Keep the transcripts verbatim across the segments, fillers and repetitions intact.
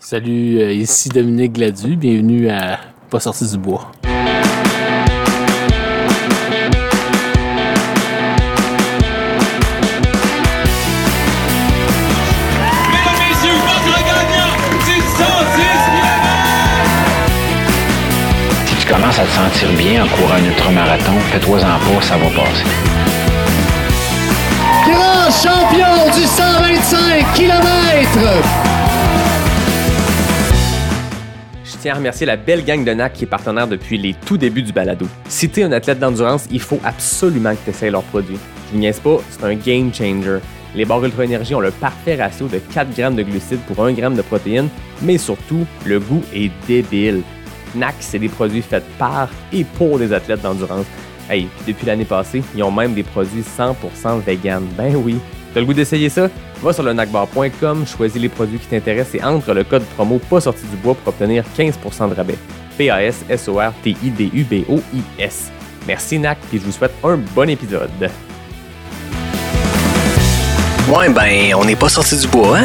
Salut, euh, ici Dominique Gladu, bienvenue à Pas sorti du bois. Si tu commences à te sentir bien en courant un ultramarathon, fais-toi-en pas, ça va passer. Grand champion du cent vingt-cinq kilomètres! Je tiens à remercier la belle gang de N A C qui est partenaire depuis les tout débuts du balado. Si t'es un athlète d'endurance, il faut absolument que tu essaies leurs produits. Je vous niaise pas, c'est un game changer. Les barres Ultra Énergie ont le parfait ratio de quatre grammes de glucides pour un gramme de protéines, mais surtout, le goût est débile. N A C, c'est des produits faits par et pour les athlètes d'endurance. Hey, puis depuis l'année passée, ils ont même des produits cent pour cent vegan. Ben oui. T'as le goût d'essayer ça? Va sur le nacbar point com, choisis les produits qui t'intéressent et entre le code promo pas sorti du bois pour obtenir quinze pour cent de rabais. P A S S O R T I D U B O I S. Merci N A C et je vous souhaite un bon épisode. Ouais, ben, on n'est pas sorti du bois, hein?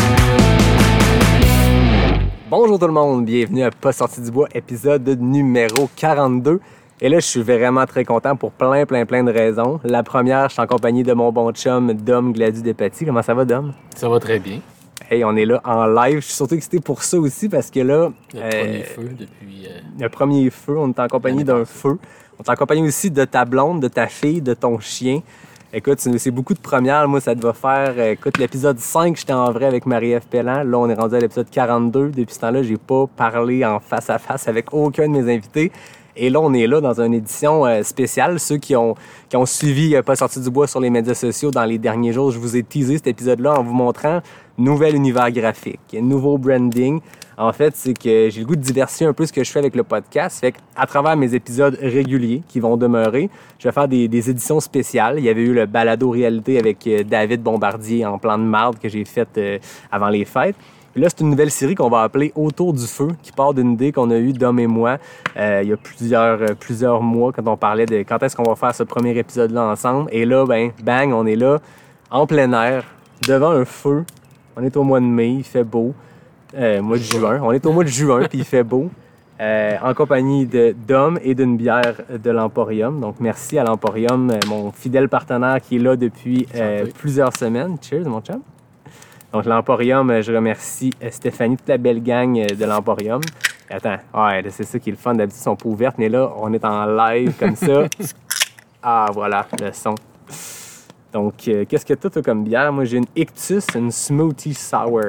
Bonjour tout le monde, bienvenue à Pas sorti du bois, épisode numéro quarante-deux. Et là, je suis vraiment très content pour plein, plein, plein de raisons. La première, je suis en compagnie de mon bon chum, Dom Gladu-Despatie. Comment ça va, Dom? Ça va très bien. Hey, on est là en live. Je suis surtout excité pour ça aussi parce que là... Le euh, premier feu depuis... Euh... Le premier feu, on est en compagnie d'un feu. On est en compagnie aussi de ta blonde, de ta fille, de ton chien. Écoute, c'est beaucoup de premières. Moi, ça te va faire... Écoute, l'épisode cinq, j'étais en vrai avec Marie-Ève Pelland. Là, on est rendu à l'épisode quarante-deux. Depuis ce temps-là, j'ai pas parlé en face à face avec aucun de mes invités. Et là, on est là dans une édition euh, spéciale. Ceux qui ont, qui ont suivi euh, Pas sorti du bois sur les médias sociaux dans les derniers jours, je vous ai teasé cet épisode-là en vous montrant nouvel univers graphique, nouveau branding. En fait, c'est que j'ai le goût de diversifier un peu ce que je fais avec le podcast. Fait qu'à travers mes épisodes réguliers qui vont demeurer, je vais faire des, des éditions spéciales. Il y avait eu le balado réalité avec euh, David Bombardier en plan de marde que j'ai fait euh, avant les fêtes. Là, c'est une nouvelle série qu'on va appeler Autour du feu, qui part d'une idée qu'on a eue, Dom et moi, euh, il y a plusieurs, euh, plusieurs mois, quand on parlait de quand est-ce qu'on va faire ce premier épisode-là ensemble. Et là, ben, bang, on est là, en plein air, devant un feu. On est au mois de mai, il fait beau. Euh, mois de juin. On est au mois de juin, puis il fait beau. Euh, en compagnie de Dom et d'une bière de l'Emporium. Donc, merci à l'Emporium, mon fidèle partenaire qui est là depuis euh, plusieurs semaines. Cheers, mon chum. Donc, l'Emporium, je remercie Stéphanie, toute la belle gang de l'Emporium. Attends, ouais, c'est ça qui est le fun. D'habitude, ils sont pas ouvertes, mais là, on est en live comme ça. Ah, voilà, le son. Donc, euh, qu'est-ce que tu as comme bière? Moi, j'ai une Ictus, une Smoothie Sour.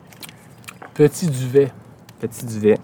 Petit duvet. Petit duvet.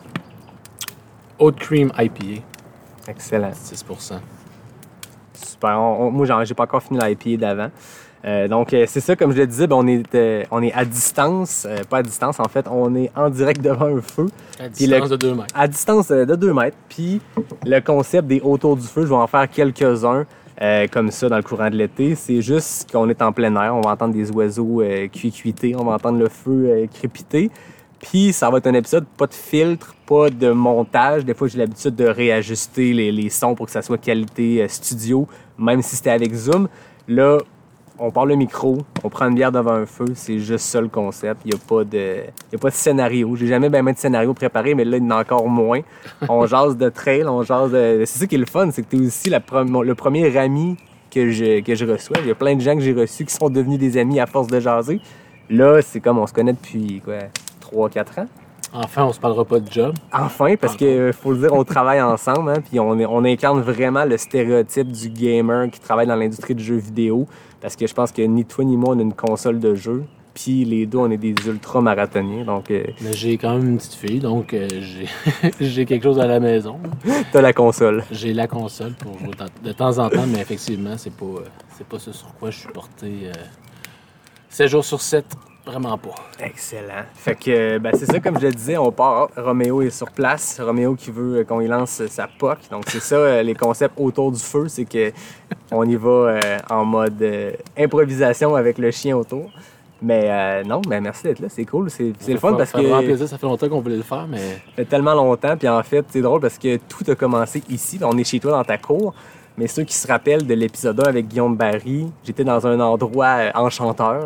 Oat Cream I P A. Excellent. six pour cent. Super. On, on, moi, genre, j'ai pas encore fini l'I P A d'avant. Euh, donc, euh, c'est ça, comme je le disais, ben, on, est, euh, on est à distance, euh, pas à distance, en fait, on est en direct devant un feu. À distance le, de deux mètres. À distance euh, de deux mètres. Puis, le concept des autour du feu, je vais en faire quelques-uns euh, comme ça dans le courant de l'été. C'est juste qu'on est en plein air, on va entendre des oiseaux euh, cuit-cuiter, on va entendre le feu euh, crépiter. Puis, ça va être un épisode pas de filtre, pas de montage. Des fois, j'ai l'habitude de réajuster les, les sons pour que ça soit qualité euh, studio, même si c'était avec Zoom. Là, on parle le micro, on prend une bière devant un feu, c'est juste ça le concept. Il n'y a pas de, il y a pas de scénario. J'ai jamais bien mis de scénario préparé, mais là, il y en a encore moins. On jase de trail, on jase de... C'est ça qui est le fun, c'est que tu es aussi la pre... le premier ami que je, que je reçois. Il y a plein de gens que j'ai reçus qui sont devenus des amis à force de jaser. Là, c'est comme on se connaît depuis quoi, trois quatre ans. Enfin, on se parlera pas de job. Enfin, parce qu'il euh, faut le dire, on travaille ensemble, hein, puis on, on incarne vraiment le stéréotype du gamer qui travaille dans l'industrie du jeu vidéo. Parce que je pense que ni toi ni moi, on a une console de jeu. Puis les deux, on est des ultra-marathoniens. Donc, euh... Mais j'ai quand même une petite fille, donc euh, j'ai, j'ai quelque chose à la maison. T'as la console. J'ai la console pour jouer de temps en temps, mais effectivement, c'est pas, euh, c'est pas ce sur quoi je suis porté euh, sept jours sur sept. Vraiment pas. Excellent. Fait que, ben, c'est ça, comme je le disais, on part. Roméo est sur place. Roméo qui veut qu'on y lance sa P O C. Donc, c'est ça, les concepts autour du feu, c'est que on y va euh, en mode euh, improvisation avec le chien autour. Mais euh, non, ben merci d'être là, c'est cool. C'est, c'est le fun parce que... Ça fait vraiment plaisir, ça fait longtemps qu'on voulait le faire, mais... Ça fait tellement longtemps, puis en fait, c'est drôle parce que tout a commencé ici. On est chez toi dans ta cour. Mais ceux qui se rappellent de l'épisode un avec Guillaume Barry, j'étais dans un endroit enchanteur,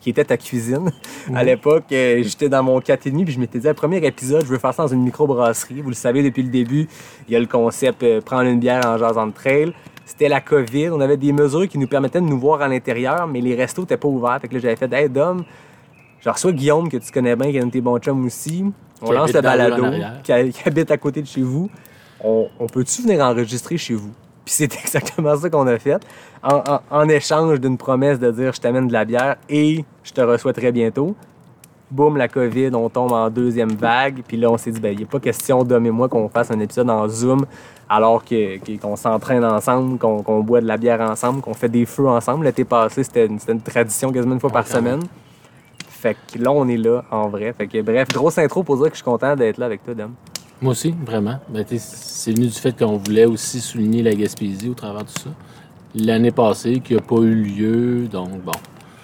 qui était ta cuisine. Mmh. À l'époque, euh, j'étais dans mon quatre et demi, puis je m'étais dit, le premier épisode, je veux faire ça dans une microbrasserie. Vous le savez, depuis le début, il y a le concept euh, prendre une bière en jasant de trail. C'était la COVID. On avait des mesures qui nous permettaient de nous voir à l'intérieur, mais les restos n'étaient pas ouverts. Fait que là, j'avais fait, hey, Dom, je reçois Guillaume, que tu connais bien, qui est un de tes bons chums aussi. On qui lance le balado, qui, qui habite à côté de chez vous. On, on peut-tu venir enregistrer chez vous? Puis c'est exactement ça qu'on a fait. En, en, en échange d'une promesse de dire, je t'amène de la bière et je te reçois très bientôt. Boum, la COVID, on tombe en deuxième vague. Puis là, on s'est dit, ben, il n'est pas question, Dom et moi, qu'on fasse un épisode en Zoom alors que, que, qu'on s'entraîne ensemble, qu'on, qu'on boit de la bière ensemble, qu'on fait des feux ensemble. L'été passé, c'était une, c'était une tradition quasiment une fois par semaine. Fait que là, on est là, en vrai. Fait que bref, grosse intro pour dire que je suis content d'être là avec toi, Dom. Moi aussi, vraiment. Ben, c'est venu du fait qu'on voulait aussi souligner la Gaspésie au travers de tout ça. L'année passée, qui n'a pas eu lieu, donc bon,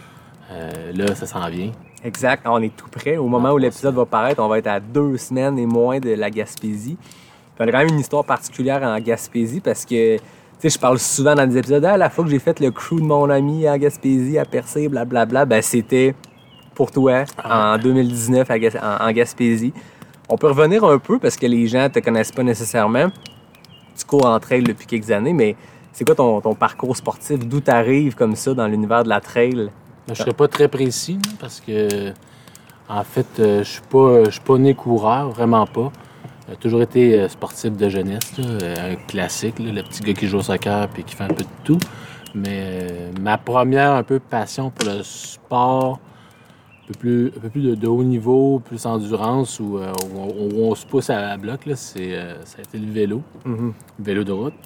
euh, là, ça s'en vient. Exact, on est tout prêt. Au moment où l'épisode va paraître, on va être à deux semaines et moins de la Gaspésie. Puis on a quand même une histoire particulière en Gaspésie parce que, tu sais, je parle souvent dans des épisodes, ah, la fois que j'ai fait le crew de mon ami à Gaspésie, à Percé, blablabla, ben c'était pour toi en deux mille dix-neuf à Gas- en, en Gaspésie. On peut revenir un peu parce que les gens ne te connaissent pas nécessairement. Tu cours en trail depuis quelques années, mais c'est quoi ton, ton parcours sportif? D'où tu arrives comme ça dans l'univers de la trail? Je ne serais pas très précis là, parce que, en fait, euh, je suis pas, je suis pas né coureur, vraiment pas. J'ai toujours été euh, sportif de jeunesse, là, euh, un classique, là, le petit gars qui joue au soccer et qui fait un peu de tout. Mais euh, ma première un peu passion pour le sport, un peu plus, un peu plus de, de haut niveau, plus endurance, où, euh, où, où on se pousse à, à bloc, là, c'est, euh, ça a été le vélo, Mm-hmm. le vélo de route.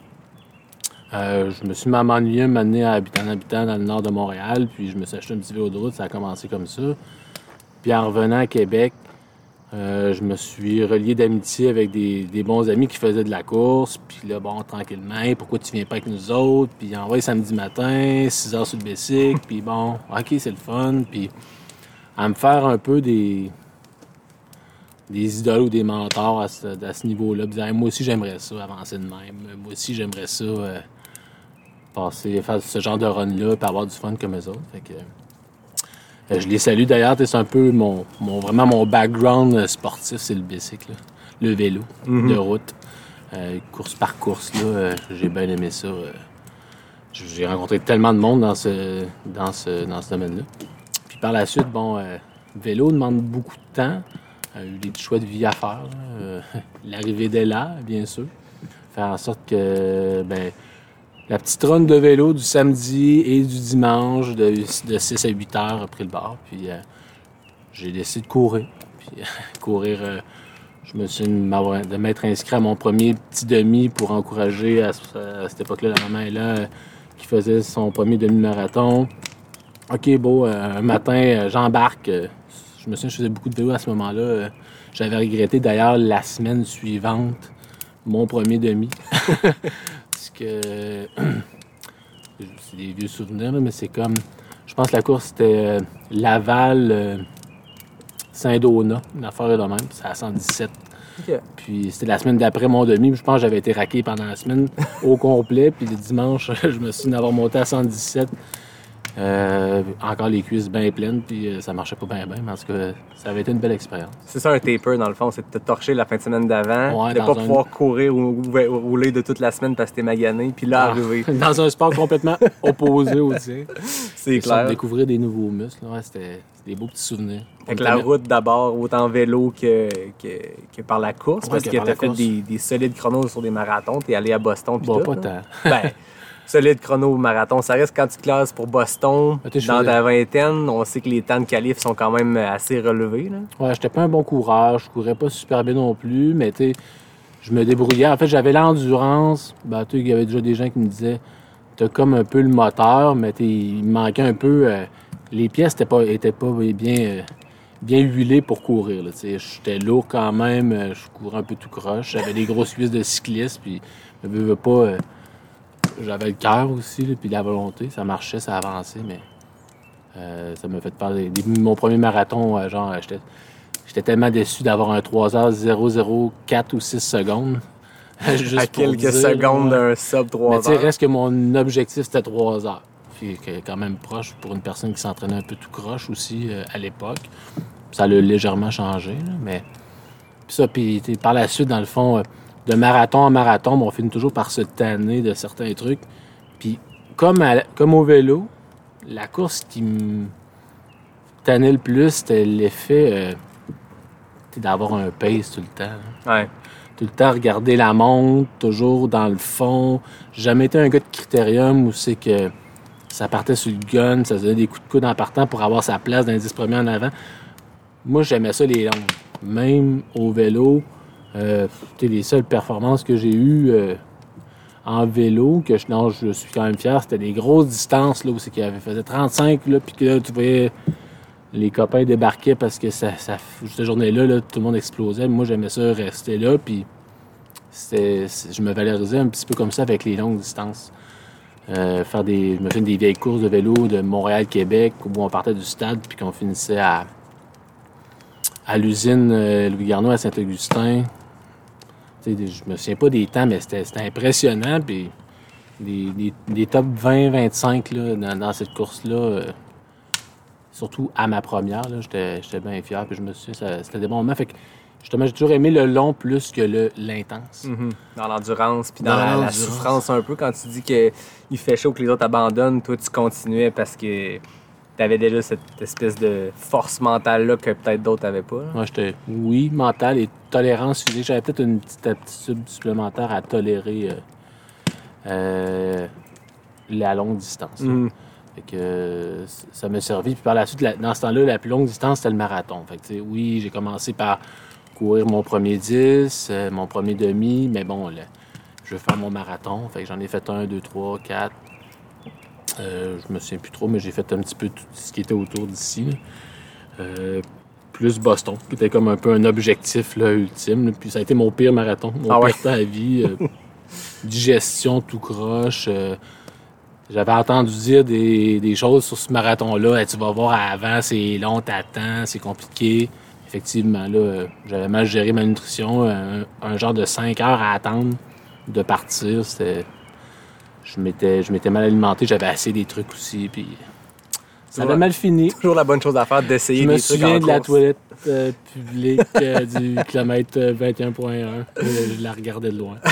Euh, je me suis même ennuyé un moment donné en habitant, en habitant dans le nord de Montréal, puis je me suis acheté un petit vélo de route, ça a commencé comme ça. Puis en revenant à Québec, euh, je me suis relié d'amitié avec des, des bons amis qui faisaient de la course, puis là, bon, tranquillement, hey, pourquoi tu viens pas avec nous autres? Puis envoyé samedi matin, six heures sur le bicycle, puis bon, OK, c'est le fun, puis à me faire un peu des, des idoles ou des mentors à ce, à ce niveau-là. Puis dire, hey, moi aussi, j'aimerais ça, avancer de même. Moi aussi, j'aimerais ça, euh, passer, faire ce genre de run-là, puis avoir du fun comme eux autres. Fait que, euh, je les salue d'ailleurs. C'est un peu mon, mon, vraiment mon background sportif, c'est le bicycle, là. Le vélo, mm-hmm. de route. Euh, course par course, là, euh, j'ai bien aimé ça. Euh, j'ai rencontré tellement de monde dans ce, dans ce, dans ce domaine-là. Puis par la suite, bon, euh, vélo demande beaucoup de temps. Il y a eu des petits choix de vie à faire. Euh, l'arrivée d'E L A, bien sûr. Faire en sorte que ben, la petite run de vélo du samedi et du dimanche de, de six à huit heures après le bar. Puis euh, j'ai décidé de courir. Puis euh, courir, euh, je me suis de m'être inscrit à mon premier petit demi pour encourager à, à cette époque-là la maman là euh, qui faisait son premier demi-marathon. OK, bon, euh, un matin, euh, j'embarque. Euh, Je me souviens, je faisais beaucoup de vélo à ce moment-là. Euh, j'avais regretté d'ailleurs la semaine suivante mon premier demi. Parce que c'est des vieux souvenirs, là, mais c'est comme. Je pense que la course c'était euh, Laval, euh, Saint-Donat, une affaire de même. C'est à cent dix-sept. Okay. Puis c'était la semaine d'après mon demi. Je pense que j'avais été raqué pendant la semaine au complet. Puis le dimanche, je me suis d'avoir monté à cent dix-sept. Euh, encore les cuisses bien pleines, puis euh, ça marchait pas bien bien, mais en tout cas, ça avait été une belle expérience. C'est ça un taper, dans le fond, c'est de te torcher la fin de semaine d'avant, ouais, de pas un... pouvoir courir ou, ou rouler de toute la semaine parce que t'es magané, puis là, ah, arriver. Dans un sport complètement opposé au tien. C'est clair. Découvrir des nouveaux muscles, ouais, c'était des beaux petits souvenirs. Avec la route d'abord, autant vélo que, que, que par la course, ouais, parce que, que t'as fait des, des solides chronos sur des marathons, t'es allé à Boston, puis bon, tout. Pas tant. Ben, solide chrono marathon. Ça reste quand tu te classes pour Boston, ah, dans ta vingtaine, on sait que les temps de qualif sont quand même assez relevés. Là. Ouais, j'étais pas un bon coureur, je courais pas super bien non plus, mais tu sais, je me débrouillais. En fait, j'avais l'endurance. Ben, tu sais, il y avait déjà des gens qui me disaient, t'as comme un peu le moteur, mais il manquait un peu. Euh, les pièces étaient pas, étaient pas bien, euh, bien huilées pour courir. Là, j'étais lourd quand même, je courais un peu tout croche. J'avais des grosses cuisses de cycliste, puis je ne veux pas. Euh, J'avais le cœur aussi, là, puis la volonté. Ça marchait, ça avançait, mais euh, ça m'a fait parler. Mon premier marathon, euh, genre, j'étais, j'étais tellement déçu d'avoir un trois heures zéro zéro quatre ou six secondes. Juste à quelques dire, secondes ouais. d'un sub trois heures. Mais tu sais, reste que mon objectif, c'était trois heures. puis qui est quand même proche pour une personne qui s'entraînait un peu tout croche aussi euh, à l'époque. Ça l'a légèrement changé, là, mais... Puis ça, puis par la suite, dans le fond, euh, de marathon en marathon, on finit toujours par se tanner de certains trucs. Puis comme, à, comme au vélo, la course qui me tannait le plus, c'était l'effet euh, d'avoir un pace tout le temps. Hein. Ouais. Tout le temps regarder la montre, toujours dans le fond. J'ai jamais été un gars de critérium où c'est que ça partait sur le gun, ça se donnait des coups de coude en partant pour avoir sa place dans les dix premiers en avant. Moi, j'aimais ça les longues. Même au vélo, euh, les seules performances que j'ai eues euh, en vélo, que je, non, je suis quand même fier, c'était des grosses distances, là, où c'est qu'il avait faisait trente-cinq, là, puis que là, tu voyais les copains débarquaient parce que ça, ça, cette journée-là, là, tout le monde explosait. Moi, j'aimais ça rester là, puis c'était, je me valorisais un petit peu comme ça avec les longues distances. Euh, faire des, je me fais des vieilles courses de vélo de Montréal-Québec, où on partait du stade, puis qu'on finissait à à l'usine euh, Louis Garneau à Saint-Augustin. T'sais, je me souviens pas des temps, mais c'était, c'était impressionnant. Puis des, des, des top vingt vingt-cinq là, dans, dans cette course-là, euh, surtout à ma première, là, j'étais, j'étais bien fier. Puis je me souviens, ça, c'était des bons moments. Fait que justement, j'ai toujours aimé le long plus que le, l'intense. Mm-hmm. Dans l'endurance, puis dans, Dans la, la l'endurance. souffrance un peu. Quand tu dis qu'il fait chaud, que les autres abandonnent, toi, tu continuais parce que t'avais déjà cette espèce de force mentale-là que peut-être d'autres n'avaient pas. Là. Moi, j'étais, oui, mental et tolérance physique. J'avais peut-être une petite aptitude supplémentaire à tolérer euh, euh, la longue distance. là. Mm. Fait que euh, ça m'a servi. Puis par la suite, la- dans ce temps-là, la plus longue distance, c'était le marathon. Fait que, tu sais, oui, j'ai commencé par courir mon premier dix, euh, mon premier demi, mais bon, le- je veux faire mon marathon. Fait que j'en ai fait un, deux, trois, quatre. Euh, je me souviens plus trop, mais j'ai fait un petit peu tout ce qui était autour d'ici. là. Euh, plus Boston, qui était comme un peu un objectif là, ultime. là. Puis ça a été mon pire marathon, mon Ah ouais? pire temps à vie. euh, digestion tout croche. euh, J'avais entendu dire des, des choses sur ce marathon-là. Hey, tu vas voir avant, c'est long, t'attends, c'est compliqué. Effectivement, là, euh, j'avais mal géré ma nutrition. Un, un genre de cinq heures à attendre de partir. C'était... Je m'étais, je m'étais mal alimenté, j'avais assez des trucs aussi. Puis ça avait Ouais. mal fini. Toujours la bonne chose à faire d'essayer Je me des trucs souviens en de la course. toilette euh, publique euh, du kilomètre vingt et un point un. Euh, je la regardais de loin.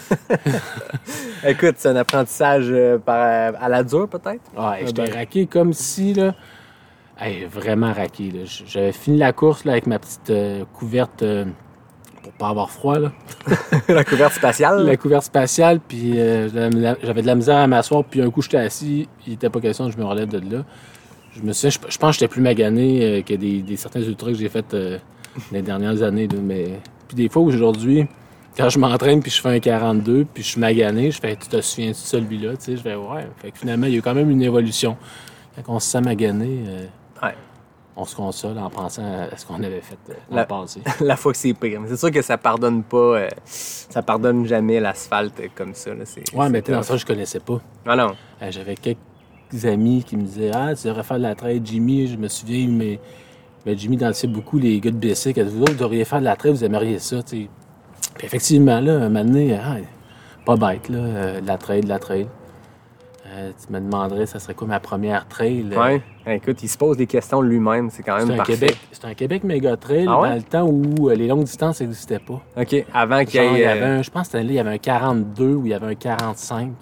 Écoute, c'est un apprentissage euh, par, à la dure, peut-être? Ouais, j'étais ben. raqué comme si, là... Hey, vraiment raqué, là. J'avais fini la course là, avec ma petite euh, couverte euh, pour pas avoir froid, là. La couverte spatiale? La couverte spatiale, puis euh, j'avais de la misère à m'asseoir, puis un coup, j'étais assis, il était pas question que je me relève de là. Je me souviens, je, je pense que j'étais plus magané euh, que des, des certains ultras que j'ai fait euh, dans les dernières années, là, mais... Puis des fois, aujourd'hui, quand je m'entraîne, puis je fais un quarante-deux, puis je suis magané, je fais « Tu te souviens-tu de celui-là? » Tu sais, je fais « Ouais. » Fait que finalement, il y a eu quand même une évolution. Quand on se sent magané... euh, Ouais. on se console en pensant à ce qu'on avait fait euh, dans La- le passé. La fois que c'est pire. Mais c'est sûr que ça pardonne pas. euh, ça pardonne jamais l'asphalte comme ça. Là. C'est, Ouais, c'est mais tu sais, dans tough. ça, je connaissais pas. Ah non. Euh, J'avais quelques amis qui me disaient « Ah, tu devrais faire de la trail, Jimmy. » Je me souviens, mais, mais Jimmy dansait beaucoup les gars de B C. Vous autres, vous devriez faire de la trail, vous aimeriez ça. T'sais. Puis effectivement, là, un moment donné, ah, pas bête, là, euh, de la trail, de la trail. Euh, tu me demanderais, ça serait quoi ma première trail? euh, Ouais. Écoute, il se pose des questions lui-même. C'est quand même C'est un parfait. Québec, c'est un Québec méga trail Ah ouais? dans le temps où euh, les longues distances n'existaient pas. OK. Avant qu'il y Genre, ait. il y avait euh, un- je pense que cette année, il y avait un quarante-deux ou il y avait un quarante-cinq.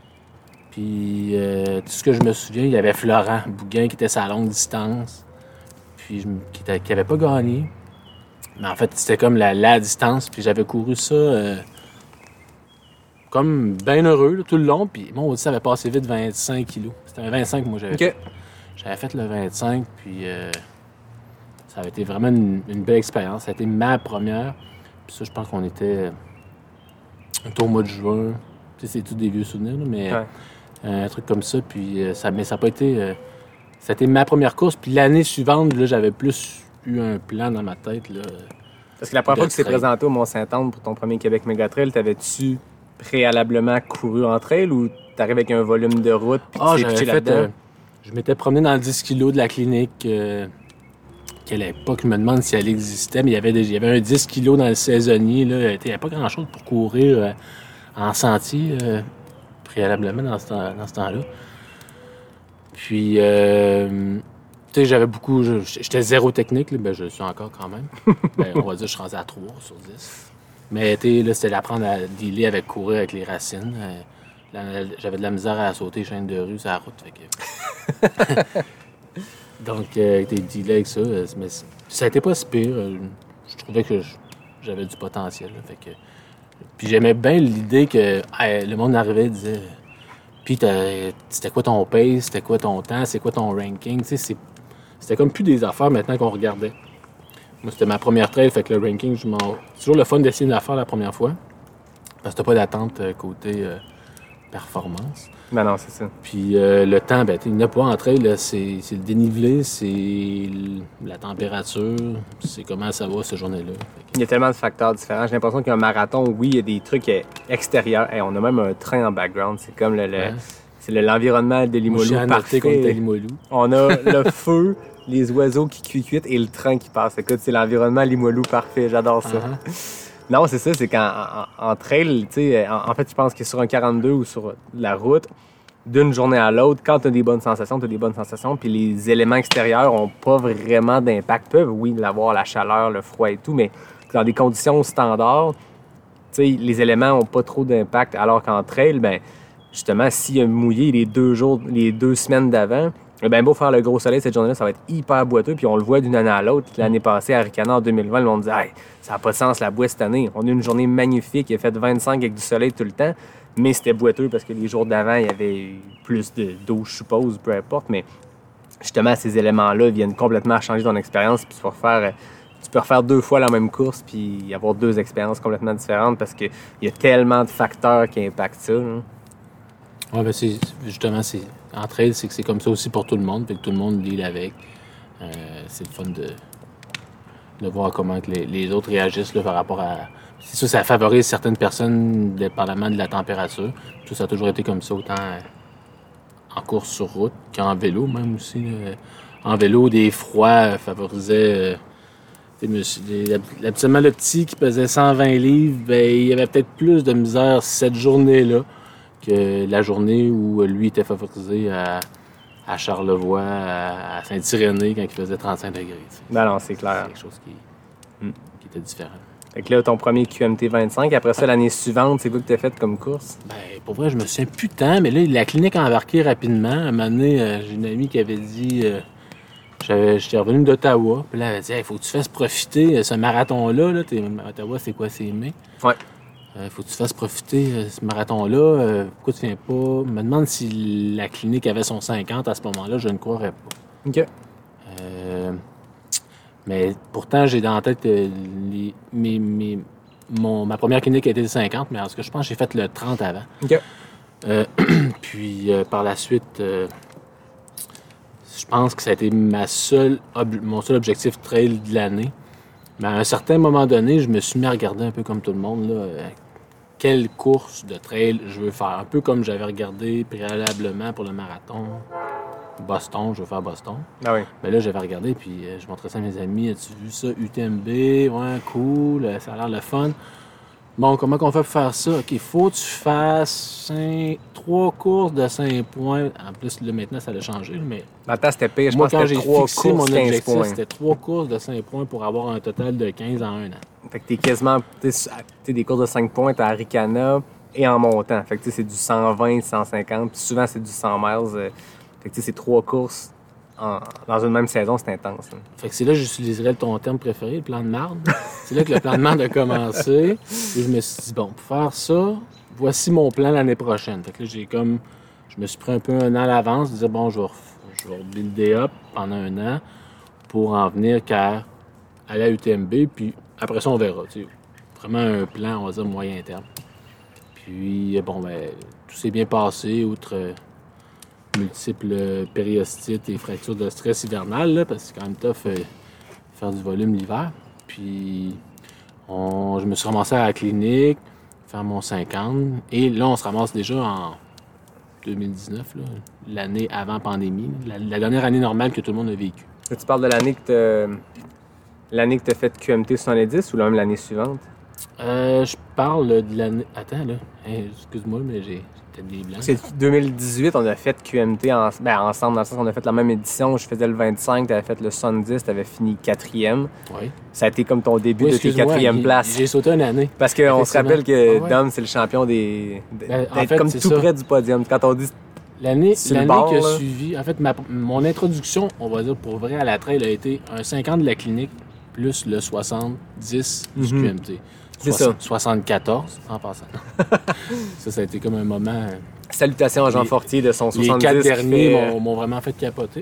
Puis, euh, tout ce que je me souviens, il y avait Florent Bouguin qui était sa longue distance. Puis, je me- qui n'avait pas gagné. Mais en fait, c'était comme la, la distance. Puis, j'avais couru ça euh, comme bien heureux là, tout le long. Puis, moi, aussi, ça avait passé vite vingt-cinq kilos. C'était un vingt-cinq que moi, j'avais OK. fait. J'avais fait le vingt-cinq. Puis, euh, ça avait été vraiment une, une belle expérience. Ça a été ma première. Puis, ça, je pense qu'on était. On était au mois de juin. Tu sais, c'est tous des vieux souvenirs, là, mais Ouais. euh, un truc comme ça. Puis euh, ça, mais ça n'a pas été. Euh, ça a été ma première course. Puis l'année suivante, là, j'avais plus eu un plan dans ma tête. Là. Parce que la première de fois que tu t'es trail. présenté au Mont-Saint-Anne pour ton premier Québec Méga Trail, t'avais-tu préalablement couru en trail ou t'arrives avec un volume de route puis Ah, tu t'es j'avais pitché fait. là-dedans? euh, je m'étais promené dans le dix kilos de la clinique. Euh, qu'à l'époque, je me demande si elle existait, mais il y avait, des- il y avait un dix kilos dans le saisonnier. Là. Il n'y avait pas grand-chose pour courir euh, en sentier euh, préalablement dans ce, temps, dans ce temps-là. Puis, euh, tu sais, j'avais beaucoup... je- J'étais zéro technique, là, ben je le suis encore quand même. Ben, on va dire que je suis rendu à trois sur dix. Mais, tu sais, là, c'était d'apprendre à dealer avec courir avec les racines. Euh, la- j'avais de la misère à sauter chaîne de rue sur la route, fait que... Donc, euh, t'es dealé avec ça, euh, mais c- ça a été pas si pire. euh, Je trouvais que je- j'avais du potentiel, là, fait que... Puis j'aimais bien l'idée que hey, le monde arrivait et disait... Puis t'as- c'était quoi ton pace, c'était quoi ton temps, c'est quoi ton ranking, tu sais, c'est- c'était comme plus des affaires maintenant qu'on regardait. Moi, c'était ma première trail, fait que le ranking, je m'en... C'est toujours le fun d'essayer une affaire la première fois, parce que t'as pas d'attente euh, côté euh, performance. Ben non, c'est ça. Puis euh, le temps, ben, il n'y en a pas en trail, là, c'est, c'est le dénivelé, c'est l- la température, c'est comment ça va cette journée-là. Fait Il y a tellement de facteurs différents. J'ai l'impression qu'un marathon, oui, il y a des trucs euh, extérieurs. Hey, on a même un train en background. C'est comme le, le- Ouais. c'est le- l'environnement de que, moi, Limoilou je suis annoté qu'on était à parfait. Limoilou. On a le feu, les oiseaux qui cuitent et le train qui passe. Écoute, c'est l'environnement Limoilou parfait. J'adore ça. Uh-huh. Non, c'est ça, c'est qu'en en, en trail, tu sais, en, en fait, je pense que sur un quarante-deux ou sur la route, d'une journée à l'autre, quand tu as des bonnes sensations, tu as des bonnes sensations, puis les éléments extérieurs ont pas vraiment d'impact. Peuvent, oui, l'avoir, la chaleur, le froid et tout, mais dans des conditions standards, tu sais, les éléments ont pas trop d'impact, alors qu'en trail, ben justement, s'il y a mouillé les deux jours, les deux semaines d'avant, eh ben beau faire le gros soleil cette journée-là, ça va être hyper boiteux, puis on le voit d'une année à l'autre. L'année passée, à Ricana, en deux mille vingt, le monde dit hey, ça n'a pas de sens la boîte cette année. On a eu une journée magnifique, il a fait vingt-cinq avec du soleil tout le temps, mais c'était boiteux parce que les jours d'avant, il y avait plus de, d'eau, je suppose, peu importe, mais justement, ces éléments-là viennent complètement changer ton expérience, puis tu peux refaire, tu peux refaire deux fois la même course, puis avoir deux expériences complètement différentes parce qu'il y a tellement de facteurs qui impactent ça. Hein. Ouais, ben c'est justement, c'est en trail, c'est que c'est comme ça aussi pour tout le monde, puis que tout le monde deal avec. Euh, c'est le fun de, de voir comment que les, les autres réagissent là, par rapport à. C'est sûr, ça favorise certaines personnes dépendamment de la température. Ça, ça a toujours été comme ça, autant euh, en course sur route qu'en vélo, même aussi. Là. En vélo, des froids euh, favorisaient. Euh, tu sais, monsieur- les- habituellement, le petit qui pesait cent vingt livres, ben, il y avait peut-être plus de misère cette journée-là que la journée où lui était favorisé à, à Charlevoix, à, à Saint-Irénée, quand il faisait trente-cinq degrés. tu sais. Ben non, c'est C'est clair. quelque chose qui, Mm. qui était différent. Fait que là, ton premier Q M T vingt-cinq, après ça, l'année suivante, c'est quoi que tu as fait comme course? Ben, pour vrai, je me souviens plus tant, mais là, la clinique a embarqué rapidement. À un moment donné, euh, j'ai une amie qui avait dit... Euh, j'avais- J'étais revenu d'Ottawa, puis là, elle avait dit « Il faut que tu fasses profiter euh, ce marathon-là. Là, t'es- Ottawa, c'est quoi? C'est mai. Ouais. Il faut que tu fasses profiter euh, ce marathon-là. Euh, pourquoi tu viens pas? Je me demande si la clinique avait son cinquante à ce moment-là. Je ne croirais pas. OK. Euh, mais pourtant, j'ai dans la tête euh, les, mes, mes- mon, ma première clinique a été le cinquante, mais en tout cas, je pense que j'ai fait le trente avant. OK. Euh, puis euh, par la suite, euh, je pense que ça a été ma seule ob- mon seul objectif trail de l'année. Mais à un certain moment donné, je me suis mis à regarder un peu comme tout le monde, là, euh, quelle course de trail je veux faire. Un peu comme j'avais regardé préalablement pour le marathon Boston, je veux faire Boston. Ah oui. Mais là, j'avais regardé, puis euh, je montrais ça à mes amis. As-tu vu ça? U T M B, ouais, cool, euh, ça a l'air le fun. Bon, comment qu'on fait pour faire ça? OK, faut que tu fasses cinq, trois courses de cinq points. En plus, là, maintenant, ça a changé, mais Dans le temps, c'était pire. Je moi, pense que quand c'était j'ai trois fixé mon courses, quinze objectif, points. c'était trois courses de cinq points pour avoir un total de quinze en un an. Fait que t'es quasiment... Tu sais, des courses de cinq points, t'es à Ricana et en montant. Fait que tu sais, c'est du cent vingt, cent cinquante. Puis souvent, c'est du cent miles. euh, Fait que tu sais, c'est trois courses en- dans une même saison. C'est intense. Hein. Fait que c'est là que j'utiliserais ton terme préféré, le plan de marde. C'est là que le plan de marde a commencé. Et je me suis dit, bon, pour faire ça, voici mon plan l'année prochaine. Fait que là, j'ai comme... Je me suis pris un peu un an à l'avance, de dire, bon, je vais, ref- je vais builder up pendant un an pour en venir qu'à aller à U T M B, puis après ça, on verra. Tu sais. Vraiment un plan, on va dire, moyen terme. Puis, bon, ben, tout s'est bien passé, outre euh, multiples périostites et fractures de stress hivernales, là, parce que c'est quand même tough euh, faire du volume l'hiver. Puis, on, je me suis ramassé à la clinique, faire mon cinquante, et là, on se ramasse déjà en deux mille dix-neuf, là, l'année avant pandémie, la, la dernière année normale que tout le monde a vécue. Là, tu parles de l'année que t'as... L'année que t'as fait Q M T soixante-dix ou même l'année suivante? Euh, je parle de l'année... Attends, là. Hey, excuse-moi, mais j'ai peut-être des blancs. C'est deux mille dix-huit, on a fait Q M T en... ben, ensemble, dans le sens qu'on a fait la même édition. Je faisais le vingt-cinq, tu avais fait le soixante-dix, tu avais fini quatrième. Oui. Ça a été comme ton début Oui, de tes excuse-moi, quatrième j'ai- places. J'ai sauté une année. Parce qu'on se Effectivement. rappelle que Ah ouais. Dom, c'est le champion des. d- Ben, en d'être fait, comme c'est tout ça. près du podium. Quand on dit. L'année, Sur le l'année bord, qui a là. suivi, en fait, ma- mon introduction, on va dire pour vrai, à la trail a été un cinquante de la clinique plus le soixante-dix du Mhm. Q M T. C'est Soixante- ça. soixante-quatorze en passant. ça, ça a été comme un moment. euh, Salutations à Jean Les- Fortier de son Les soixante-dix. quatre qui derniers fait- m'ont, m'ont vraiment fait capoter.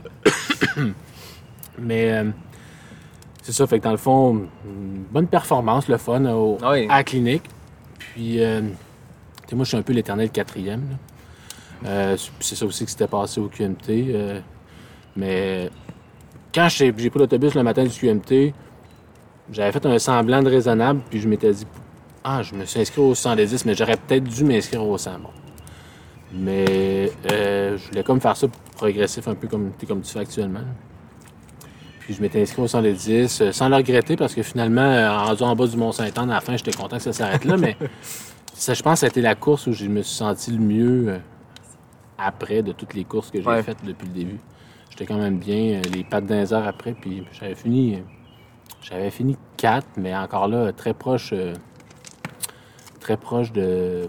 Mais euh, c'est ça, fait que dans le fond, une bonne performance, le fun au- Ah oui. à la clinique. Puis, euh, tu sais, moi, je suis un peu l'éternel quatrième. là. Euh, c'est ça aussi que s'était passé au Q M T. euh, mais quand j'ai, j'ai pris l'autobus le matin du Q M T, j'avais fait un semblant de raisonnable, puis je m'étais dit, ah, je me suis inscrit au soixante-dix, mais j'aurais peut-être dû m'inscrire au cent. Bon. Mais euh, je voulais comme faire ça progressif, un peu comme, comme tu fais actuellement. Puis je m'étais inscrit au soixante-dix, euh, sans le regretter, parce que finalement, euh, rendu en bas du Mont-Saint-Anne, à la fin, j'étais content que ça s'arrête là, mais ça, je pense que ça a été la course où je me suis senti le mieux euh, après de toutes les courses que j'ai Ouais. faites depuis le début. J'étais quand même bien, euh, les pattes d'un heure après, puis j'avais fini... euh, J'avais fini quatre, mais encore là, très proche, euh, très proche de,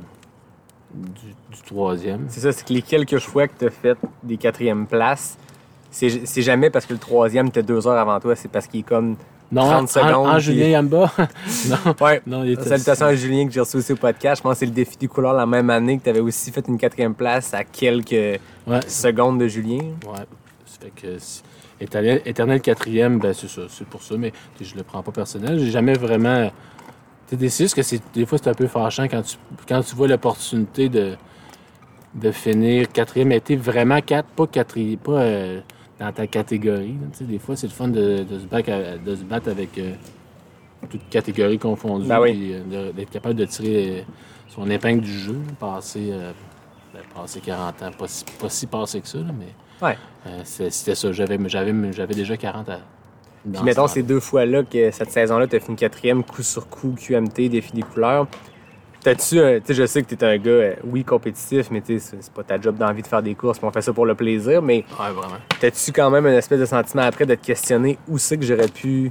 du, du troisième. C'est ça, c'est que les quelques fois que tu as fait des quatrièmes places, c'est, c'est jamais parce que le troisième était deux heures avant toi, c'est parce qu'il est comme Non, trente en, secondes. en puis- Julien Yamba. non, Ouais. non, il était... Salutations à Julien que j'ai reçu aussi au podcast. Je pense que c'est le défi des couleurs la même année que tu avais aussi fait une quatrième place à quelques Ouais, secondes de Julien. ouais. Ça fait que... c'est- Éternel, éternel quatrième, ben c'est ça, c'est pour ça, mais tu sais, je le prends pas personnel. J'ai jamais vraiment... Tu sais, c'est juste que c'est, des fois, c'est un peu fâchant quand tu, quand tu vois l'opportunité de, de finir quatrième. Mais t'es vraiment quatre, pas quatrième, pas euh, dans ta catégorie. là. Tu sais, des fois, c'est le fun de, de, se, battre, à- de se battre avec euh, toutes catégories confondues. Ben oui. Puis, euh, de- d'être capable de tirer euh, son épingle du jeu, là, passer, euh, ben, passer quarante ans. Pas si, pas si passé que ça, là, mais Ouais. euh, c'est- c'était ça. J'avais, j'avais, j'avais déjà quarante ans. Puis mettons, ces deux fois-là que cette saison-là, tu as fait une quatrième coup sur coup, Q M T, défi des couleurs. T'as-tu, euh, tu sais, je sais que tu es un gars, euh, oui, compétitif, mais tu sais, c'est c'est pas ta job d'envie de faire des courses, puis on fait ça pour le plaisir, mais Ouais, vraiment. t'as-tu quand même un espèce de sentiment après de te questionner où c'est que j'aurais pu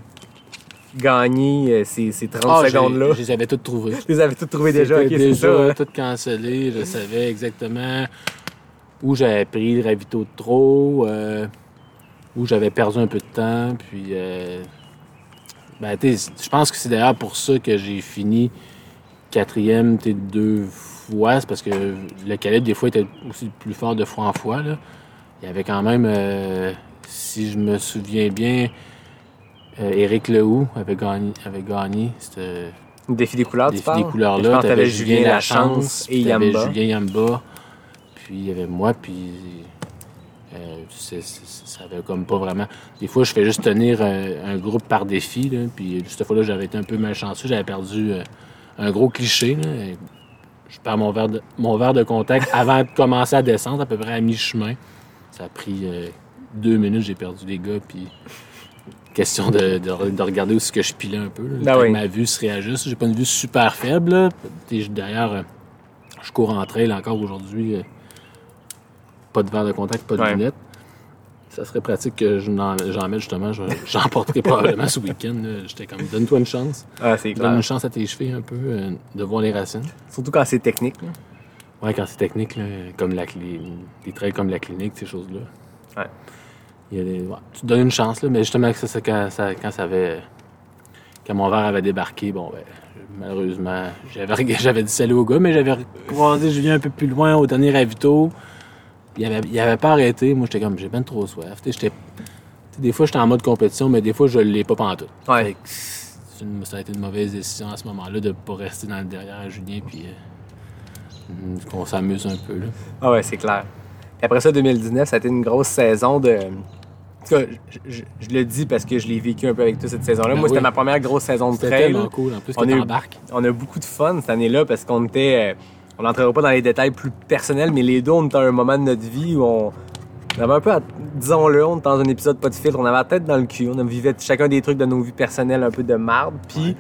gagner euh, ces, ces trente Ah, j'ai- secondes-là? Je les avais toutes trouvées. Tu les avais toutes trouvées déjà, ok, C'était c'est déjà ça. hein? tout cancellé. Je savais exactement où j'avais pris le ravito de trop, euh, où j'avais perdu un peu de temps. Puis, euh, ben, tu sais, je pense que c'est d'ailleurs pour ça que j'ai fini quatrième t'es deux fois. C'est parce que le calibre, des fois, était aussi plus fort de fois en fois. Là. Il y avait quand même, euh, si je me souviens bien, euh, Éric Lehoux avait gagné. Avait gagné c'était Le défi des couleurs, des, tu parles? des couleurs Je là. pense que T'avais t'avais Julien Julien Lachance Lachance et puis t'avais Yamba. Julien Yamba. Puis il y avait moi, puis euh, c'est- c'est- ça avait comme pas vraiment. Des fois, je fais juste tenir un, un groupe par défi. Là, puis cette fois-là, j'avais été un peu malchanceux. J'avais perdu euh, un gros cliché. Là, et je perds mon verre, de, mon verre de contact avant de commencer à descendre, à peu près à mi-chemin. Ça a pris euh, deux minutes, j'ai perdu les gars. Puis question de, de, de regarder où est-ce que je pilais un peu. Là, Ben Tant que oui. ma vue se réajuste. J'ai pas une vue super faible. Là. Puis, D'ailleurs, euh, je cours en trail encore aujourd'hui. euh, pas de verre de contact, pas de Ouais. lunettes. Ça serait pratique que je n'en- j'en mette justement. Je- J'en porterai probablement ce week-end. là. J'étais comme, donne-toi une chance. Ah, c'est Donne clair. une chance à tes chevilles un peu euh, de voir les racines. Surtout quand c'est technique. là. Ouais, quand c'est technique, là, comme la clé, des trails comme la clinique, ces choses-là. Ouais. Il y a des- ouais, tu te donnes une chance, là, mais justement, que ça, ça, quand, ça, quand ça avait. Quand mon verre avait débarqué, bon, ben, malheureusement, j'avais, reg- j'avais dit salut au gars, mais j'avais croisé Julien un peu plus loin au dernier ravito. Il avait, il avait pas arrêté. Moi, j'étais comme, j'ai ben trop soif. Tu sais, j'étais- tu sais, des fois, j'étais en mode compétition, mais des fois, je l'ai pas pantoute. Ouais. Fait que c'est une- ça a été une mauvaise décision à ce moment-là de pas rester dans le derrière à Julien, puis euh, qu'on s'amuse un peu. Là. Ah ouais, c'est clair. Puis après ça, deux mille dix-neuf, ça a été une grosse saison de... En tout cas, je, je- je le dis parce que je l'ai vécu un peu avec toi cette saison-là. Ben Moi, c'était oui. ma première grosse saison de C'était trail. tellement cool. En plus, On que a eu- t'embarques. On a beaucoup de fun cette année-là parce qu'on était... euh, on n'entrera pas dans les détails plus personnels, mais les deux, on était à un moment de notre vie où on... On avait un peu, à- disons-le, on était dans un épisode pas de filtre, on avait la tête dans le cul, on vivait chacun des trucs de nos vies personnelles un peu de marde, puis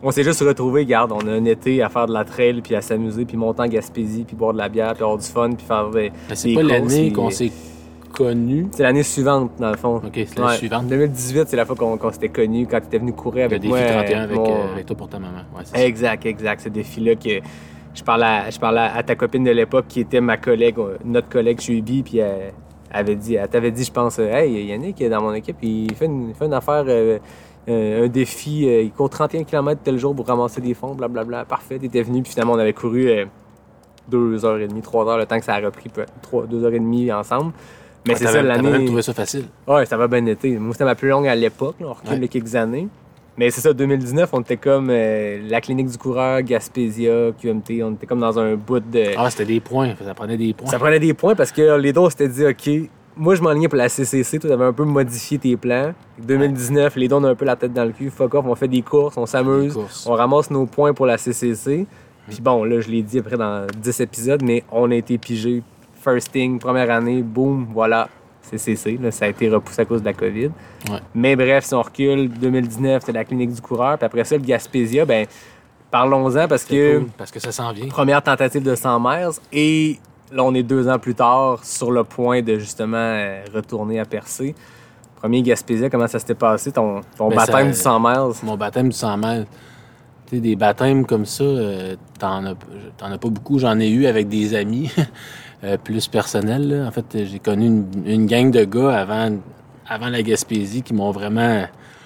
On s'est juste retrouvés, regarde, on a un été à faire de la trail, puis à s'amuser, puis monter en Gaspésie, puis boire de la bière, puis avoir du fun, puis faire des. Mais c'est des pas courses, l'année puis- qu'on s'est connus. C'est l'année suivante, dans le fond. OK, c'est l'année suivante. deux mille dix-huit, c'est la fois qu'on, qu'on s'était connus, quand tu étais venu courir Le avec défi moi. trente et un avec, mon- euh, avec toi pour ta maman. Ouais, c'est ça. Exact, exact. Ce défi-là que je parlais, à, je parlais à ta copine de l'époque qui était ma collègue, euh, notre collègue chez Ubi, puis elle, avait dit, elle t'avait dit, je pense, euh, hey, Yannick est dans mon équipe, il fait une, il fait une affaire, euh, euh, un défi, euh, il court trente et un kilomètres tel jour pour ramasser des fonds, blablabla. Parfait, t'étais venu, puis finalement, on avait couru euh, deux heures et demie, trois heures, le temps que ça a repris, peu- trois, deux heures et demie ensemble. Mais Ouais, c'est ça, t'avais- T'avais même l'année. trouvé ça facile. Ouais, ça va bien été. Moi, c'était ma plus longue à l'époque, là, on recule Ouais. de quelques années. Mais c'est ça, deux mille dix-neuf, on était comme euh, la clinique du coureur, Gaspésia, Q M T, on était comme dans un bout de... Ah, c'était des points. Ça prenait des points. Ça prenait des points parce que les deux, on s'était dit, OK, moi, je m'enlignais pour la C C C, toi, t'avais un peu modifié tes plans. deux mille dix-neuf, les deux, on a un peu la tête dans le cul, fuck off, on fait des courses, on s'amuse, Des courses. on ramasse nos points pour la C C C. Puis bon, là, je l'ai dit après dans dix épisodes, mais on a été pigé, first thing, première année, boum, voilà, C C C, là, ça a été repoussé à cause de la COVID. Ouais. Mais bref, si on recule, deux mille dix-neuf, c'était la clinique du coureur. Puis après ça, le Gaspésia, ben parlons-en parce C'était que cool, parce que ça s'en vient. première tentative de cent miles. Et là, on est deux ans plus tard sur le point de justement euh, retourner à Percé. Premier Gaspésia, comment ça s'était passé, ton, ton Ben, baptême ça- du cent miles? Mon baptême du cent mètres. Tu sais, des baptêmes comme ça, euh, t'en as, t'en as pas beaucoup. J'en ai eu avec des amis, euh, plus personnels. là. En fait, j'ai connu une, une gang de gars avant, avant la Gaspésie qui m'ont vraiment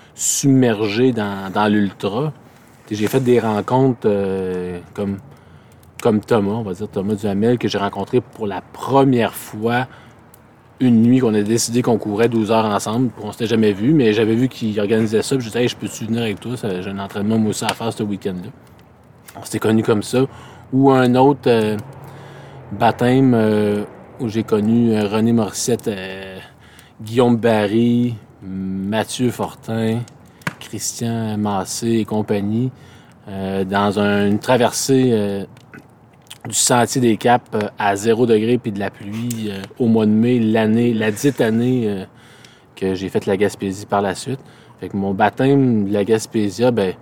submergé dans, dans l'ultra. Tu sais, j'ai fait des rencontres euh, comme, comme Thomas, on va dire Thomas Duhamel, que j'ai rencontré pour la première fois une nuit qu'on a décidé qu'on courait douze heures ensemble. On s'était jamais vu, mais j'avais vu qu'il organisait ça. Puis je disais, hey, je peux-tu venir avec toi? Ça- J'ai un entraînement moi aussi à faire ce week-end-là. On s'était connus comme ça. Ou un autre euh, baptême euh, où j'ai connu euh, René Morissette, euh, Guillaume Barry, Mathieu Fortin, Christian Massé et compagnie, euh, dans un- une traversée euh, du Sentier des Caps euh, à zéro degré puis de la pluie euh, au mois de mai, l'année, la dite année euh, que j'ai fait la Gaspésie par la suite. Fait que mon baptême de la Gaspésia, ben,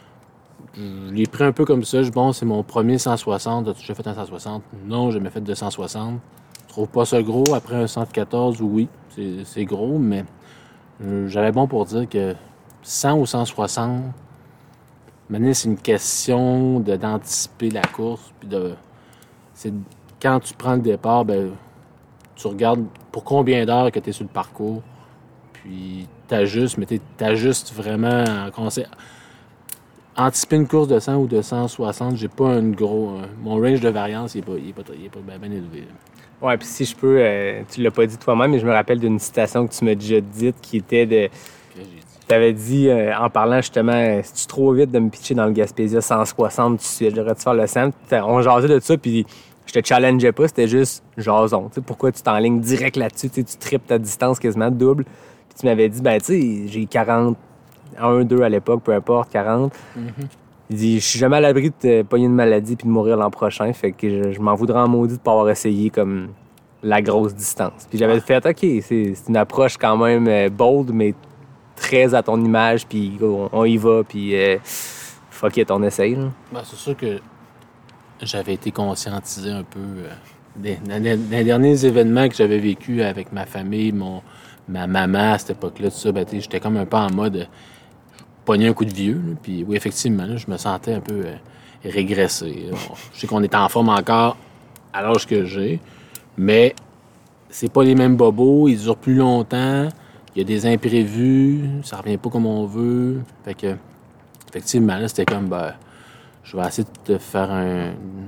je l'ai pris un peu comme ça. Je dis, bon, c'est mon premier cent soixante. As-tu déjà fait un cent soixante? Non, j'ai jamais fait de cent soixante. Je trouve pas ça gros. Après un cent quatorze, oui, c'est, c'est gros, mais euh, j'avais bon pour dire que cent ou cent soixante, maintenant, c'est une question de, d'anticiper la course, puis de... C'est quand tu prends le départ, ben, tu regardes pour combien d'heures que tu es sur le parcours, puis t'ajustes, mais t'ajustes vraiment en conseil. Anticiper une course de cent ou de cent soixante, j'ai pas un gros... euh, mon range de variance, il est pas, il est pas, il est pas bien, bien élevé. Ouais, puis si je peux, euh, tu l'as pas dit toi-même, mais je me rappelle d'une citation que tu m'as déjà dite qui était de... Que j'ai dit. Tu avais dit, euh, en parlant justement, euh, si tu trop vite de me pitcher dans le Gaspésia cent soixante tout de suite, j'aurais dû faire le cent. T'as- On jasait de ça, puis je te challengeais pas, c'était juste jason. Tu sais, pourquoi tu t'enlignes direct là-dessus, tu sais, tu triples ta distance quasiment double. Puis tu m'avais dit, ben tu sais, j'ai quarante, un, deux à l'époque, peu importe, quarante. Il dit, je suis jamais à l'abri de te pogner une maladie puis de mourir l'an prochain, fait que je, je m'en voudrais en maudit de pas avoir essayé comme la grosse distance. Puis j'avais fait, OK, c'est, c'est une approche quand même euh, bold, mais très à ton image, puis on, on y va, puis euh, fuck it, on essaye. Là. Ben, c'est sûr que j'avais été conscientisé un peu euh, des, dans les, dans les derniers événements que j'avais vécu avec ma famille, mon, ma maman à cette époque-là, tout ça, ben, tu sais, j'étais comme un peu en mode euh, pogner un coup de vieux. Là, puis oui, effectivement, là, je me sentais un peu euh, régressé. Là. Bon, je sais qu'on est en forme encore à l'âge que j'ai, mais c'est pas les mêmes bobos, ils durent plus longtemps, il y a des imprévus, ça revient pas comme on veut. Fait que, effectivement, là, c'était comme, ben, je vais essayer de faire un.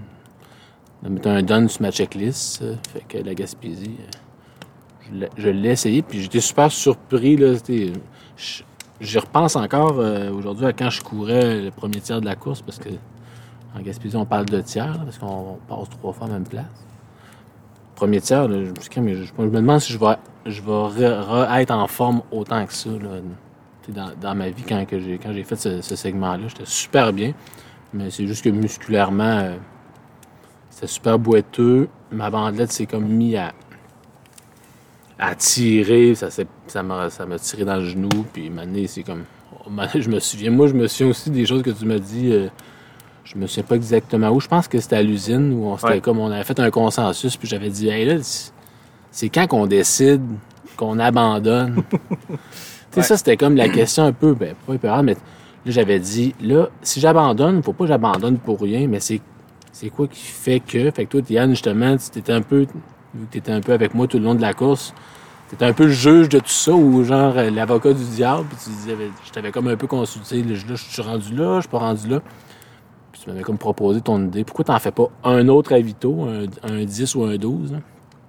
de mettre un done sur ma checklist. euh, Fait que la Gaspésie, euh, je l'ai- je l'ai essayé, puis j'étais super surpris. Là, c'était- je- J'y repense encore euh, aujourd'hui à quand je courais le premier tiers de la course, parce que en Gaspésie, on parle de tiers, là, parce qu'on passe trois fois à la même place. Premier tiers, là, je, me suis dit, mais je, je me demande si je vais, je vais re- re- être en forme autant que ça là, tu sais, dans, dans ma vie quand, que j'ai, quand j'ai fait ce, ce segment-là. J'étais super bien, mais c'est juste que musculairement, euh, c'était super boiteux. Ma bandelette s'est comme mis à, à tirer, ça, s'est, ça, m'a, ça m'a tiré dans le genou, puis maintenant, c'est comme... oh, je me souviens, moi, je me souviens aussi des choses que tu m'as dit. Euh, je me souviens pas exactement où. Je pense que c'était à l'usine où on, c'était Ouais. comme on avait fait un consensus. Puis j'avais dit, hey, là, c'est quand qu'on décide qu'on abandonne. Tu sais, Ouais. ça, c'était comme la question un peu, ben, pas épeurante, mais là, j'avais dit, là, si j'abandonne, faut pas que j'abandonne pour rien, mais c'est, c'est quoi qui fait que. Fait que toi, Yann, justement, tu t'étais un peu, vu que t'étais un peu avec moi tout le long de la course, t'étais un peu le juge de tout ça, ou genre euh, l'avocat du diable, puis tu disais, je t'avais comme un peu consulté, là, je suis rendu là, je suis pas rendu là. Puis tu m'avais comme proposé ton idée. Pourquoi t'en fais pas un autre avito, un, un dix ou un douze, là,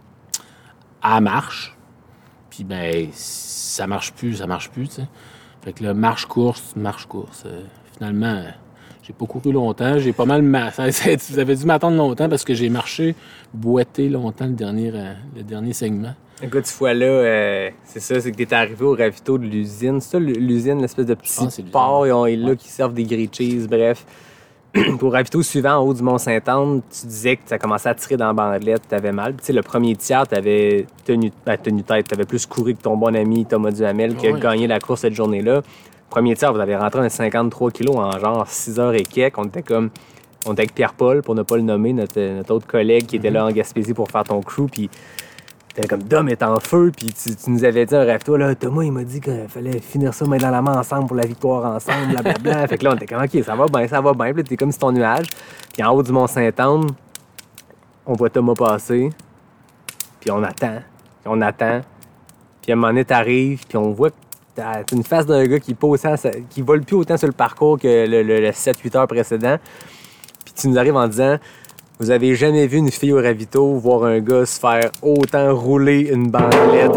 à marche? Puis ben, ça marche plus, ça marche plus, tu sais. Fait que là, marche-course, marche-course. Euh, finalement, euh, j'ai pas couru longtemps, j'ai pas mal... Ma... Ça, ça, vous avez dû m'attendre longtemps parce que j'ai marché, boité longtemps le dernier, euh, le dernier segment. Écoute, cette fois-là, euh, c'est ça, c'est que t'es arrivé au ravito de l'usine. C'est ça, l'usine, l'espèce de Je pense que c'est petit l'usine. port, ils ont- là, Ouais. qui servent des grilled cheese, bref. Au ravito suivant, en haut du Mont-Saint-Anne, tu disais que ça commençait à tirer dans la bandelette, t'avais mal. Puis, tu sais, le premier tiers, t'avais tenu, ben, tenu tête, t'avais plus couru que ton bon ami Thomas Duhamel qui a Ouais. gagné la course cette journée-là. Premier tiers, vous avez rentré un cinquante-trois kilos en genre six heures et quelques. On était comme... On était avec Pierre-Paul, pour ne pas le nommer, notre, notre autre collègue qui était là en Gaspésie pour faire ton crew. Puis t'étais comme Dom est en feu, puis tu, tu nous avais dit un rêve-toi, là, Thomas, il m'a dit qu'il fallait finir ça main dans la main ensemble pour la victoire ensemble, blablabla. Fait que là, on était comme, OK, ça va bien, ça va bien. Puis là, t'es comme sur ton nuage. Puis en haut du Mont-Saint-Anne, on voit Thomas passer, puis on attend, puis on attend. Puis à un moment donné, t'arrives, puis on voit que t'as t'as une face d'un gars qui pas autant, qui vole plus autant sur le parcours que le, le, le sept huit heures précédent. Puis tu nous arrives en disant... Vous avez jamais vu une fille au ravito voir un gars se faire autant rouler une bandelette,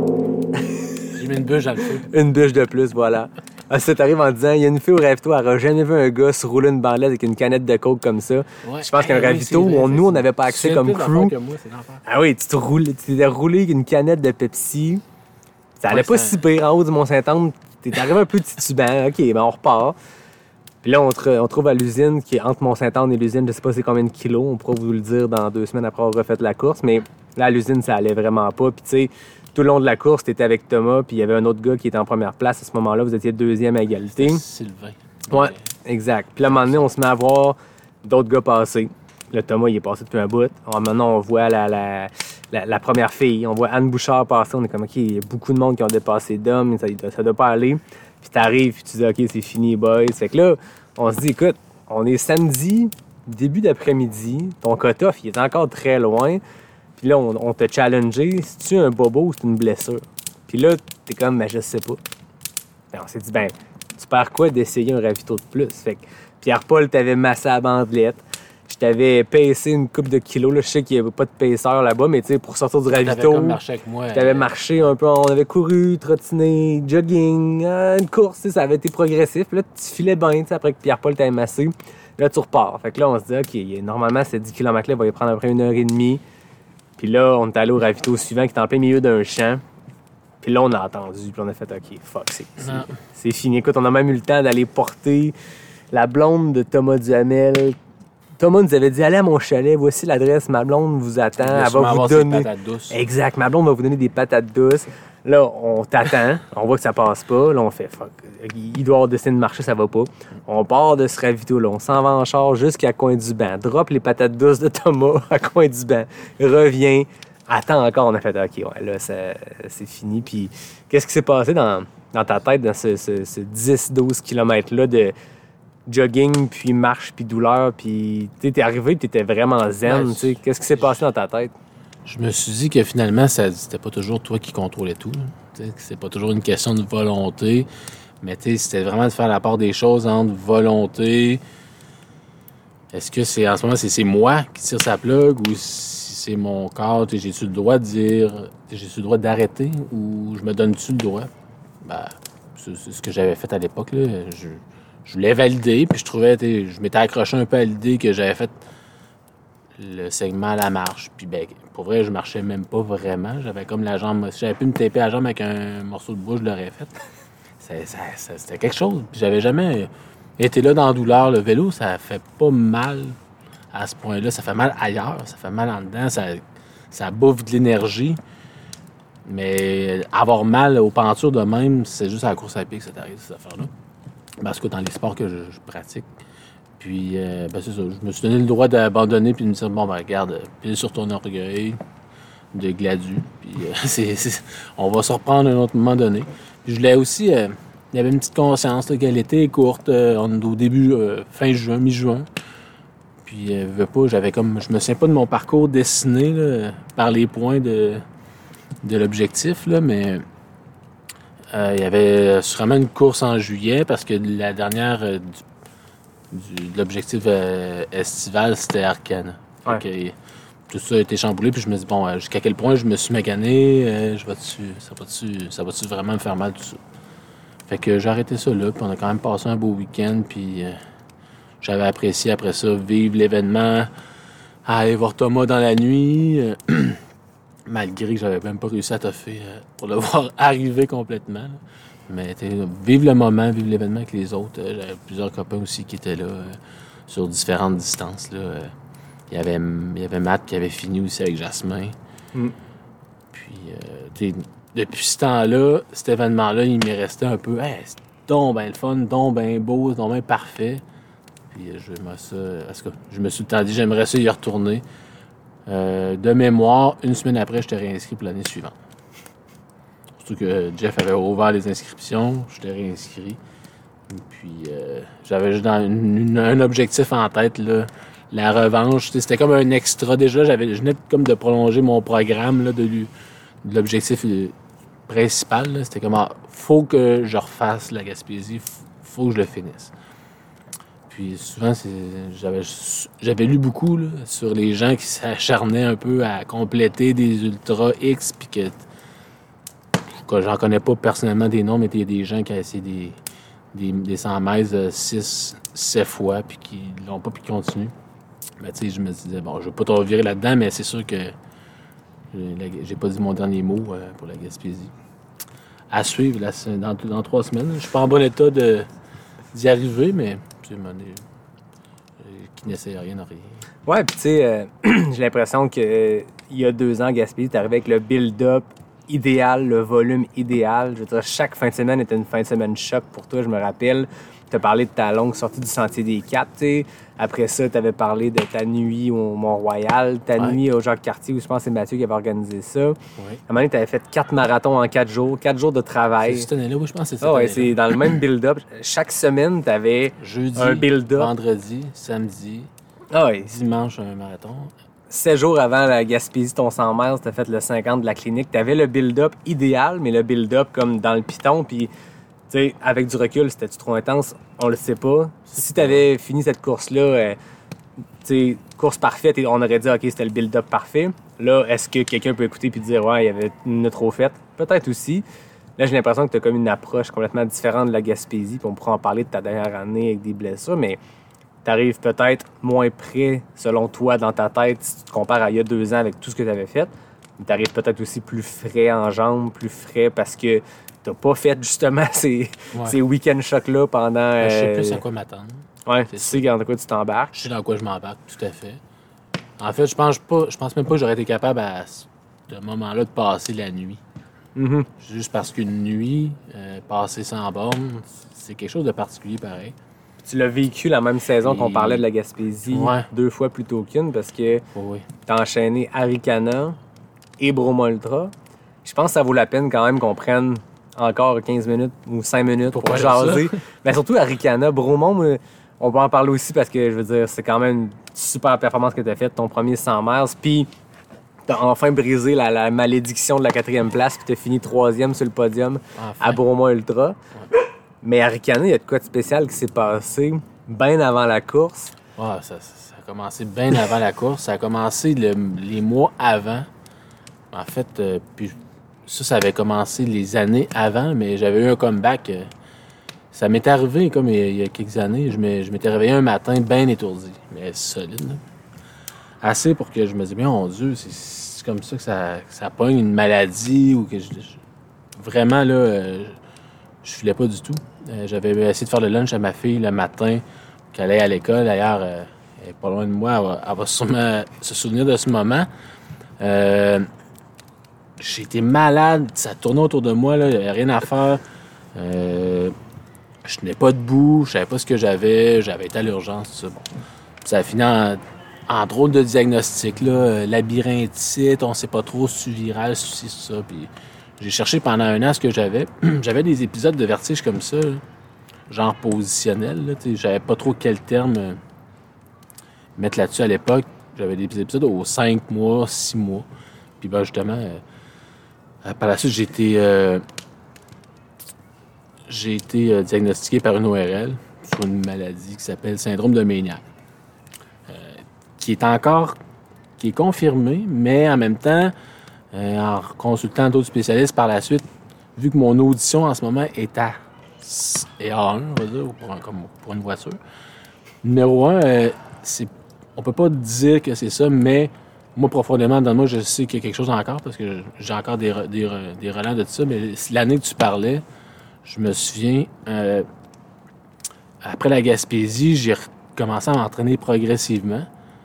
J'ai mis une bûche dans le feu. une bûche de plus, voilà. Ah, ça t'arrive en disant, il y a une fille au ravito, elle aura jamais vu un gars se rouler une bandelette avec une canette de coke comme ça. Ouais. Je pense qu'un Eh oui, ravito c'est vrai, où on- c'est nous, on ça. n'avait pas accès Tu comme fais plus crew. d'affaires que moi, c'est l'enfer. Ah oui, tu te roules, tu t'es roulé avec une canette de Pepsi. Ça allait Ouais, pas ça- si pire en haut du Mont-Saint-Anne. T'es arrivé un peu titubant. OK, ben on repart. Puis là, on, te- on trouve à l'usine qui est entre Mont-Saint-Anne et l'usine, je sais pas c'est combien de kilos. On pourra vous le dire dans deux semaines après avoir refait la course. Mais là, à l'usine, ça allait vraiment pas. Puis tu sais, tout le long de la course, t'étais avec Thomas, puis il y avait un autre gars qui était en première place. À ce moment-là, vous étiez deuxième à égalité. Sylvain. Ouais, exact. Puis là, à un moment donné, on se met à voir d'autres gars passer. Le Thomas, il est passé depuis un bout. Alors, maintenant, on voit la, la, la, la première fille. On voit Anne Bouchard passer. On est comme, OK, il y a beaucoup de monde qui ont dépassé d'hommes. Ça, ça doit pas aller. Puis t'arrives, puis tu dis, OK, c'est fini, boys. Fait que là, on se dit, écoute, on est samedi, début d'après-midi. Ton cut-off, il est encore très loin. Puis là, on, on t'a challengé. C'est-tu un bobo ou c'est une blessure? Puis là, t'es comme, ben, je sais pas. Ben, on s'est dit, ben, tu perds quoi d'essayer un ravito de plus? Fait que Pierre-Paul t'avait massé à la bandelette. Je t'avais paissé une coupe de kilos. Là, je sais qu'il n'y avait pas de paisseur là-bas, mais tu sais, pour sortir du T'avais ravito, comme marché avec moi. t'avais euh, marché un peu. On avait couru, trottiné, jogging, euh, une course, tu sais, ça avait été progressif. Puis là, tu filais bien, tu sais, après que Pierre-Paul t'avait massé. Là, tu repars. Fait que là, on se dit, OK, normalement, ces dix kilomètres-là, il va y prendre à peu près une heure et demie. Puis là, on est allé au ravito suivant qui était en plein milieu d'un champ. Puis là, on a attendu, puis on a fait, OK, fuck, c'est, c'est, Non. c'est fini. Écoute, on a même eu le temps d'aller porter la blonde de Thomas Duhamel. Thomas nous avait dit, allez à mon chalet, voici l'adresse, ma blonde vous attend, il va elle va sûrement vous avoir ses donner... patates douces. Exact, ma blonde va vous donner des patates douces. Là, on t'attend, on voit que ça passe pas. Là, on fait, fuck, il doit avoir décidé de marcher, ça va pas. On part de ce ravito, là, on s'en va en char jusqu'à Coin du Banc. Drop les patates douces de Thomas à Coin du Banc. Revient, attends encore. On a fait, OK, ouais, là, ça- c'est fini. Puis, qu'est-ce qui s'est passé dans, dans ta tête, dans ce, ce, ce dix douze kilomètres-là de jogging, puis marche, puis douleur, puis tu t'es arrivé, tu étais vraiment zen, Ouais, tu sais. Qu'est-ce qui s'est passé dans ta tête? Je me suis dit que finalement, ça, c'était pas toujours toi qui contrôlais tout. là. Tu sais, que c'est pas toujours une question de volonté. Mais tu sais, c'était vraiment de faire la part des choses entre volonté. Est-ce que c'est en ce moment, c'est, c'est moi qui tire sa plug ou si c'est mon corps? Tu sais, j'ai-tu le droit de dire, tu sais, j'ai-tu le droit d'arrêter ou je me donne-tu le droit? Ben, c'est, c'est ce que j'avais fait à l'époque. Là. Je, je voulais valider, puis je trouvais, tu sais, je m'étais accroché un peu à l'idée que j'avais fait le segment à la marche. Puis ben, pour vrai, je marchais même pas vraiment. J'avais comme la jambe. Si j'avais pu me taper la jambe avec un morceau de bois, je l'aurais fait. C'est- ça- ça- c'était quelque chose. Puis j'avais jamais été là dans la douleur. Le vélo, ça fait pas mal à ce point-là. Ça fait mal ailleurs. Ça fait mal en dedans. Ça, ça bouffe de l'énergie. Mais avoir mal aux pentures de même, c'est juste à la course à pied que ça t'arrive, cette affaire-là. Ben, en tout cas, dans les sports que je, je pratique. Puis, euh, ben, c'est ça. Je me suis donné le droit d'abandonner puis de me dire, bon, ben, regarde, pile sur ton orgueil de gladu. Puis, euh, c'est, c'est, on va se reprendre à un autre moment donné. Puis, je voulais aussi, euh, il y avait une petite conscience là, qu'elle était courte. Euh, on est au début, euh, fin juin, mi-juin. Puis, euh, veux pas, j'avais comme, je me souviens pas de mon parcours dessiné là, par les points de, de l'objectif, là, mais euh, il y avait sûrement une course en juillet parce que la dernière euh, du, du, de l'objectif euh, estival, c'était Arcana. Ouais. Que, tout ça a été chamboulé, puis je me dis, bon, euh, jusqu'à quel point je me suis magané, euh, je vais-tu, ça va-tu, ça va-tu vraiment me faire mal, tout ça. Fait que j'ai arrêté ça là, puis on a quand même passé un beau week-end, puis euh, j'avais apprécié après ça vivre l'événement, aller voir Thomas dans la nuit, euh, malgré que j'avais même pas réussi à toffer euh, pour le voir arriver complètement. Là. Mais vivre le moment, vivre l'événement avec les autres. Euh, j'avais plusieurs copains aussi qui étaient là, euh, sur différentes distances. Là, euh, il, y avait, il y avait Matt qui avait fini aussi avec Jasmin. Mm. Puis, euh, depuis ce temps-là, cet événement-là, il m'est resté un peu, hey, c'est donc ben le fun, donc ben beau, donc ben parfait. Puis je me, ça, parce que je me suis tout le temps dit, j'aimerais ça y retourner. Euh, de mémoire, une semaine après, j'étais réinscrit pour l'année suivante. Surtout que Jeff avait ouvert les inscriptions, j'étais réinscrit. Puis euh, j'avais juste dans une, une, un objectif en tête, là, la revanche. C'était comme un extra déjà. J'avais, je venais comme de prolonger mon programme là, de, de l'objectif principal. Là. C'était comme, ah, faut que je refasse la Gaspésie, faut que je le finisse. Puis souvent, c'est, j'avais, j'avais lu beaucoup là, sur les gens qui s'acharnaient un peu à compléter des Ultras X, puis que, que j'en connais pas personnellement des noms, mais il y a des gens qui ont essayé des, des, des cent mètres six, sept fois, puis qui l'ont pas, puis qui continuent. Ben, tu sais, je me disais, bon, je vais pas trop virer là-dedans, mais c'est sûr que j'ai pas dit mon dernier mot euh, pour la Gaspésie. À suivre, là, dans, dans trois semaines. Je suis pas en bon état de, d'y arriver, mais tu sais, qui n'essaie rien n'a rien. Ouais, puis tu sais, euh, j'ai l'impression que euh, il y a deux ans, Gaspésie, t'es arrivé avec le build-up idéal, le volume idéal. Je veux dire, chaque fin de semaine était une fin de semaine choc pour toi, je me rappelle. Tu as parlé de ta longue sortie du Sentier des Quatre, tu sais. Après ça, tu avais parlé de ta nuit au Mont-Royal, ta ouais. nuit au Jacques-Cartier, où je pense que c'est Mathieu qui avait organisé ça. Ouais. À un moment donné, tu avais fait quatre marathons en quatre jours, quatre jours de travail. C'est cette année-là, oui, je pense que c'est cette ah, ouais, année-là. C'est dans le même build-up. Chaque semaine, tu avais jeudi, un build-up. Vendredi, samedi, ah, ouais. dimanche, un marathon. Sept jours avant la Gaspésie, ton cent miles, tu as fait le cinquante de la clinique. Tu avais le build-up idéal, mais le build-up comme dans le piton, puis... Tu sais, avec du recul, c'était-tu trop intense? On le sait pas. Si tu avais fini cette course-là, euh, tu sais, course parfaite, on aurait dit, OK, c'était le build-up parfait. Là, est-ce que quelqu'un peut écouter et dire, ouais, il y avait une trop faite? Peut-être aussi. Là, j'ai l'impression que tu as comme une approche complètement différente de la Gaspésie, puis on pourra en parler de ta dernière année avec des blessures, mais tu arrives peut-être moins près, selon toi, dans ta tête, si tu te compares à il y a deux ans avec tout ce que tu avais fait. Tu arrives peut-être aussi plus frais en jambes, plus frais parce que t'as pas fait justement ces, ouais. ces week-end chocs-là pendant... Euh... Je sais plus à quoi m'attendre. Ouais, tu sais dans quoi tu t'embarques. Je sais dans quoi je m'embarque, tout à fait. En fait, je pense pas, je pense même pas que j'aurais été capable à ce moment-là de passer la nuit. Mm-hmm. Juste parce qu'une nuit, euh, passer sans borne, c'est quelque chose de particulier pareil. Tu l'as vécu la même saison Et... qu'on parlait de la Gaspésie, ouais. deux fois plutôt qu'une, parce que oh, oui. t'as enchaîné Arikana et Bromont Ultra. Je pense que ça vaut la peine quand même qu'on prenne encore quinze minutes ou cinq minutes pour, pour jaser. Mais surtout Arikana, Bromont, on peut en parler aussi parce que, je veux dire, c'est quand même une super performance que tu as faite, ton premier cent miles. Puis, tu as enfin brisé la, la malédiction de la quatrième place, puis tu as fini troisième sur le podium enfin. à Bromont Ultra. Ouais. Mais Arikana, il y a de quoi de spécial qui s'est passé bien avant la course. Ouais, ça, ça a commencé bien avant la course. Ça a commencé le, les mois avant. En fait, euh, puis ça, ça avait commencé les années avant, mais j'avais eu un comeback. Euh, ça m'était arrivé comme il y a, il y a quelques années. Je, me, je m'étais réveillé un matin bien étourdi, mais solide. Là. Assez pour que je me dise, mais mon Dieu, c'est, c'est comme ça que ça, que ça pogne une maladie ou que je, je vraiment là, euh, je filais pas du tout. Euh, j'avais essayé de faire le lunch à ma fille le matin, qu'elle allait à l'école. D'ailleurs, euh, elle est pas loin de moi, elle va, elle va sûrement se souvenir de ce moment. Euh, J'ai été malade, ça tournait autour de moi, là, il n'y avait rien à faire. Euh, je tenais pas debout, je savais pas ce que j'avais, j'avais été à l'urgence, tout ça. Bon. Ça a fini en, en drôle de diagnostic, là, euh, labyrinthite, on sait pas trop si c'est viral, si c'est ça. Puis j'ai cherché pendant un an ce que j'avais. J'avais des épisodes de vertige comme ça, là, genre positionnel, là, j'avais pas trop quel terme euh, mettre là-dessus à l'époque. J'avais des épisodes aux cinq mois, six mois. Puis ben justement, euh, par la suite, j'ai été... Euh, J'ai été euh, diagnostiqué par une O R L sur une maladie qui s'appelle syndrome de Menière, euh, qui est encore qui est confirmée, mais en même temps, euh, en consultant d'autres spécialistes par la suite, vu que mon audition en ce moment est à, est à un, on va dire, pour, un, comme pour une voiture. Numéro un, euh, c'est, on peut pas dire que c'est ça, mais moi, profondément, dans moi, je sais qu'il y a quelque chose encore, parce que j'ai encore des, des, des relents de tout ça, mais l'année que tu parlais, je me souviens, euh, après la Gaspésie, j'ai commencé à m'entraîner progressivement.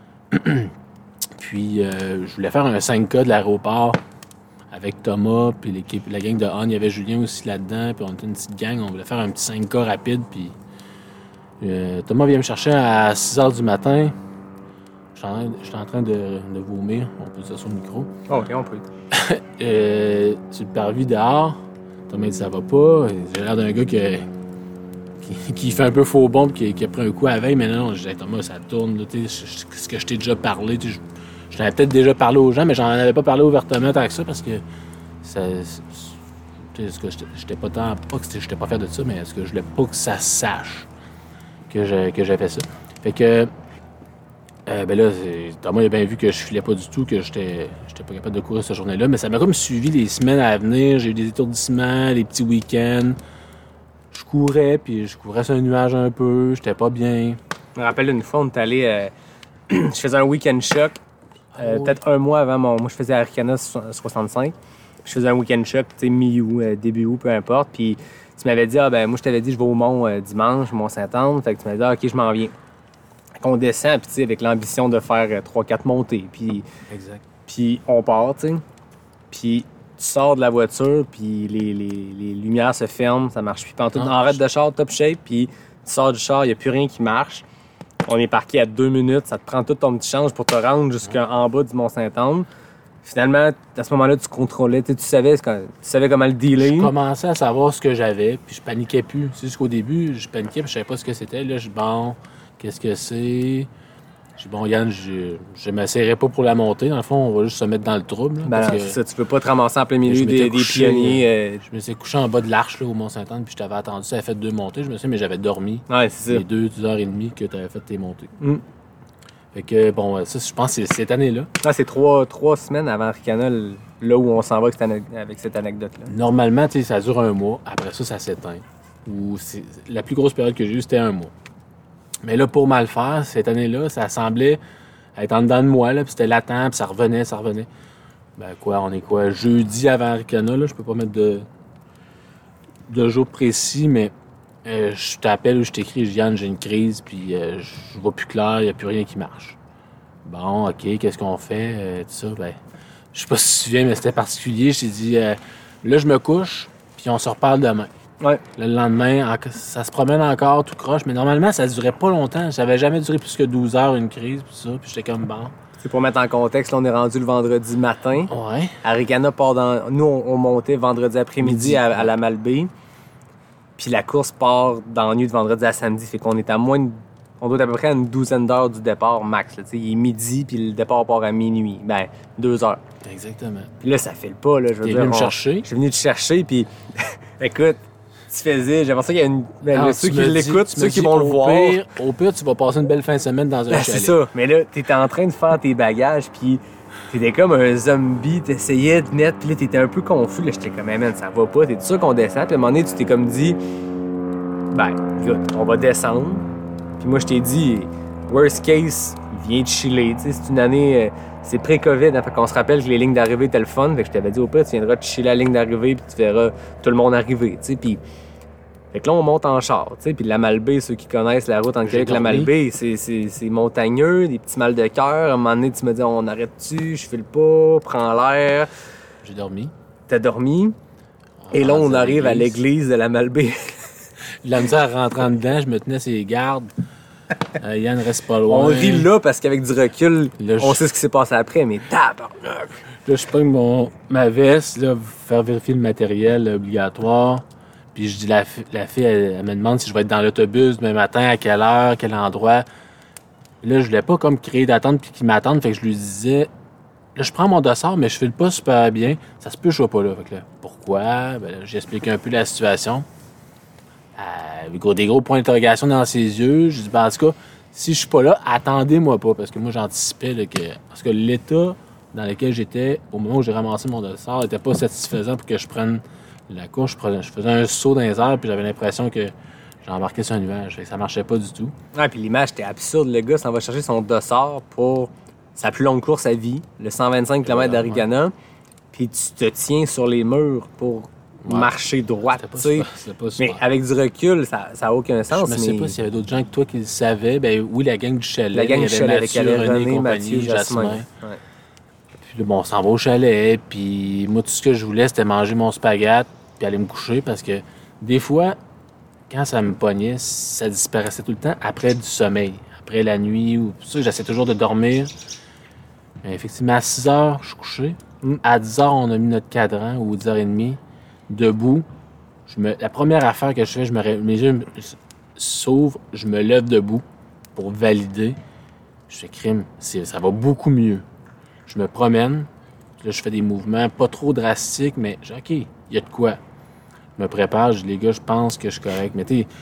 Puis, euh, je voulais faire un cinq K de l'aéroport avec Thomas, puis l'équipe, la gang de Han. Il y avait Julien aussi là-dedans, puis on était une petite gang. On voulait faire un petit cinq K rapide, puis euh, Thomas vient me chercher à six heures du matin. J'étais en train de, de vomir. On peut dire ça sur le micro. Oh, OK, on peut. euh, sur le parvis dehors. Thomas dit ça va pas. J'ai l'air d'un gars qui, qui, qui fait un peu faux bon et qui, qui a pris un coup à la veille. Mais non, je dis Thomas, ça tourne. Là, ce que je t'ai déjà parlé. Je, je t'en avais peut-être déjà parlé aux gens, mais j'en avais pas parlé ouvertement tant que ça parce que ça. Ce que j'étais pas tant. Pas que j'étais pas fier de ça, mais ce que je voulais pas que ça sache que, je, que j'avais ça. Fait que. Euh, ben là, Thomas il a bien vu que je filais pas du tout, que j'étais, j'étais pas capable de courir cette journée-là, mais ça m'a comme suivi les semaines à venir. J'ai eu des étourdissements, des petits week-ends. Je courais, puis je courais sur un nuage un peu, j'étais pas bien. Je me rappelle une fois, on est allé. Euh, je faisais un week-end choc, euh, oh. peut-être un mois avant mon. Moi, je faisais Arikana soixante-cinq. Je faisais un week-end choc, tu sais, mi-août, euh, début août, peu importe. Puis tu m'avais dit, ah ben, moi, je t'avais dit, je vais au Mont euh, dimanche, Mont-Saint-Anne. Fait que tu m'avais dit, ah, OK, je m'en viens. Qu'on descend, puis tu sais, avec l'ambition de faire euh, trois quatre montées. Puis, exact. Puis on part, tu sais. Puis tu sors de la voiture, puis les, les, les lumières se ferment, ça marche plus. Puis en tout, arrête de char, top shape, puis tu sors du char, il n'y a plus rien qui marche. On est parqué à deux minutes, ça te prend tout ton petit change pour te rendre jusqu'en bas du Mont-Saint-Anne. Finalement, à ce moment-là, tu contrôlais, tu savais, tu savais comment le dealer. Je commençais à savoir ce que j'avais, puis je paniquais plus. C'est jusqu'au début, je paniquais, puis je savais pas ce que c'était. Là, je bon. Qu'est-ce que c'est? J'ai dit, bon, Yann, je, je m'essayerai pas pour la montée. Dans le fond, on va juste se mettre dans le trouble. Là, ben parce non, que c'est ça, tu peux pas te ramasser en plein milieu des, couché, des pionniers. Euh... Je me suis couché en bas de l'arche là, au Mont-Saint-Anne, puis je t'avais attendu, ça avait fait deux montées. Je me suis dit, mais j'avais dormi. Ouais, c'est ça. Les deux, deux heures et demie que tu avais fait tes montées. Mm. Fait que, bon, ça, je pense que c'est cette année-là. Ah, c'est trois, trois semaines avant Arikana, là où on s'en va avec cette, ane- avec cette anecdote-là. Normalement, tu sais, ça dure un mois. Après ça, ça s'éteint. Ou c'est... La plus grosse période que j'ai eue, c'était un mois. Mais là, pour mal faire, cette année-là, ça semblait être en dedans de moi, là, puis c'était latent, puis ça revenait, ça revenait. Ben quoi, on est quoi? Jeudi avant Arikana, là, je peux pas mettre de, de jour précis, mais euh, je t'appelle ou je t'écris, Yann, j'ai une crise, puis euh, je vois plus clair, il n'y a plus rien qui marche. Bon, OK, qu'est-ce qu'on fait? Euh, tout ça, ben, je sais pas si tu te souviens, mais c'était particulier. Je t'ai dit, euh, là, je me couche, puis on se reparle demain. Ouais. Le lendemain, ça se promène encore, tout croche, mais normalement, ça durait pas longtemps. Ça avait jamais duré plus que douze heures, une crise, puis ça, puis j'étais comme bon. C'est pour mettre en contexte, là, on est rendu le vendredi matin. Ouais. Arikana part dans... Nous, on, on montait vendredi après-midi à, à la Malbaie. Puis la course part dans la nuit de vendredi à samedi. Fait qu'on est à moins de... On doit être à peu près à une douzaine d'heures du départ max. Là, il est midi, puis le départ part à minuit. Ben, deux heures. Exactement. Puis là, ça fait le pas. Là, je veux T'es dire, venu me on... chercher. Je suis venu te chercher, puis écoute, tu faisais... J'ai pensé qu'il y a une... Ben, ah, ceux qui l'écoutent, ceux qui dis, vont le voir... Pire, au pire, tu vas passer une belle fin de semaine dans un ben, chalet. C'est ça. Mais là, t'étais en train de faire tes bagages, puis t'étais comme un zombie, t'essayais de mettre, puis là, t'étais un peu confus. Là, j'étais comme, hey, man, ça va pas. T'es sûr qu'on descend? Puis à un moment donné, tu t'es comme dit, ben, écoute, on va descendre. Puis moi, je t'ai dit, worst case, viens de chiller. Tu sais, c'est une année, euh, c'est pré-COVID. Hein, fait qu'on se rappelle que les lignes d'arrivée étaient le fun. Fait que je t'avais dit, au pire, tu viendras te chiller la ligne d'arrivée, puis tu verras tout le monde arriver. Tu sais, puis. Fait que là, on monte en char, tu sais, puis la Malbaie, ceux qui connaissent la route en Québec, la Malbaie, c'est, c'est, c'est montagneux, des petits mal de cœur. À un moment donné, tu me dis, on arrête-tu, je file pas, prends l'air. J'ai dormi. T'as dormi. On et là, on à arrive à l'église de la Malbaie. de la misère rentrant dedans, je me tenais ses gardes. Euh, Yann reste pas loin. On rit là parce qu'avec du recul, Là, on je- sait ce qui s'est passé après, mais tabarnak! Là, je prends mon, ma veste, là, faire vérifier le matériel là, obligatoire. Puis je dis, la, fi- la fille, elle, elle me demande si je vais être dans l'autobus demain matin, à quelle heure, quel endroit. Là, je voulais pas comme créer d'attente puis qu'ils m'attendent. Fait que je lui disais, là, je prends mon dossard, mais je file pas super bien. Ça se peut que je sois pas là. Fait que là, pourquoi? Ben là, j'explique un peu la situation. Euh, gros- des gros points d'interrogation dans ses yeux. Je dis, ben, en tout cas, si je suis pas là, attendez-moi pas. Parce que moi, j'anticipais là, que. Parce que l'état dans lequel j'étais, au moment où j'ai ramassé mon dossard, n'était pas satisfaisant pour que je prenne la course. Je, prenais- je faisais un saut dans les airs, puis j'avais l'impression que j'embarquais sur un nuage. Fait que ça marchait pas du tout. Ouais, puis l'image était absurde. Le gars s'en va chercher son dossard pour sa plus longue course à vie, le cent vingt-cinq kilomètres Voilà, d'Arigana. Puis tu te tiens sur les murs pour Ouais. marcher droite, C'était pas tu sais. super. C'était pas Mais super. avec du recul, ça n'a aucun sens. Je ne sais mais pas s'il y avait d'autres gens que toi qui le savaient. Ben oui, la gang du chalet. la gang il y du avait chalet avec Mathieu, Alain, René, compagnie, Mathieu, Jasmin. Ouais. Puis là, bon, on s'en va au chalet. Puis moi, tout ce que je voulais, c'était manger mon spaghette puis aller me coucher parce que des fois, quand ça me pognait, ça disparaissait tout le temps après du sommeil. Après la nuit. Ou... C'est pour ça que j'essaie toujours de dormir. Mais effectivement, à six heures, je suis couché. Mm. À dix heures, on a mis notre cadran, ou dix heures trente, debout. Je me... La première affaire que je fais, je me... ré- mes yeux me- s'ouvrent, je me lève debout pour valider. Je fais crime, c'est... ça va beaucoup mieux. Je me promène, là, je fais des mouvements pas trop drastiques, mais je dis, OK, il y a de quoi. Je me prépare, je dis, les gars, je pense que je suis correct. Mais tu sais,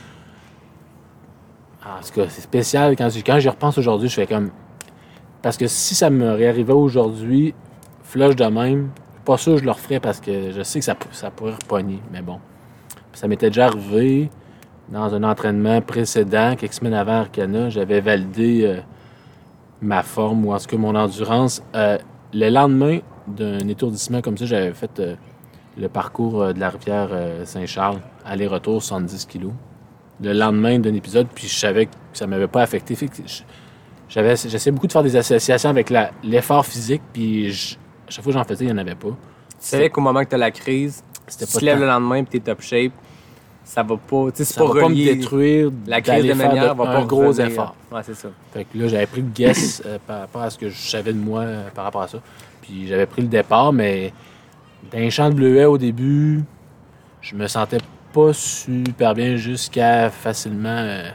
en tout cas, c'est spécial. Quand, quand j'y repense aujourd'hui, je fais comme... Parce que si ça me réarrivait aujourd'hui, flush de même, pas sûr que je le referais parce que je sais que ça, ça pourrait repogner. Mais bon. Puis ça m'était déjà arrivé dans un entraînement précédent, quelques semaines avant Arcana, j'avais validé euh, ma forme ou en tout cas mon endurance. Euh, le lendemain d'un étourdissement comme ça, j'avais fait euh, le parcours euh, de la rivière euh, Saint-Charles, aller-retour soixante-dix kilos. Le lendemain d'un épisode, puis je savais que ça m'avait pas affecté. Fait que je- j'avais, j'essayais beaucoup de faire des associations avec la, l'effort physique, puis je- à chaque fois que j'en faisais, il n'y en avait pas. Tu savais qu'au moment que tu as la crise, C'était tu pas te lèves tant. le lendemain et tu es top shape, ça va pas. Tu sais, c'est Ça pas va pas me relié. détruire La crise d'aller de faire manière de- va pas un gros revenir. effort. Ouais, c'est ça. Fait que là, j'avais pris le guess euh, par rapport à ce que je savais de moi euh, par rapport à ça. Puis j'avais pris le départ, mais dans les champs de bleuets au début, je me sentais pas super bien jusqu'à facilement... euh,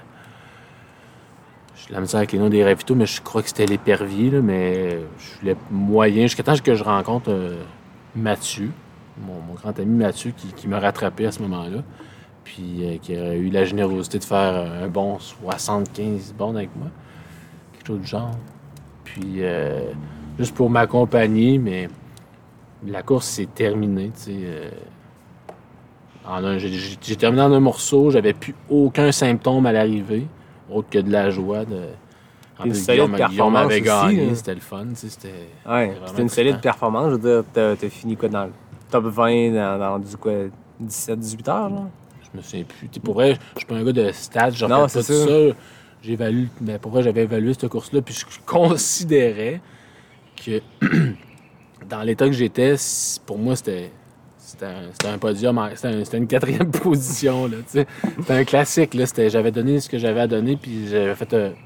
j'ai de la misère avec les noms des ravitaux, mais je crois que c'était l'épervier, là, mais je voulais moyen. Jusqu'à temps que je rencontre euh, Mathieu, mon, mon grand ami Mathieu, qui, qui m'a rattrapé à ce moment-là. Puis euh, qui a eu la générosité de faire euh, un bon soixante-quinze bornes avec moi. Quelque chose du genre. Puis euh, juste pour m'accompagner, mais la course s'est terminée, tu sais. euh, en un- j'ai, j'ai- j'ai terminé en un morceau, j'avais plus aucun symptôme à l'arrivée, autre que de la joie de. En Une plus, solide Guillaume, Guillaume performance avait aussi, gagné, hein. c'était le fun, tu sais, c'était. Ouais, c'était vraiment c'était une solide trippant. performance. Je veux dire, t'as, t'as fini quoi dans le top vingt dans, dans du quoi, dix-sept dix-huit heures, là? Je me souviens plus. T'sais, pour vrai, je suis pas un gars de stats, je Non, regarde pas c'est tout ça. ça. J'évalue, mais pour vrai, j'avais évalué cette course-là, puis je considérais que dans l'état que j'étais, c- pour moi, c'était, c'était, un, c'était un podium, en- c'était, un- c'était une quatrième position. Là, t'sais. C'était un classique. Là, c'était, j'avais donné ce que j'avais à donner, puis j'avais fait euh,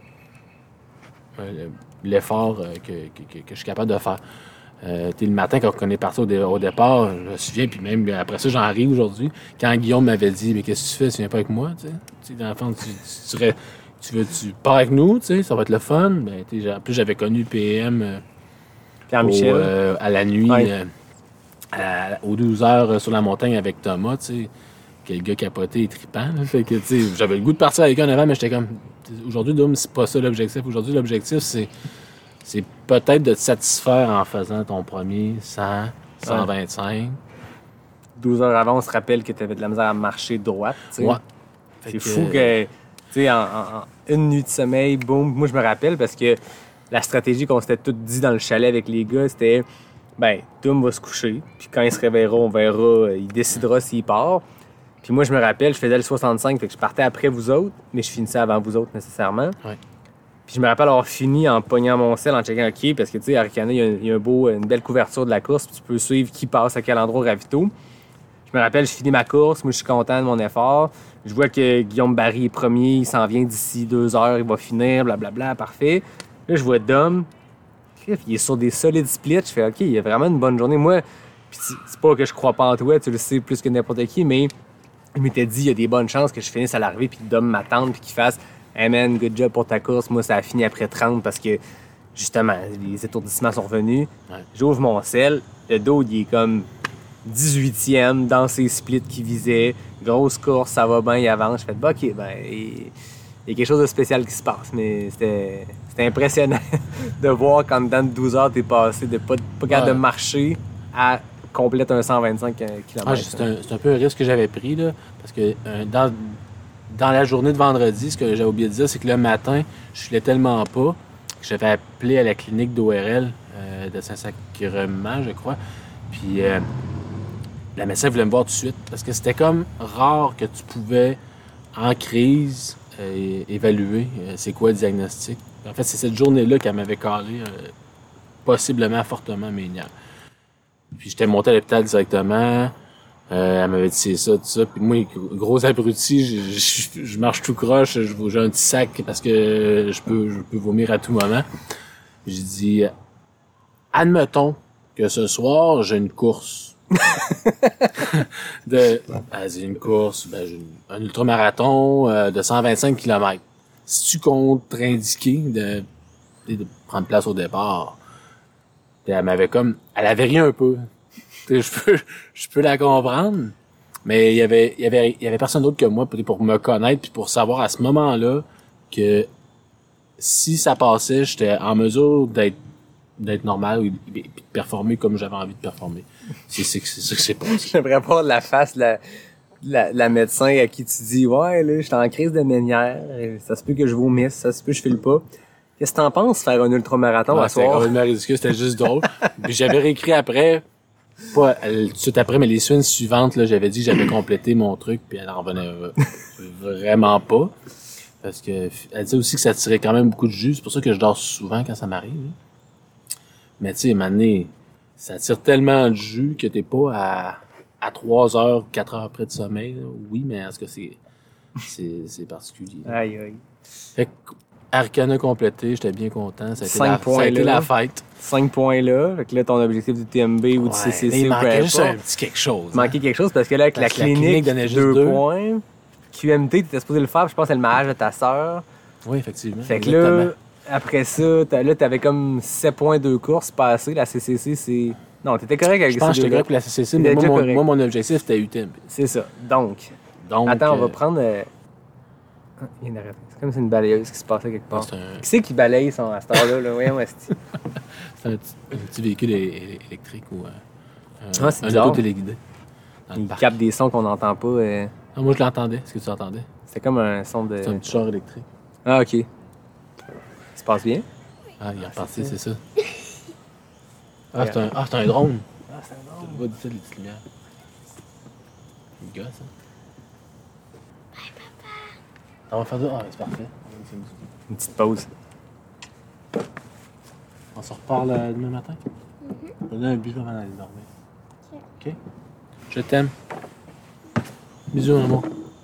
euh, l'effort euh, que, que- que- que je suis capable de faire. Euh, t'sais, le matin, quand on est parti au, dé- au départ, je me souviens, puis même après ça, j'en ris aujourd'hui. Quand Guillaume m'avait dit, mais qu'est-ce que tu fais, tu viens pas avec moi, tu sais? Tu sais, dans le fond, tu, tu, tu, serais- tu veux, tu pars avec nous, tu sais, ça va être le fun. Ben, t'sais, j'ai- en plus, j'avais connu P M euh, Pierre-Michel. au, euh, à la nuit, Ouais. euh, à- aux douze heures euh, sur la montagne avec Thomas, tu sais. Quel gars capoté et trippant. là. Fait que, tu sais, j'avais le goût de partir avec un avant, mais j'étais comme, aujourd'hui, Dom, c'est pas ça l'objectif. Aujourd'hui, l'objectif, c'est. C'est peut-être de te satisfaire en faisant ton premier cent, cent vingt-cinq. douze heures avant, on se rappelle que tu avais de la misère à marcher droite. tu sais. Ouais. Fait C'est que, fou que, tu sais, en, en- en une nuit de sommeil, boum. Moi, je me rappelle parce que la stratégie qu'on s'était tout dit dans le chalet avec les gars, c'était, ben, Tom va se coucher, puis quand il se réveillera, on verra, euh, il décidera s'il part. Puis moi, je me rappelle, je faisais le soixante-cinq, fait que je partais après vous autres, mais je finissais avant vous autres nécessairement. Ouais. Puis je me rappelle avoir fini en pognant mon sel, en checkant OK, parce que, tu sais, à Arcana, il y a, un- il y a un beau, une belle couverture de la course, puis tu peux suivre qui passe à quel endroit au ravito. Je me rappelle, je finis ma course, moi je suis content de mon effort. Je vois que Guillaume Barry est premier, il s'en vient d'ici deux heures, il va finir, blablabla, parfait. Là, je vois Dom, il est sur des solides splits. Je fais, OK, il a vraiment une bonne journée. Moi, pis c'est pas que je crois pas en toi, tu le sais plus que n'importe qui, mais il m'était dit, il y a des bonnes chances que je finisse à l'arrivée, puis Dom m'attende, puis qu'il fasse, hey man, good job pour ta course. Moi, ça a fini après trente parce que, justement, les étourdissements sont revenus. Ouais. J'ouvre mon sel, le dos, il est comme dix-huitième dans ses splits qu'il visait. Grosse course, ça va bien, il avance. Je fais, bah, OK, ben, il y a quelque chose de spécial qui se passe. Mais c'était, c'était impressionnant de voir quand dans douze heures, t'es passé de pas, pas capable ouais. de marcher à complète un cent vingt-cinq kilomètres. Ah, c'est, un, c'est un peu un risque que j'avais pris, là, parce que euh, dans, dans la journée de vendredi, ce que j'avais oublié de dire, c'est que le matin, je filais tellement pas que j'avais appelé à la clinique d'O R L euh, de Saint-Sacrement, je crois. Puis euh, la médecin voulait me voir tout de suite, parce que c'était comme rare que tu pouvais, en crise, euh, évaluer euh, c'est quoi le diagnostic. En fait, c'est cette journée-là qu'elle m'avait calé euh, possiblement fortement mes nerfs. Puis j'étais monté à l'hôpital directement. Euh, elle m'avait dit c'est ça, tout ça. Puis moi, gros abruti, je, je, je marche tout croche, je, j'ai un petit sac parce que je peux, je peux vomir à tout moment. J'ai dit, admettons que ce soir, j'ai une course. de, ben, j'ai une course, ben, j'ai une, un ultramarathon euh, de cent vingt-cinq kilomètres. Si tu contre-indiqué de, de prendre place au départ, elle m'avait comme, elle avait ri un peu. Je peux, je peux la comprendre, mais il y avait, il y avait, il y avait personne d'autre que moi pour, pour me connaître puis pour savoir à ce moment-là que si ça passait, j'étais en mesure d'être, d'être normal et de performer comme j'avais envie de performer. C'est, c'est, c'est ça que c'est passé. J'aimerais voir la face de la, la, la médecin à qui tu dis, ouais, là, j'étais en crise de ménière, ça se peut que je vomisse, ça se peut que je file pas. Qu'est-ce que t'en penses, faire un ultramarathon Ouais, à c'était soir? complètement ridicule, c'était juste drôle. Puis j'avais réécrit après, pas euh, tout de suite après, mais les semaines suivantes, là, j'avais dit que j'avais complété mon truc, puis elle en revenait euh, vraiment pas. Parce que elle disait aussi que ça tirait quand même beaucoup de jus, c'est pour ça que je dors souvent quand ça m'arrive. Hein. Mais tu sais, maintenant, ça tire tellement de jus que t'es pas à, à trois heures, quatre heures près de sommeil. Là. Oui, mais est-ce que c'est, c'est, c'est particulier? Là. Aïe, aïe. Fait que Arcana complété, j'étais bien content. Ça a été, Cinq la, points ça a été là. la fête. Cinq points là. Fait que là, ton objectif du T M B ou du Ouais, C C mais C il ou peu manquait juste un importe. petit quelque chose. Il manquait quelque chose parce que là, avec Parce la que la clinique, clinique donnait juste deux, deux. points. Q M T, t'étais supposé le faire, puis je pense que c'est le mariage de ta sœur. Oui, effectivement. Fait que exactement. là, après ça, t'as, là, t'avais comme sept points deux courses passées. La C C C, c'est... Non, t'étais correct avec Je pense que ces j'étais deux-là. correct pour la C C C, T'étais mais moi déjà mon, correct. moi, mon objectif, c'était U T M B. C'est ça. Donc, Donc, attends, on euh, va prendre... Euh... Ah, il vient d'arrêter. C'est comme si c'est une balayeuse qui se passait quelque part. c'est un, Qui c'est qui balaye son, à cette heure-là? Là? Voyons, esti. c'est un, petit, un petit véhicule é- é- électrique ou euh, un, Ah, c'est un bizarre. auto téléguidé. Dans le Il parc. capte des sons qu'on n'entend pas. euh. Ah, moi, je l'entendais. Est-ce que tu l'entendais? C'était comme un son de... C'est un petit char électrique. Ah, OK. Ça se passe bien? Ah, il est reparti, c'est c'est ça. Ah, c'est un, ah, c'est un drone. Ah, c'est un drone. Tu le vois d'ici, les petites lumières. Le gars, ça. On va faire deux. Ah, c'est parfait. Une petite pause. On se reparle euh, demain matin? On a un bisou avant d'aller dormir. OK? Je t'aime. Bisous, maman.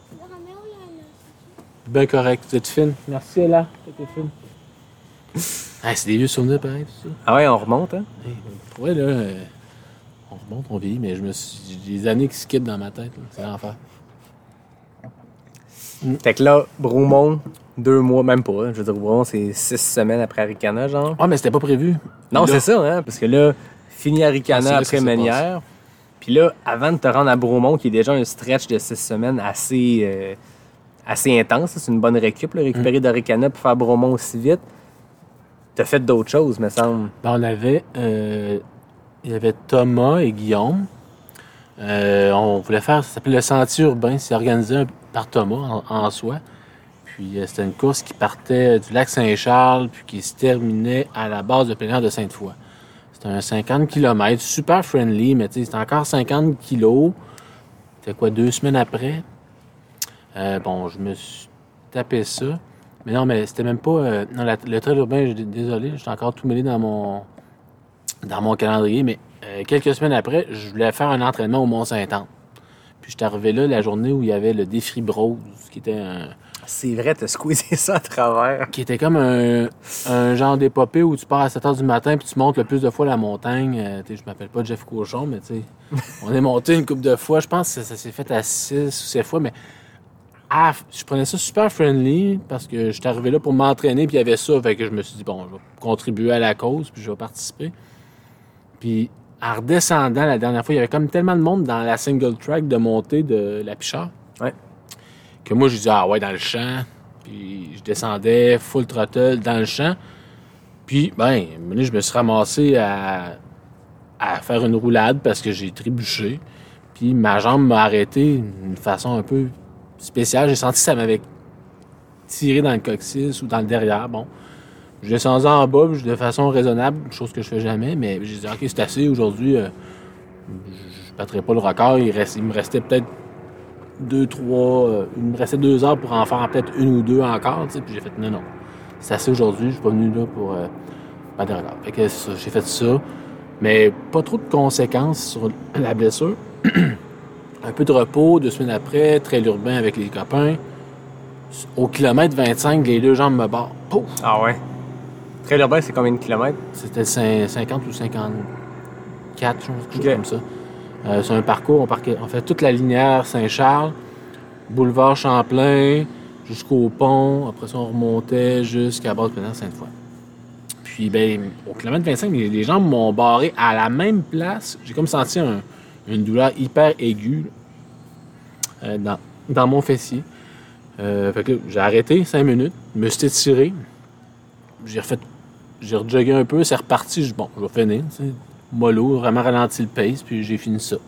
Ben correct. Vous êtes fine. Merci, Ella. T'étais fine. Ah, c'est des vieux souvenirs, pareil, tout ça. Ah ouais, on remonte, hein? Hey, ouais, là, euh, on remonte, on vieillit, mais je me suis... j'ai des années qui se quittent dans ma tête. Là. C'est l'enfer. Fait que là, Bromont, deux mois, même pas. hein. Je veux dire, Bromont, c'est six semaines après Aricana, genre. Ah, mais c'était pas prévu. Non, Là, c'est ça, hein? Parce que là, fini Ah, c'est Aricana là que après ça s'est Manière. Puis là, avant de te rendre à Bromont, qui est déjà un stretch de six semaines assez, euh, assez intense, c'est une bonne récup, là, récupérer d'Aricana pour faire Bromont aussi vite. T'as fait d'autres choses, me semble. Ben, on avait... euh, il y avait Thomas et Guillaume. Euh, on voulait faire... Ça s'appelait le Sentier urbain. C'est organisé par Thomas en, en soi. Puis euh, c'était une course qui partait du lac Saint-Charles puis qui se terminait à la base de plein air de Sainte-Foy. C'était un cinquante kilomètres, super friendly, mais tu sais, c'était encore cinquante kilos. C'était quoi, deux semaines après? Euh, bon, je me suis tapé ça. Mais non, mais c'était même pas... Euh, non, la- le trail urbain, j'ai- désolé, j'étais encore tout mêlé dans mon dans mon calendrier, mais euh, quelques semaines après, je voulais faire un entraînement au Mont-Saint-Anne. Puis j'étais arrivé là la journée où il y avait le défi Brose, qui était un... C'est vrai, t'as squeezé ça à travers. Qui était comme un, un genre d'épopée où tu pars à sept heures du matin puis tu montes le plus de fois la montagne. Euh, je m'appelle pas Jeff Cochon, mais tu sais, on est monté une couple de fois. Je pense que ça, ça s'est fait à six ou sept fois, mais ah, je prenais ça super friendly parce que j'étais arrivé là pour m'entraîner puis il y avait ça. Fait que je me suis dit, bon, je vais contribuer à la cause puis je vais participer. Puis en redescendant la dernière fois, il y avait comme tellement de monde dans la single track de montée de la Pichard. Ouais. Que moi, je disais, ah ouais, dans le champ. Puis je descendais full throttle dans le champ. Puis, ben, je me suis ramassé à, à faire une roulade parce que j'ai trébuché. Puis ma jambe m'a arrêté d'une façon un peu spéciale. J'ai senti que ça m'avait tiré dans le coccyx ou dans le derrière. Bon, je descendais en bas de façon raisonnable, chose que je fais jamais. Mais j'ai dit, OK, c'est assez. Aujourd'hui, euh, je ne battrai pas le record. Il, reste, il me restait peut-être deux, trois... Euh, il me restait deux heures pour en faire peut-être une ou deux encore, tu sais, puis j'ai fait non, non. C'est assez aujourd'hui, je suis pas venu là pour euh, battre des records. Fait que ça, j'ai fait ça, mais pas trop de conséquences sur la blessure. Un peu de repos, deux semaines après, trail urbain avec les copains. Au kilomètre vingt-cinq, les deux jambes me barrent. Pouf! Ah ouais? Trail urbain, c'est combien de kilomètres? C'était cinquante ou cinquante-quatre, je pense, quelque chose Okay. comme ça. Euh, c'est un parcours, on, parquait, on fait toute la linéaire Saint-Charles, boulevard Champlain, jusqu'au pont. Après ça, on remontait jusqu'à la base de Sainte-Foy. Puis, ben, au kilomètre vingt-cinq, les, les jambes m'ont barré à la même place. J'ai comme senti un, une douleur hyper aiguë là, euh, dans, dans mon fessier. Euh, fait que là, j'ai arrêté cinq minutes, me suis étiré. J'ai refait, j'ai rejogué un peu, c'est reparti. Je, bon, je vais finir, tu sais. Mollo, vraiment ralenti le pace, puis j'ai fini ça.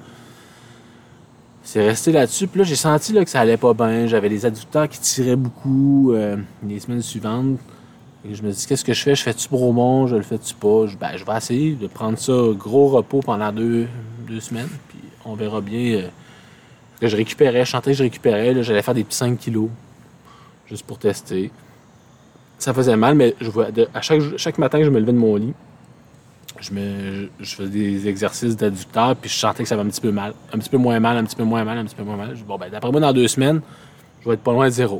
C'est resté là-dessus, puis là, j'ai senti là, que ça allait pas bien. J'avais les adducteurs qui tiraient beaucoup euh, les semaines suivantes. Et je me dis, qu'est-ce que je fais? Je fais-tu Bromont? Je le fais-tu pas? Je, ben, je vais essayer de prendre ça gros repos pendant deux, deux semaines, puis on verra bien. Euh, que je récupérais, je sentais que je récupérais. Là, j'allais faire des petits cinq kilos, juste pour tester. Ça faisait mal, mais je vois, de, à chaque, chaque matin que je me levais de mon lit, Je, me, je faisais des exercices d'adducteur, puis je sentais que ça avait un petit peu mal. Un petit peu moins mal, un petit peu moins mal, un petit peu moins mal. Je dis, bon, ben, d'après moi, dans deux semaines, je vais être pas loin de zéro.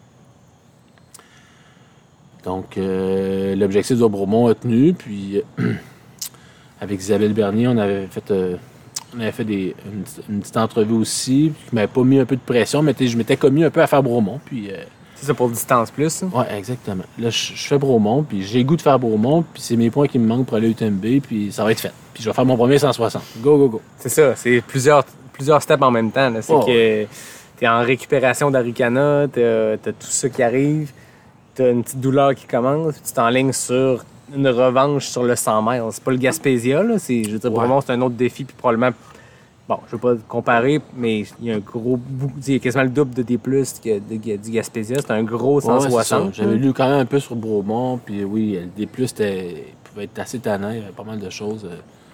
Donc, euh, l'objectif de Bromont a tenu, puis euh, avec Isabelle Bernier, on avait fait, euh, on avait fait des, une, une petite entrevue aussi, qui m'avait pas mis un peu de pression, mais je m'étais commis un peu à faire Bromont, puis... Euh, c'est ça pour distance plus? Oui, exactement. Là, je, je fais Bromont, puis j'ai le goût de faire Bromont, puis c'est mes points qui me manquent pour aller à U T M B, puis ça va être fait. Puis je vais faire mon premier cent soixante. Go, go, go. C'est ça, c'est plusieurs, plusieurs steps en même temps. Là. C'est Oh. que t'es en récupération d'Arikana, t'as, t'as tout ça qui arrive, t'as une petite douleur qui commence, puis tu t'enlignes sur une revanche sur le cent mètres. C'est pas le Gaspésia, là. C'est, je veux dire, Ouais. Bromont, c'est un autre défi, puis probablement... Bon, je veux pas comparer, mais il y a un gros bout, il y a quasiment le double de D plus que de- du Gaspésia. C'est un gros Ouais, c'est ça. cent soixante. J'avais lu quand même un peu sur Bromont, puis oui, le D plus, c'était, pouvait être assez tannant, il y avait pas mal de choses.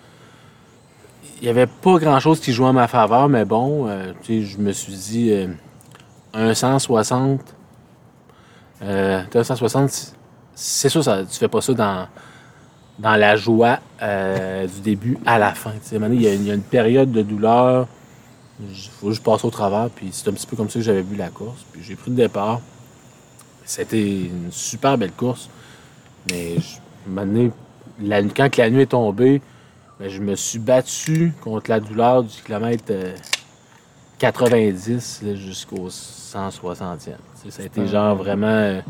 Il y avait pas grand-chose qui jouait en ma faveur, mais bon, euh, tu sais, je me suis dit, euh, un cent soixante, euh, un cent soixante, c'est sûr, ça, tu fais pas ça dans... dans la joie euh, du début à la fin. Tu sais, maintenant, il y, a une- il y a une période de douleur. Il faut juste passer au travers. Puis c'est un petit peu comme ça que j'avais vu la course. Puis j'ai pris le départ. C'était une super belle course. Mais je, maintenant, la, quand la nuit est tombée, ben, je me suis battu contre la douleur du kilomètre euh, quatre-vingt-dix là, jusqu'au cent soixantième. Tu sais, ça a été genre vraiment euh,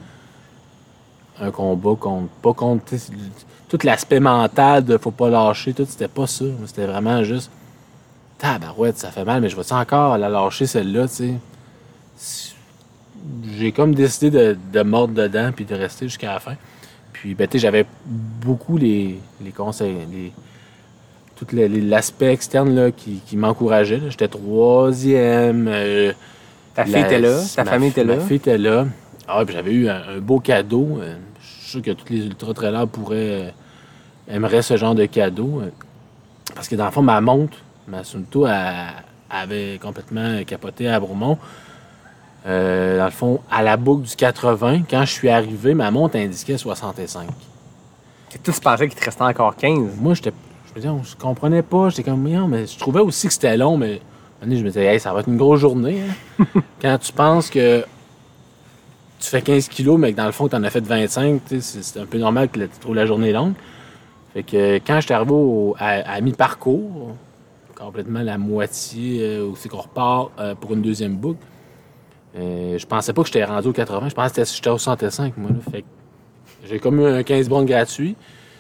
un combat contre... Pas contre... tu sais, tout l'aspect mental de faut pas lâcher, tout, c'était pas ça. C'était vraiment juste tabarouette, ça fait mal, mais je vais-tu encore la lâcher celle-là, tu sais? J'ai comme décidé de, de mordre dedans puis de rester jusqu'à la fin. Puis, ben, tu sais, j'avais beaucoup les, les conseils, les, tout le- les- l'aspect externe là, qui, qui m'encourageait. là. J'étais troisième. euh, Ta fille la- était là, ta ma- famille était là. Ma fille était là. Ah ouais, puis j'avais eu un, un beau cadeau. euh, Je suis sûr que tous les ultra-trailers pourraient... euh, aimeraient ce genre de cadeau. euh, Parce que dans le fond, ma montre, ma Sunto, elle, elle avait complètement capoté à Bromont. Euh, dans le fond, à la boucle du quatre-vingts, quand je suis arrivé, ma montre indiquait soixante-cinq. Tout se pensait qu'il te restait encore quinze. Moi, j'étais... Je me disais, je comprenais pas. J'étais comme, non, mais je trouvais aussi que c'était long, mais moment donné, je me disais, hey, ça va être une grosse journée. Hein? Quand tu penses que tu fais quinze kilos, mais que dans le fond, tu en as fait vingt-cinq, c'est, c'est un peu normal que tu trouves la journée longue. Fait que quand je suis arrivé au, à, à mi-parcours, complètement la moitié, euh, où c'est qu'on repart euh, pour une deuxième boucle, euh, je pensais pas que j'étais rendu au quatre-vingts, je pensais que j'étais au soixante-cinq, moi. Là. Fait que j'ai comme eu un quinze bornes gratuit.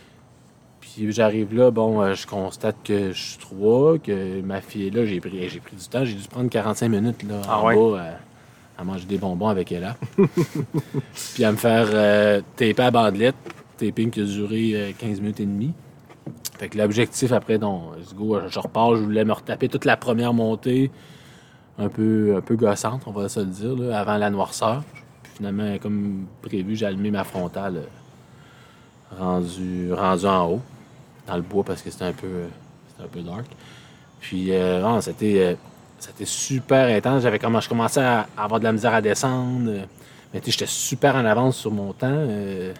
Puis j'arrive là, bon, euh, je constate que je suis trois, que ma fille est là, j'ai pris, j'ai pris du temps, j'ai dû prendre quarante-cinq minutes là, ah en ouais. bas à, à manger des bonbons avec elle là. Puis à me faire euh, taper à bandelette, taping qui a duré euh, quinze minutes et demie. Fait que l'objectif après, donc, let's go, je repars, je voulais me retaper toute la première montée, un peu, un peu gossante, on va se le dire, là, avant la noirceur. Puis finalement, comme prévu, j'ai allumé ma frontale euh, rendu, rendu en haut, dans le bois parce que c'était un peu, euh, c'était un peu dark. Puis euh, non, c'était, euh, c'était super intense. J'avais comment, je commençais à avoir de la misère à descendre. Euh, mais tu sais, j'étais super en avance sur mon temps. Euh,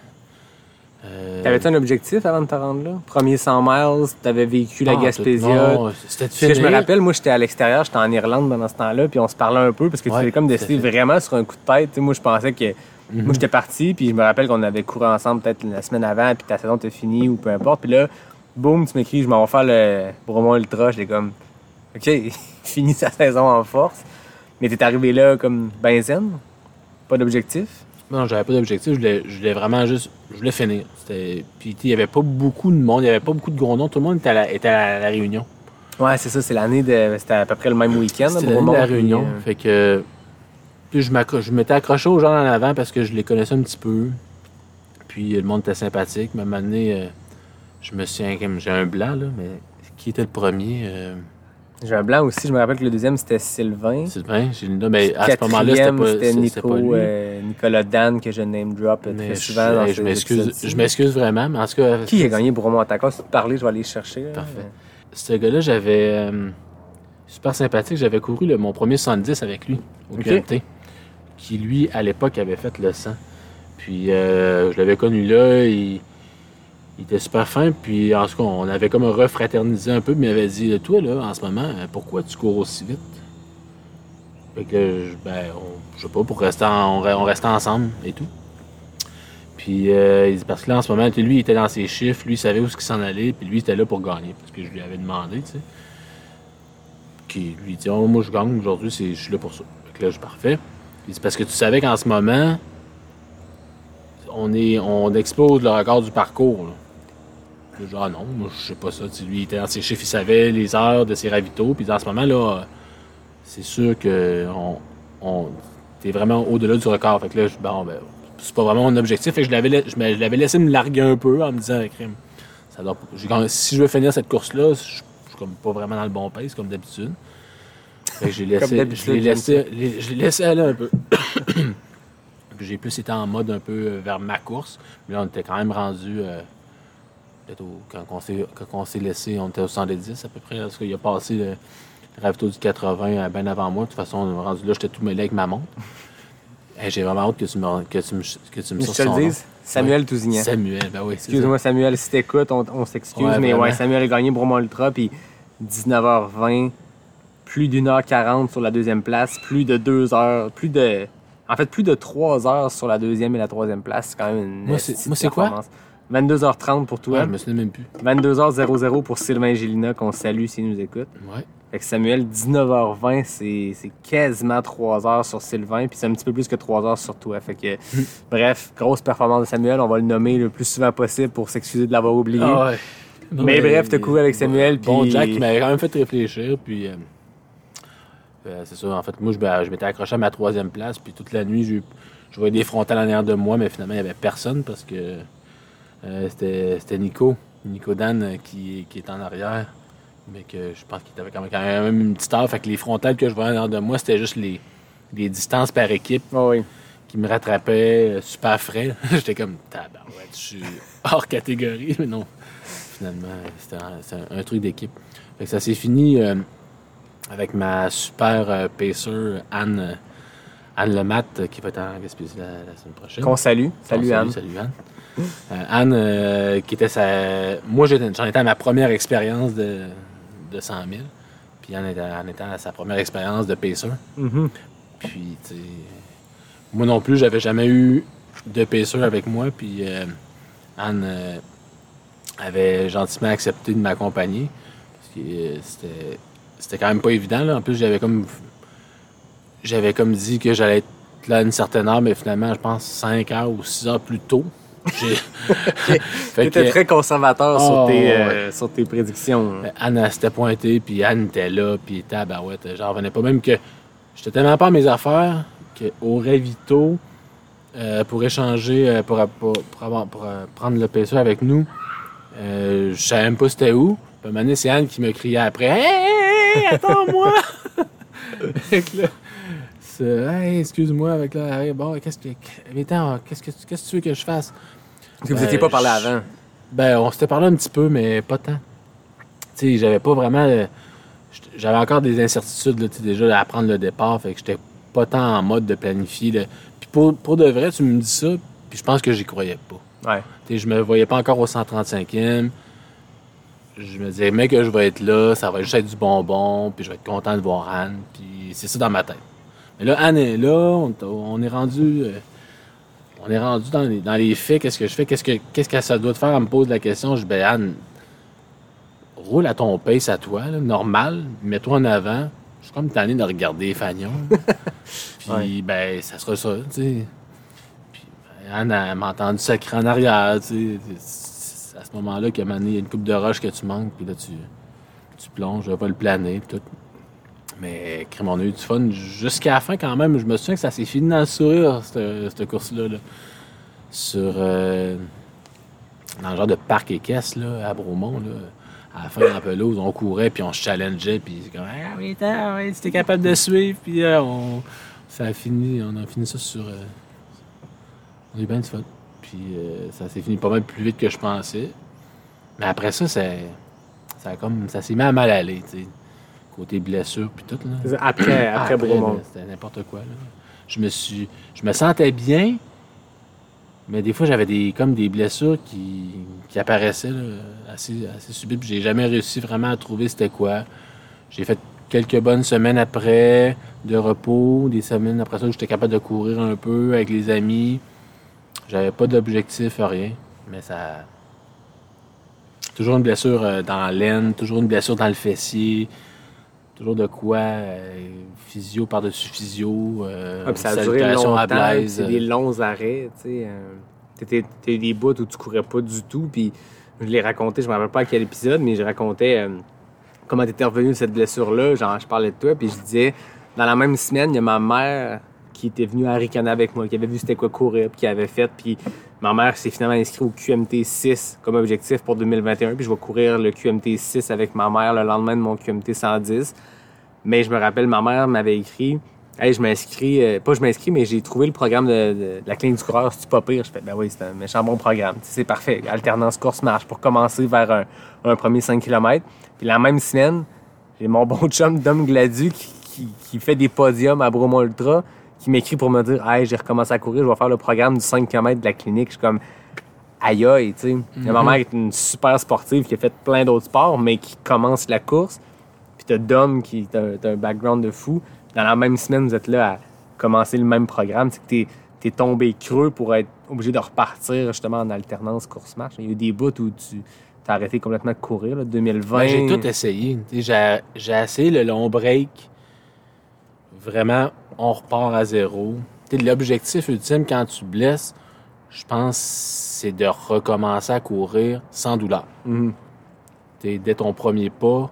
Euh... T'avais-tu un objectif avant de te rendre là? Premier cent miles, t'avais vécu la non, Gaspésia. Non, c'était de Parce que je me rappelle, moi, j'étais à l'extérieur, j'étais en Irlande pendant ce temps-là, puis on se parlait un peu, parce que Ouais, tu avais comme décidé vraiment sur un coup de tête. T'sais, moi, je pensais que... Mm-hmm. Moi, j'étais parti, puis je me rappelle qu'on avait couru ensemble peut-être la semaine avant, puis ta saison était finie, ou peu importe. Puis là, boum, tu m'écris, je m'en vais faire le Bromont Ultra. J'étais comme, OK, fini sa saison en force. Mais t'es arrivé là comme ben zen? Pas d'objectif? Non, j'avais pas d'objectif. Je voulais, je voulais vraiment juste... Je voulais finir. C'était... Puis il y avait pas beaucoup de monde. Il y avait pas beaucoup de gros noms. Tout le monde était à la, était à la Réunion. Ouais, c'est ça. C'est l'année de... C'était à peu près le même week-end. C'était l'année de la Réunion. Euh... Fait que... Puis je, je m'étais accroché aux gens en avant parce que je les connaissais un petit peu. Puis le monde était sympathique. Mais à un moment donné, euh, je me suis... J'ai un blanc, là, mais qui était le premier? Euh... J'ai un blanc aussi. Je me rappelle que le deuxième, c'était Sylvain. Sylvain, j'ai le nom, mais à ce moment-là, c'était pas, c'était c'était Nico, pas lui. Euh, Nicolas Dan, que je name drop mais très souvent je, dans je, m'excuse, je m'excuse vraiment, mais en tout cas... Qui a gagné Bromont Attaquant? Si tu parlais, je vais aller le chercher. Parfait. Là. Ce gars-là, j'avais... Euh, super sympathique. J'avais couru le, mon premier soixante-dix avec lui, au okay. Q M T, qui, lui, à l'époque, avait fait le cent. Puis, euh, je l'avais connu là, il... Il était super fin, puis en tout cas, on avait comme refraternisé un peu, mais il m'avait dit, toi, là, en ce moment, pourquoi tu cours aussi vite? Fait que, ben, on, je sais pas, pour rester, en, on, on restait ensemble et tout. Puis, euh, il dit, parce que là, en ce moment, lui, il était dans ses chiffres, lui, il savait où il s'en allait, puis lui, il était là pour gagner, parce que je lui avais demandé, tu sais. Puis, lui, il dit, oh, moi, je gagne, aujourd'hui, c'est, je suis là pour ça. Fait que là, je suis parfait. Il dit, parce que tu savais qu'en ce moment, on, est, on explose le record du parcours, là. Genre, ah non, moi, je sais pas ça. T'sais, lui, il était dans ses chiffres, il savait les heures de ses ravitaux. Puis, dans ce moment-là, c'est sûr que on, on, t'es vraiment au-delà du record. Fait que là, je, bon, ben, c'est pas vraiment mon objectif. Fait que je l'avais, je, je l'avais laissé me larguer un peu en me disant, crime, ça doit, si je veux finir cette course-là, je, je suis comme pas vraiment dans le bon pace, comme d'habitude. Fait que j'ai laissé, je l'ai laissé, les, je l'ai laissé aller un peu. Puis, j'ai plus été en mode un peu vers ma course. Mais là, on était quand même rendu. Euh, Au, quand, on s'est, quand on s'est laissé, on était au soixante-dix à peu près, parce qu'il a passé le, le ravito du quatre-vingts bien avant moi. De toute façon, on est rendu là, j'étais tout mêlé avec ma montre. Hey, j'ai vraiment hâte que tu me, que tu me, que tu me sortes son nom. Je te le dise, Samuel ouais. Tousignan. Samuel, ben oui. Excuse-moi, ça. Samuel, si t'écoutes, on, on s'excuse, ouais, mais vraiment. Ouais, Samuel a gagné Bromont Ultra, puis dix-neuf heures vingt, plus d'une heure quarante sur la deuxième place, plus de deux heures, plus de... En fait, plus de trois heures sur la deuxième et la troisième place. C'est quand même une Moi, c'est, moi, c'est quoi? vingt-deux heures trente pour toi. Ouais, je me souviens même plus. vingt-deux heures pour Sylvain Gélina, qu'on salue s'il nous écoute. Ouais. Fait que Samuel, dix-neuf heures vingt, c'est, c'est quasiment trois heures sur Sylvain, puis c'est un petit peu plus que trois heures sur toi. Fait que, mm. bref, grosse performance de Samuel. On va le nommer le plus souvent possible pour s'excuser de l'avoir oublié. Ah ouais. Mais, mais bref, t'as couru avec Samuel. Puis... Bon, Jack, il m'avait quand même fait réfléchir, puis... Euh, euh, c'est ça, en fait, moi, je, ben, je m'étais accroché à ma troisième place, puis toute la nuit, je, je voyais des frontales en arrière de moi, mais finalement, il n'y avait personne, parce que... Euh, c'était, c'était Nico, Nico Dan euh, qui, qui est en arrière, mais que je pense qu'il avait quand même, quand même une petite heure. Fait que les frontales que je voyais en arrière de moi, c'était juste les, les distances par équipe oh oui. qui me rattrapaient euh, super frais. J'étais comme, tabarouette, je suis hors catégorie, mais non. Finalement, c'était un, c'était un, un truc d'équipe. Fait que ça s'est fini euh, avec ma super euh, pacer Anne, euh, Anne Lematte, qui va être en Gaspésie la, la semaine prochaine. Qu'on salue. Salut, Qu'on Anne. Salue, salut Anne. Euh, Anne, euh, qui était sa... Moi, j'en étais à ma première expérience de, de cent mille. Puis en étant, en étant à sa première expérience de pacer. Mm-hmm. Puis, tu sais, moi non plus, j'avais jamais eu de pacer avec moi. Puis euh, Anne euh, avait gentiment accepté de m'accompagner. Parce que euh, c'était, c'était quand même pas évident. Là. En plus, j'avais comme j'avais comme dit que j'allais être là à une certaine heure, mais finalement, je pense cinq heures ou six heures plus tôt. J'ai... Tu étais très conservateur oh, sur, tes, euh, ouais. sur tes prédictions. Anne, elle s'était pointée, puis Anne était là, puis tabarouette, j'en revenais pas. Même que j'étais tellement pas à mes affaires qu'au Ravito, euh, pour échanger, euh, pour, pour, pour, avoir, pour euh, prendre le P S A avec nous, euh, je savais même pas c'était où. Puis à un moment donné, c'est Anne qui me criait après « Hey, hey, hey, attends-moi! » C'est, hey, excuse-moi, avec là, hey, bon, qu'est-ce que, attends, qu'est-ce que, qu'est-ce que tu veux que je fasse? Parce que vous n'étiez pas parlé je, avant. Ben, on s'était parlé un petit peu, mais pas tant. Tu sais, j'avais pas vraiment. J'avais encore des incertitudes, là, déjà, à prendre le départ, fait que j'étais pas tant en mode de planifier. Là. Puis pour, pour de vrai, tu me dis ça, puis je pense que j'y croyais pas. Ouais. Tu sais, je me voyais pas encore au cent trente-cinquième. Je me disais, mec, que je vais être là, ça va juste être du bonbon, puis je vais être content de voir Anne, puis c'est ça dans ma tête. Mais là, Anne est là, on, on est rendu... Euh, on est rendu dans les, dans les faits, qu'est-ce que je fais, qu'est-ce que, qu'est-ce que ça doit te faire, elle me pose la question, je dis, ben Anne, roule à ton pace à toi, là, normal, mets-toi en avant, je suis comme tanné de regarder les fagnons. Puis, ouais. ben, ça sera ça, tu sais. Puis, ben, Anne, elle m'a entendu sacrer en arrière, tu sais. C'est à ce moment-là qu'à un moment donné, il y a une coupe de roche que tu manques, puis là, tu, tu plonges, je vais pas le planer, puis tout. Mais, crème, on a eu du fun jusqu'à la fin quand même. Je me souviens que ça s'est fini dans le sourire, cette, cette course-là. Là. Sur. Euh, dans le genre de parc équestre, là, à Bromont, là. À la fin de la pelouse, on courait, puis on se challengeait, puis c'est comme, ah oui, t'as, oui, tu es capable de suivre, puis euh, on. Ça a fini, on a fini ça sur. Euh, on a eu bien du fun. Puis euh, ça s'est fini pas mal plus vite que je pensais. Mais après ça, ça, ça, a comme, ça s'est mis à mal aller, tu sais. Côté blessure puis tout, là. Après, après, après Bromont. C'était n'importe quoi, là. Je me suis... Je me sentais bien, mais des fois, j'avais des comme des blessures qui, qui apparaissaient, là, assez, assez subites. Puis j'ai jamais réussi vraiment à trouver c'était quoi. J'ai fait quelques bonnes semaines après de repos. Des semaines après ça où j'étais capable de courir un peu avec les amis. J'avais pas d'objectif, rien. Mais ça... Toujours une blessure dans l'aine, toujours une blessure dans le fessier. Toujours de quoi, euh, physio par-dessus physio, euh, ah, ça a duré longtemps, à Blaise. C'est des longs arrêts, tu sais. Euh, t'as eu des bouts où tu courais pas du tout, puis je l'ai raconté, je me rappelle pas à quel épisode, mais je racontais euh, comment t'étais revenu de cette blessure-là, genre je parlais de toi, puis je disais, dans la même semaine, il y a ma mère qui était venue à Ricana avec moi, qui avait vu c'était quoi courir, puis qui avait fait, puis ma mère s'est finalement inscrite au Q M T six comme objectif pour deux mille vingt et un, puis je vais courir le Q M T six avec ma mère le lendemain de mon Q M T cent dix. Mais je me rappelle, ma mère m'avait écrit « Hey, je m'inscris... Euh, pas je m'inscris, mais j'ai trouvé le programme de, de, de la clinique du coureur, c'est-tu pas pire? » Je fais « Ben oui, c'est un méchant bon programme. T'sais, c'est parfait. Alternance course-marche pour commencer vers un, un premier cinq kilomètres. » Puis la même semaine, j'ai mon bon chum Dom Gladu qui, qui, qui fait des podiums à Bromont Ultra qui m'écrit pour me dire « Hey, j'ai recommencé à courir, je vais faire le programme du cinq kilomètres de la clinique. » Je suis comme « Aïe aïe, tu sais. Mm-hmm. » Ma mère est une super sportive qui a fait plein d'autres sports, mais qui commence la course. Puis t'as Dom qui a un background de fou. Dans la même semaine, vous êtes là à commencer le même programme. C'est que t'es, t'es tombé creux pour être obligé de repartir justement en alternance course-marche. Il y a eu des bouts où tu t'as arrêté complètement de courir, là, deux mille vingt. Ben, j'ai tout essayé. J'ai, j'ai essayé le long break. Vraiment, on repart à zéro. T'sais, l'objectif ultime quand tu blesses, je pense, c'est de recommencer à courir sans douleur. Mm-hmm. T'sais, dès ton premier pas,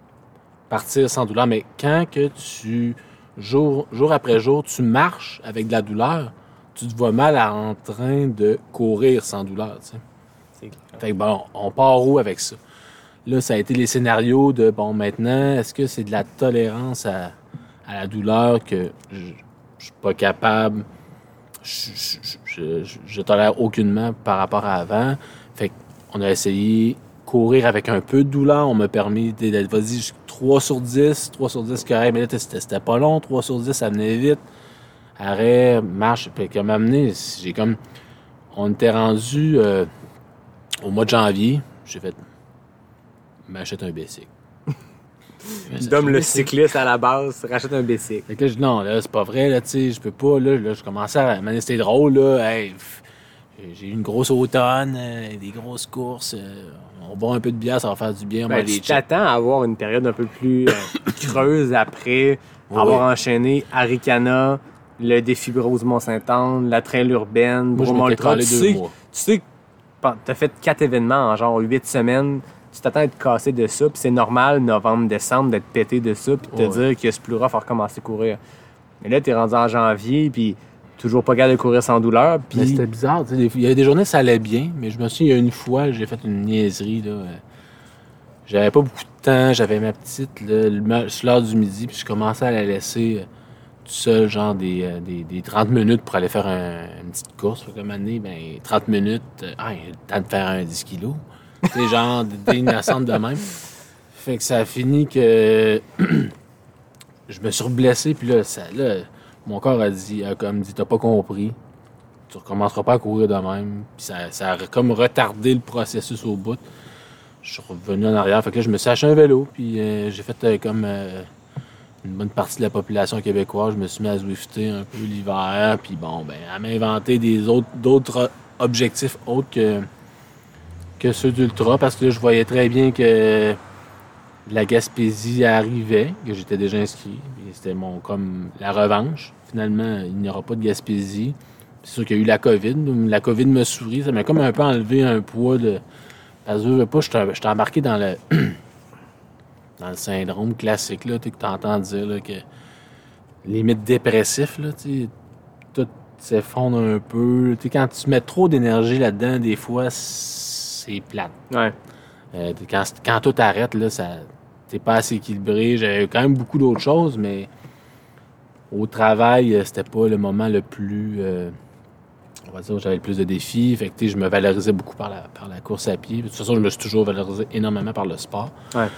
partir sans douleur, mais quand que tu, jour, jour après jour, tu marches avec de la douleur, tu te vois mal en train de courir sans douleur, tu sais. C'est clair. Fait que bon, on part où avec ça? Là, ça a été les scénarios de, bon, maintenant, est-ce que c'est de la tolérance à, à la douleur que je, je suis pas capable, je, je, je, je, je tolère aucunement par rapport à avant. Fait qu'on a essayé courir avec un peu de douleur, on m'a permis d'être, vas-y, trois sur dix, trois sur dix, correct, mais là, c'était, c'était pas long, trois sur dix, ça venait vite. Arrêt, marche, puis comme amené, j'ai comme, on était rendu euh, au mois de janvier, j'ai fait, m'achète un bicycle. Dom le cycliste à la base, rachète un bicycle. Fait que là, je dis non, là, c'est pas vrai, là, tu sais, je peux pas, là, là, je commençais à... Mais c'était drôle, là, hey, pff, j'ai eu une grosse automne, euh, des grosses courses, euh, on boit un peu de bière, ça va faire du bien, on Ben, va tu des chips. t'attends à avoir une période un peu plus euh, creuse après Oui. avoir enchaîné Arikana, le défi Rosemont-Sainte-Anne, la trail urbaine, Moi, je Bromont m'étais Ultra. calé Tu deux sais, mois. tu sais que tu as fait quatre événements en genre huit semaines. Tu t'attends à être cassé de ça, puis c'est normal, novembre, décembre, d'être pété de ça, puis de te Ouais. dire que c'est plus rough à recommencer à courir. Mais là, t'es rendu en janvier, puis toujours pas capable de courir sans douleur, Mais puis... c'était bizarre, tu sais, des- il y avait des journées ça allait bien, mais je me souviens, il y a une fois, j'ai fait une niaiserie, là. euh, J'avais pas beaucoup de temps, j'avais ma petite, là, le ma- sur l'heure du midi, puis je commençais à la laisser euh, tout seul, genre des, euh, des, des trente minutes pour aller faire un- une petite course. Fait que, un moment donné, ben, trente minutes, euh, ah, il y a le temps de faire un dix kilos. Tu sais, genre, des innocentes de même. Fait que ça a fini que je me suis reblessé, puis là, ça, là, mon corps a dit, a comme dit, t'as pas compris. Tu recommenceras pas à courir de même. Puis ça, ça a comme retardé le processus au bout. Je suis revenu en arrière. Fait que là, je me suis acheté un vélo. Puis euh, j'ai fait euh, comme euh, une bonne partie de la population québécoise. Je me suis mis à zwifter un peu l'hiver. Puis bon, ben, à m'inventer des autres, d'autres objectifs autres que, que ceux d'ultra. Parce que là, je voyais très bien que la Gaspésie arrivait, que j'étais déjà inscrit. Puis c'était mon comme la revanche. Finalement, il n'y aura pas de Gaspésie. C'est sûr qu'il y a eu la COVID. La COVID me sourit. Ça m'a comme un peu enlevé un poids de. Parce que je veux pas, j'étais j'étais embarqué dans le dans le syndrome classique là, tu sais, que tu entends dire là, que limite dépressif, là, tu sais, tout s'effondre un peu. Tu sais, quand tu mets trop d'énergie là-dedans, des fois, c'est plate. Ouais. Euh, quand, quand tout arrête, là, ça, t'es pas assez équilibré. J'avais quand même beaucoup d'autres choses, mais au travail, euh, c'était pas le moment le plus... euh, on va dire, j'avais le plus de défis. Fait que, tu sais, je me valorisais beaucoup par la, par la course à pied. De toute façon, je me suis toujours valorisé énormément par le sport. Ouais.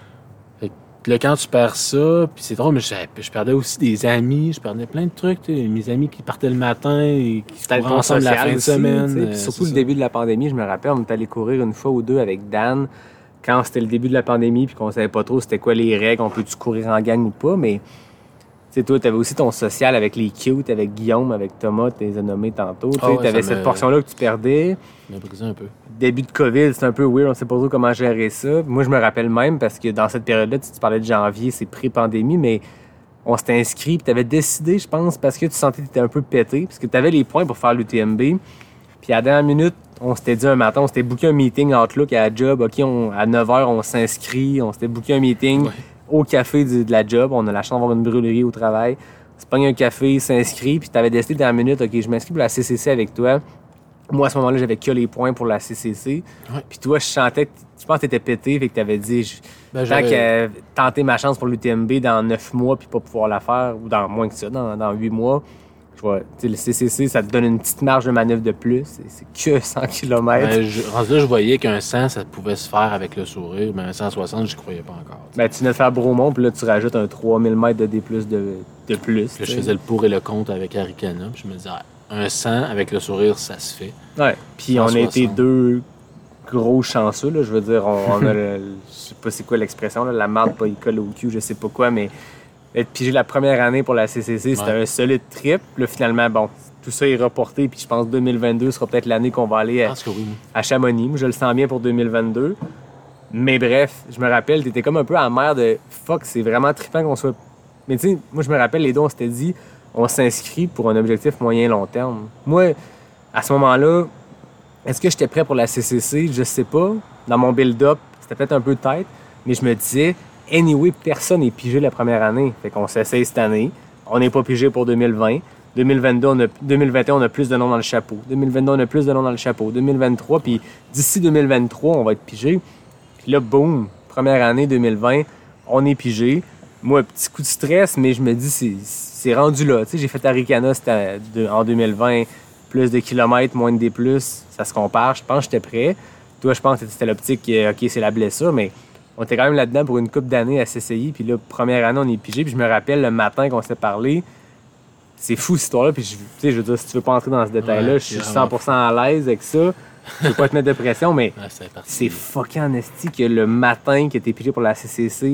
Fait que là, quand tu perds ça, puis c'est drôle, mais je, je perdais aussi des amis, je perdais plein de trucs. Tu sais, mes amis qui partaient le matin et qui se C'était le couraient temps ensemble la social fin de aussi, semaine. tu sais, puis euh, surtout c'est le ça. début de la pandémie, je me rappelle, on est allé courir une fois ou deux avec Dan quand c'était le début de la pandémie puis qu'on savait pas trop c'était quoi les règles, on peut-tu courir en gang ou pas, mais tu sais, toi, t'avais aussi ton social avec les cute, avec Guillaume, avec Thomas, tu les as nommés tantôt. Tu sais, Ah ouais, t'avais ça cette me- portion-là que tu perdais. Ça m'a brisé un peu. Début de COVID, c'était un peu weird, on sait pas trop comment gérer ça. Moi, je me rappelle même parce que dans cette période-là, tu, tu parlais de janvier, c'est pré-pandémie, mais on s'était inscrit, puis t'avais décidé, je pense, parce que tu sentais que t'étais un peu pété, parce que t'avais les points pour faire l'U T M B. Puis à la dernière minute, on s'était dit un matin, on s'était booké un meeting Outlook à la job. OK, on, à neuf heures, on s'inscrit. On s'était booké un meeting Ouais. au café du- de la job. On a la chance d'avoir une brûlerie au travail. On se pogne un café, s'inscrit. Puis t'avais décidé à la dernière minute, OK, je m'inscris pour la C C C avec toi. Moi, à ce moment-là, j'avais que les points pour la C C C. Ouais. Puis toi, je sentais que, je pense que t'étais pété. Fait que t'avais dit, je, Ben, tant j'avais- qu'à tenter ma chance pour l'U T M B dans neuf mois puis pas pouvoir la faire, ou dans moins que ça, dans, dans huit mois, je vois, tu sais, le C C C, ça te donne une petite marge de manœuvre de plus. C'est, c'est que cent kilomètres. Ben, je, rendu là, je voyais qu'un cent, ça pouvait se faire avec le sourire, mais un cent soixante, je croyais pas encore. tu sais. Ben, tu venais de faire Bromont, puis là, tu rajoutes un trois mille mètres de D plus de, de plus. Puis là, tu je sais. faisais le pour et le contre avec Arikana, puis je me disais, ah, un cent avec le sourire, ça se fait. Ouais. Puis on a cent été soixante. deux gros chanceux, là. Je veux dire, on, on a le, le- je sais pas c'est quoi l'expression, là, la marde pas il colle au cul, je sais pas quoi, mais être pigé la première année pour la C C C, c'était Ouais. un solide trip. Là, finalement, bon, tout ça est reporté, puis je pense que deux mille vingt-deux sera peut-être l'année qu'on va aller Je à, pense que oui. à Chamonix. Moi, je le sens bien pour deux mille vingt-deux. Mais bref, je me rappelle, t'étais comme un peu amer de fuck, c'est vraiment trippant qu'on soit. Mais tu sais, moi, je me rappelle, les deux, on s'était dit, on s'inscrit pour un objectif moyen-long terme. Moi, à ce moment-là, est-ce que j'étais prêt pour la C C C? Je sais pas. Dans mon build-up, c'était peut-être un peu de tête, mais je me disais, anyway, personne n'est pigé la première année. Fait qu'on s'essaye cette année. On n'est pas pigé pour deux mille vingt. deux mille vingt-deux, on a, deux mille vingt et un, on a plus de noms dans le chapeau. deux mille vingt-deux, on a plus de noms dans le chapeau. deux mille vingt-trois, puis d'ici deux mille vingt-trois, on va être pigé. Puis là, boum, première année deux mille vingt, on est pigé. Moi, petit coup de stress, mais je me dis, c'est, c'est rendu là. Tu sais, j'ai fait Arikana c'était de- en deux mille vingt, plus de kilomètres, moins de D plus, ça se compare. Je pense que j'étais prêt. Toi, je pense que c'était l'optique, euh, OK, c'est la blessure, mais on était quand même là-dedans pour une couple d'années à s'essayer. Puis là, première année, on est pigé. Puis je me rappelle le matin qu'on s'est parlé, c'est fou cette histoire-là. Puis je, tu sais, je veux dire, si tu veux pas entrer dans ce détail-là, Ouais, je suis c'est cent pour cent à l'aise avec ça. Je veux pas te mettre de pression, mais Ouais, c'est parti. c'est fucking en esti que le matin que t'es pigé pour la C C C,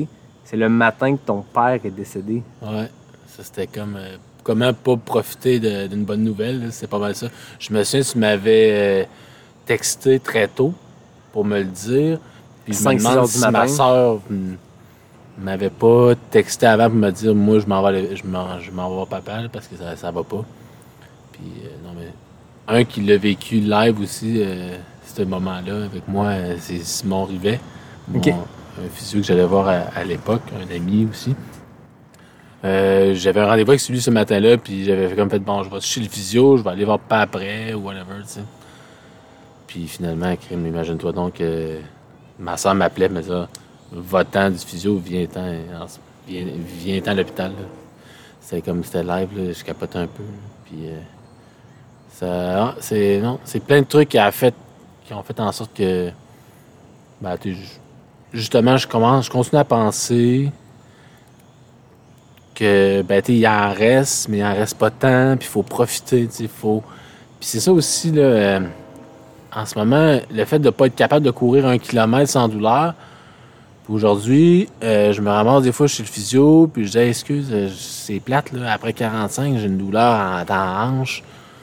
C'est le matin que ton père est décédé. Ouais, ça c'était comme... Euh, comment pas profiter de, d'une bonne nouvelle, là, c'est pas mal ça. Je me souviens, tu m'avais euh, texté très tôt pour me le dire. Puis je me demande si ma soeur m'avait pas texté avant pour me dire, moi, je m'en vais, je m'en, je m'en vais voir papa là, parce que ça, ça va pas. Puis, euh, non, mais un qui l'a vécu live aussi, euh, ce moment-là, avec moi, euh, c'est Simon Rivet, mon, okay. un physio que j'allais voir à, à l'époque, un ami aussi. Euh, j'avais un rendez-vous avec lui ce matin-là, puis j'avais comme fait, bon, je vais chez le physio, je vais aller voir papa après, ou whatever, tu sais. Puis finalement, crime, imagine-toi donc, euh, ma soeur m'appelait, me disait, va-t'en du physio, viens-t'en, viens, viens-t'en à l'hôpital, là. C'était comme, c'était live, là, je capotais un peu, là. Puis euh, ça, c'est, non, c'est plein de trucs qui, a fait, qui ont fait en sorte que, ben, justement, je commence, je continue à penser que, ben, tu sais, il en reste, mais il en reste pas tant, puis il faut profiter, tu sais, faut... Puis c'est ça aussi, là, euh, en ce moment, le fait de pas être capable de courir un kilomètre sans douleur. Puis aujourd'hui, euh, je me ramasse des fois chez le physio, puis je dis, hey, excuse, euh, c'est plate, là, après quarante-cinq, j'ai une douleur en, dans la hanche.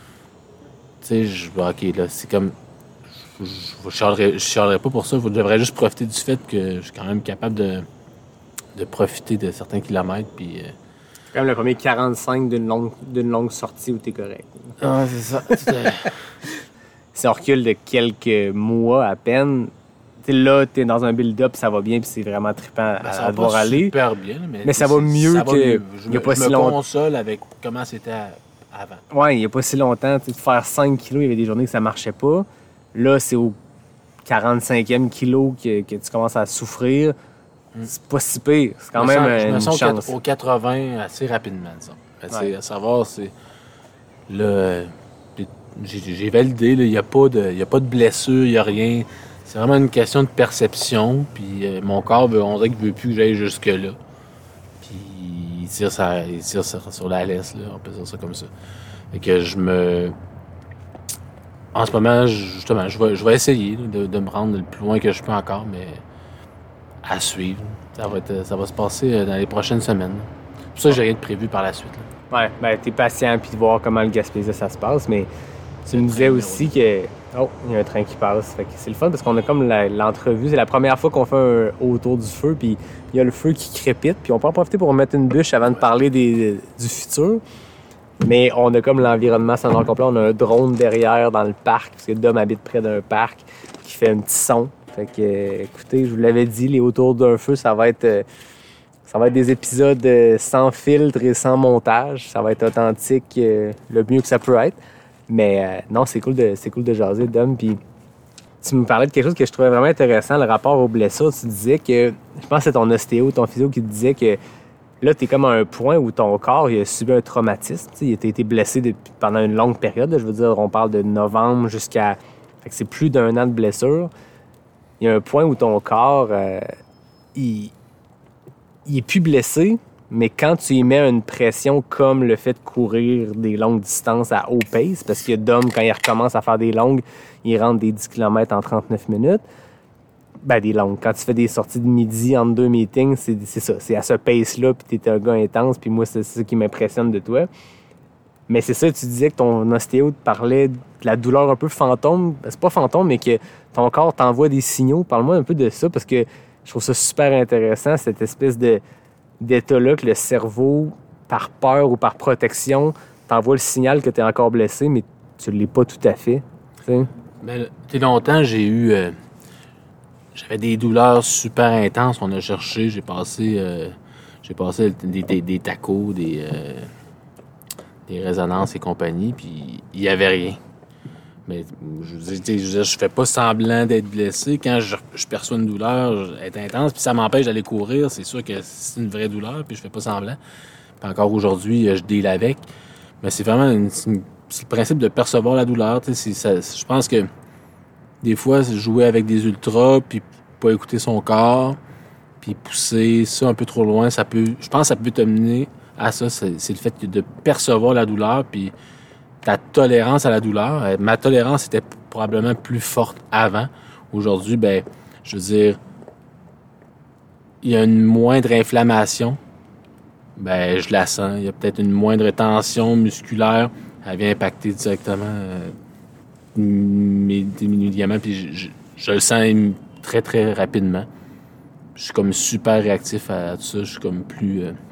Tu sais, je dis, OK, là, c'est comme... Je ne chialerai, chialerai pas pour ça, je devrais juste profiter du fait que je suis quand même capable de, de profiter de certains kilomètres, puis... Euh, c'est quand même le premier quarante-cinq d'une longue, d'une longue sortie où t'es correct. Ah, c'est ça. Si on recule de quelques mois à peine, t'sais, là, t'es dans un build-up, ça va bien, puis c'est vraiment trippant ben, à, à devoir aller. Super bien, mais, mais ça va mieux ça que. Va mieux. Je, y a me, pas je si me long... console avec comment c'était avant. Ouais, il n'y a pas si longtemps. De faire cinq kilos, il y avait des journées que ça marchait pas. Là, c'est au quarante-cinquième kilo que, que tu commences à souffrir. Mm. C'est pas si pire. C'est quand je même sens, une je me sens chance. Au quatre-vingts assez rapidement, ça. Ouais. À savoir, c'est... Là, j'ai, j'ai validé, il n'y a, a pas de blessure, il n'y a rien. C'est vraiment une question de perception. Puis euh, mon corps, on dirait qu'il ne veut plus que j'aille jusque-là. Puis il tire, ça, il tire sur, sur la laisse, là, on peut dire ça comme ça. Fait que je me... En ce moment, justement, je vais, je vais essayer de, de me rendre le plus loin que je peux encore, mais à suivre. Ça va, être, ça va se passer dans les prochaines semaines. C'est pour ça que j'ai rien de prévu par la suite. Là. Ouais, ben t'es patient puis de voir comment le Gaspésie ça se passe, mais tu me disais aussi que... Oh, il y a un train qui passe. Fait que c'est le fun parce qu'on a comme la, l'entrevue. C'est la première fois qu'on fait un autour du feu, puis il y a le feu qui crépite, puis on peut en profiter pour mettre une bûche avant de parler des, du futur. Mais on a comme l'environnement sonore complet. On a un drone derrière dans le parc, parce que Dom habite près d'un parc qui fait un petit son. Fait que, euh, écoutez, je vous l'avais dit, les autour d'un feu, ça va être... Euh, Ça va être des épisodes sans filtre et sans montage. Ça va être authentique euh, le mieux que ça peut être. Mais euh, non, c'est cool de, c'est cool de jaser, Dom. Puis tu me parlais de quelque chose que je trouvais vraiment intéressant, le rapport aux blessures. Tu disais que, je pense que c'est ton ostéo, ton physio qui te disait que là, tu es comme à un point où ton corps il a subi un traumatisme. T'sais, il a été blessé depuis, pendant une longue période. Là, je veux dire, on parle de novembre jusqu'à... Fait que c'est plus d'un an de blessure. Il y a un point où ton corps, euh, il... il est plus blessé, mais quand tu y mets une pression comme le fait de courir des longues distances à haut pace, parce que Dom, quand il recommence à faire des longues, il rentre des dix kilomètres en trente-neuf minutes. Ben, des longues. Quand tu fais des sorties de midi entre deux meetings, c'est, c'est ça. C'est à ce pace-là, puis t'es un gars intense, puis moi, c'est, c'est ça qui m'impressionne de toi. Mais c'est ça, tu disais que ton ostéo te parlait de la douleur un peu fantôme. Ben, c'est pas fantôme, mais que ton corps t'envoie des signaux. Parle-moi un peu de ça, parce que je trouve ça super intéressant, cette espèce de, d'état-là que le cerveau, par peur ou par protection, t'envoie le signal que tu es encore blessé, mais tu ne l'es pas tout à fait. T'sais. Mais t'sais, longtemps, j'ai eu... Euh, j'avais des douleurs super intenses. On a cherché, j'ai passé... Euh, j'ai passé des, des, des tacos, des, euh, des résonances et compagnie, puis il n'y avait rien. Mais je veux dire, je, je fais pas semblant d'être blessé. Quand je, je perçois une douleur, elle est intense, puis ça m'empêche d'aller courir. C'est sûr que c'est une vraie douleur, puis je fais pas semblant. Puis encore aujourd'hui, je deal avec. Mais c'est vraiment une, c'est une, c'est le principe de percevoir la douleur. C'est, ça, je pense que des fois, jouer avec des ultras, puis pas écouter son corps, puis pousser ça un peu trop loin, ça peut, je pense que ça peut te mener à ça. C'est, c'est le fait de percevoir la douleur, puis ta tolérance à la douleur. Ma tolérance était probablement plus forte avant. Aujourd'hui, ben, je veux dire, il y a une moindre inflammation, ben je la sens. Il y a peut-être une moindre tension musculaire. Elle vient impacter directement euh, mes, mes ligaments, puis je, je, je le sens très, très rapidement. Je suis comme super réactif à tout ça. Je suis comme plus... Euh...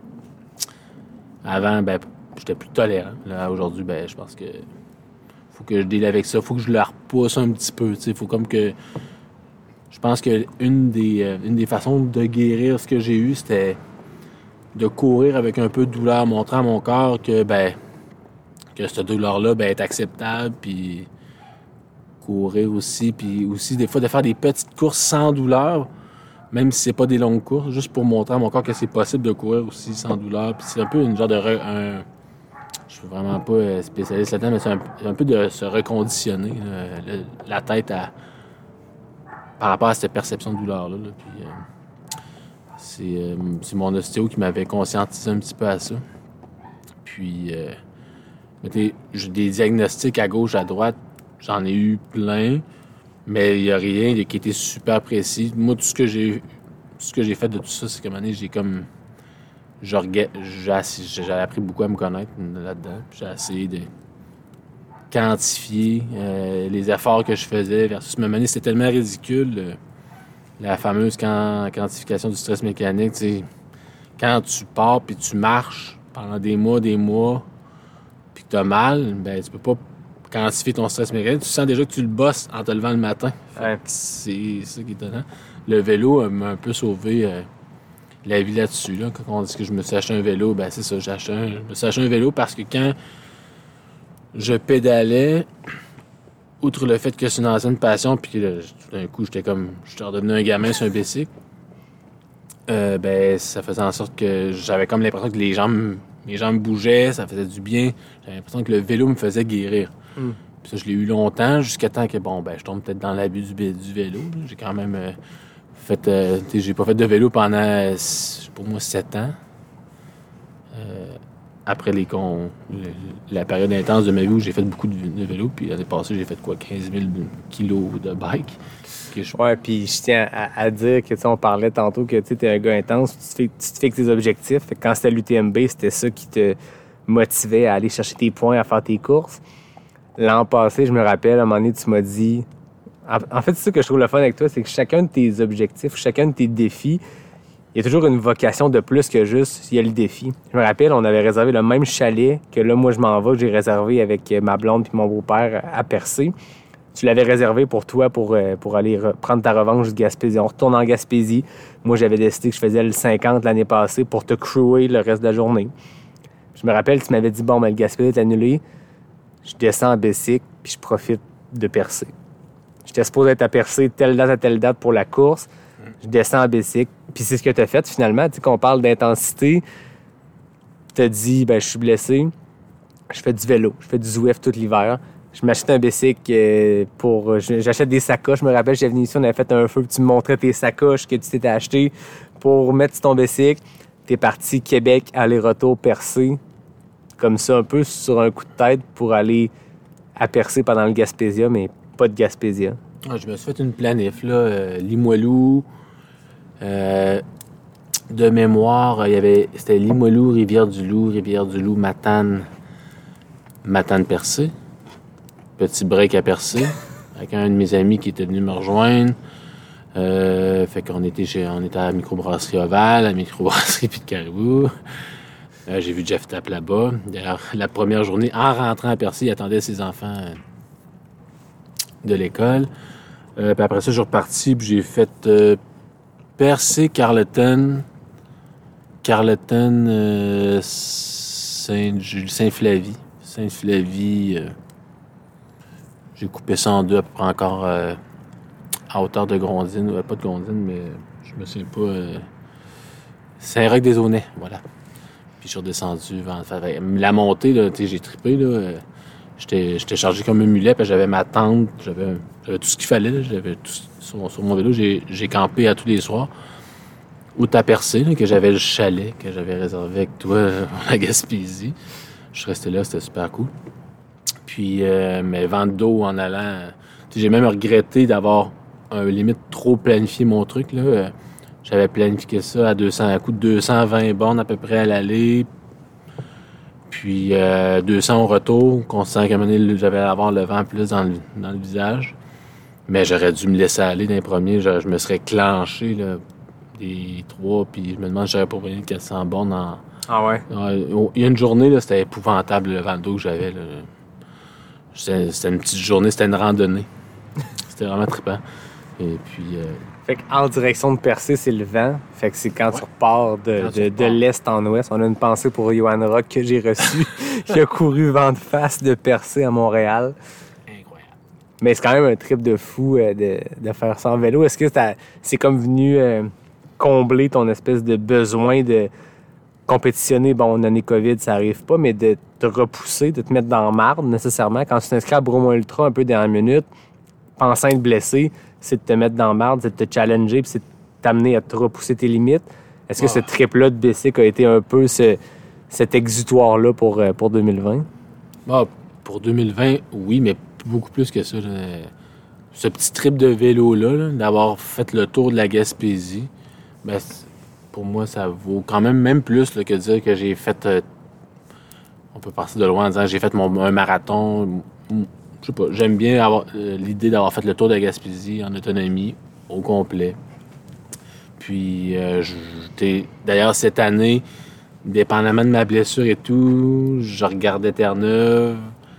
Avant, ben, j'étais plus tolérant. Là, aujourd'hui, ben, je pense que faut que je deal avec ça. Faut que je la repousse un petit peu. Il faut comme que... Je pense que une des, euh, une des façons de guérir ce que j'ai eu, c'était de courir avec un peu de douleur, montrer à mon corps que, ben, que cette douleur-là, ben, est acceptable, puis courir aussi, puis aussi, des fois, de faire des petites courses sans douleur, même si c'est pas des longues courses, juste pour montrer à mon corps que c'est possible de courir aussi sans douleur. Puis c'est un peu une genre de... Re, un, je suis vraiment pas spécialiste là-dedans, mais c'est un, un peu de se reconditionner là, le, la tête à... par rapport à cette perception de douleur-là. Là. Puis, euh, c'est, euh, c'est mon ostéo qui m'avait conscientisé un petit peu à ça. Puis, euh, j'ai des diagnostics à gauche, à droite. J'en ai eu plein, mais il n'y a rien qui était super précis. Moi, tout ce que j'ai, tout ce que j'ai fait de tout ça, c'est qu'à un moment donné, j'ai comme... J'ai, j'ai appris beaucoup à me connaître là-dedans. Puis j'ai essayé de quantifier euh, les efforts que je faisais versus me mener. C'était tellement ridicule, euh, la fameuse can- quantification du stress mécanique. T'sais, quand tu pars puis tu marches pendant des mois, des mois, puis que tu as mal, ben tu peux pas quantifier ton stress mécanique. Tu sens déjà que tu le bosses en te levant le matin. Ouais. C'est ça qui est étonnant. Le vélo m'a un peu sauvé euh, la vie là-dessus. Là. Quand on dit que je me suis acheté un vélo, ben c'est ça, j'ai acheté un, je me suis acheté un vélo parce que quand je pédalais, outre le fait que c'est une ancienne passion, puis que là, tout d'un coup, j'étais comme, je suis redevenu un gamin sur un bicycle, euh, ben, ça faisait en sorte que j'avais comme l'impression que les jambes, mes jambes bougeaient, ça faisait du bien. J'avais l'impression que le vélo me faisait guérir. Mm. Puis ça, je l'ai eu longtemps, jusqu'à temps que, bon, ben, je tombe peut-être dans l'abus du, du vélo. Là. J'ai quand même euh, fait, euh, j'ai pas fait de vélo pendant, pour moi, sept ans. Euh, Après les cons, la période intense de ma vie où j'ai fait beaucoup de, de vélo, puis l'année passée, j'ai fait quoi, quinze mille kilos de bike. Je... Ouais, puis je tiens à, à dire que, tu sais, on parlait tantôt que tu es un gars intense, tu te, fais, tu te fixes tes objectifs. Fait que quand c'était l'U T M B, c'était ça qui te motivait à aller chercher tes points, à faire tes courses. L'an passé, je me rappelle, à un moment donné, tu m'as dit... En, en fait, c'est ça que je trouve le fun avec toi, c'est que chacun de tes objectifs, chacun de tes défis, il y a toujours une vocation de plus que juste, il y a le défi. Je me rappelle, on avait réservé le même chalet que là, moi, je m'en vais, que j'ai réservé avec ma blonde puis mon beau-père à Percé. Tu l'avais réservé pour toi, pour, pour aller re- prendre ta revanche de Gaspésie. On retourne en Gaspésie. Moi, j'avais décidé que je faisais le cinquante l'année passée pour te crewer le reste de la journée. Je me rappelle, tu m'avais dit, bon, ben, le Gaspésie est annulé. Je descends en bicycle, puis je profite de Percé. J'étais supposé être à Percé telle date à telle date pour la course. Je descends en bicycle. Puis c'est ce que tu as fait, finalement. Tu sais, qu'on parle d'intensité, tu as dit, ben je suis blessé, je fais du vélo, je fais du Zwift tout l'hiver. Je m'achète un bicycle pour... J'achète des sacoches. Je me rappelle, j'étais venu ici, on avait fait un feu, puis tu me montrais tes sacoches que tu t'étais acheté pour mettre sur ton bicycle. T'es parti Québec, aller-retour, Percé, comme ça, un peu sur un coup de tête pour aller à Percé pendant le Gaspésia, mais pas de Gaspésia. Ah, je me suis fait une planif, là, euh, Limoilou... Euh, de mémoire, il y avait, c'était Limoilou, Rivière-du-Loup, Rivière-du-Loup, Matane, Matane-Percé. Petit break à Percé, avec un de mes amis qui était venu me rejoindre. Euh, fait qu'on était, chez, on était à la microbrasserie Oval, à la microbrasserie Pied de Caribou. Euh, j'ai vu Jeff Tapp là-bas. D'ailleurs, la première journée, en rentrant à Percé, il attendait ses enfants de l'école. Euh, puis après ça, je suis reparti, puis j'ai fait... Euh, Percé, Carleton, Carleton, euh, Saint-Jules, Saint-Flavie. Saint-Flavie, euh, j'ai coupé ça en deux à peu près encore euh, à hauteur de Grondine. Ouais, pas de Grondine, mais je me souviens pas. Euh, Saint-Roch-des-Aunais, voilà. Puis je suis redescendu. La montée, là, j'ai trippé. Là, euh, j'étais, j'étais chargé comme un mulet, puis j'avais ma tente, j'avais, j'avais tout ce qu'il fallait. Là, j'avais tout, sur, sur mon vélo, j'ai, j'ai campé à tous les soirs. Ou à Percé, là, que j'avais le chalet que j'avais réservé avec toi euh, à Gaspésie. Je suis resté là, c'était super cool. Puis, euh, mais vent d'eau en allant... J'ai même regretté d'avoir un limite trop planifié mon truc. Là. J'avais planifié ça à deux cents, à coup de deux cent vingt bornes à peu près à l'aller. Puis euh, deux cents au retour, considérant qu'à un moment donné, j'avais à avoir le vent plus dans le, dans le visage. Mais j'aurais dû me laisser aller dans les premiers. Je, je me serais clenché là, des trois, puis je me demande si j'aurais pas pris quatre cents bornes en... Ah ouais? Il y a une journée, là, c'était épouvantable le vent d'eau que j'avais. Là. C'était, c'était une petite journée, c'était une randonnée. C'était vraiment trippant. Et puis... Euh... Fait qu'en direction de Percé, c'est le vent. Fait que c'est quand ouais. tu repars de, quand de, tu repars. de l'est en ouest. On a une pensée pour Johan Rock que j'ai reçu, qui a couru vent de face de Percé à Montréal. Incroyable. Mais c'est quand même un trip de fou euh, de, de faire ça en vélo. Est-ce que c'est, c'est comme venu euh, combler ton espèce de besoin de compétitionner? Bon, en année COVID, ça arrive pas, mais de te repousser, de te mettre dans la marde nécessairement. Quand tu t'inscris à Bromont Ultra un peu dernière minute, pensant être blessé, c'est de te mettre dans la marde, c'est de te challenger, puis c'est de t'amener à te repousser tes limites. Est-ce que ah. ce trip-là de Bessic a été un peu ce, cet exutoire-là pour, pour deux mille vingt? Ah, pour deux mille vingt, oui, mais beaucoup plus que ça. Là. Ce petit trip de vélo-là, là, d'avoir fait le tour de la Gaspésie, ben, pour moi, ça vaut quand même même plus là, que de dire que j'ai fait... Euh, on peut partir de loin en disant que j'ai fait mon, un marathon... Je sais pas, j'aime bien avoir, euh, l'idée d'avoir fait le tour de la Gaspésie en autonomie, au complet. Puis, euh, j'étais, d'ailleurs, cette année, dépendamment de ma blessure et tout, je regardais Terre-Neuve.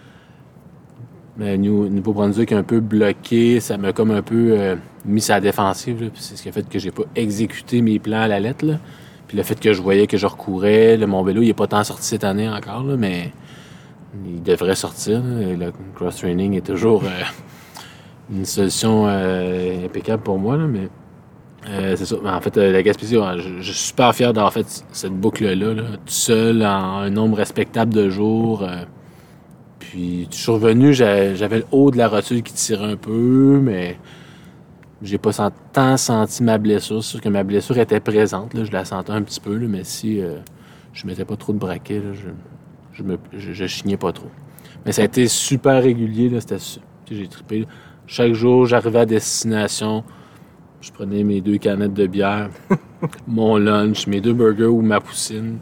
Le Nouveau-Brunswick un peu bloqué, ça m'a comme un peu euh, mis sur la défensive. Là, puis c'est ce qui a fait que j'ai pas exécuté mes plans à la lettre. Là. Puis le fait que je voyais que je recourais, là, mon vélo, il est pas tant sorti cette année encore, là, mais... Il devrait sortir. Là. Le cross-training est toujours euh, une solution euh, impeccable pour moi. Là, mais euh, c'est ça. En fait, euh, la Gaspésie, ouais, je, je suis super fier d'avoir fait cette boucle-là, là, tout seul, en un nombre respectable de jours. Euh, puis, je suis revenu, j'avais, j'avais le haut de la rotule qui tirait un peu, mais j'ai pas sent, tant senti ma blessure. C'est sûr que ma blessure était présente. Là, je la sentais un petit peu, là, mais si euh, je mettais pas trop de braquet, là, je... Je, me, je, je chignais pas trop. Mais ça a été super régulier. Là, c'était, j'ai trippé. Là. Chaque jour, j'arrivais à destination. Je prenais mes deux canettes de bière, mon lunch, mes deux burgers ou ma poussine.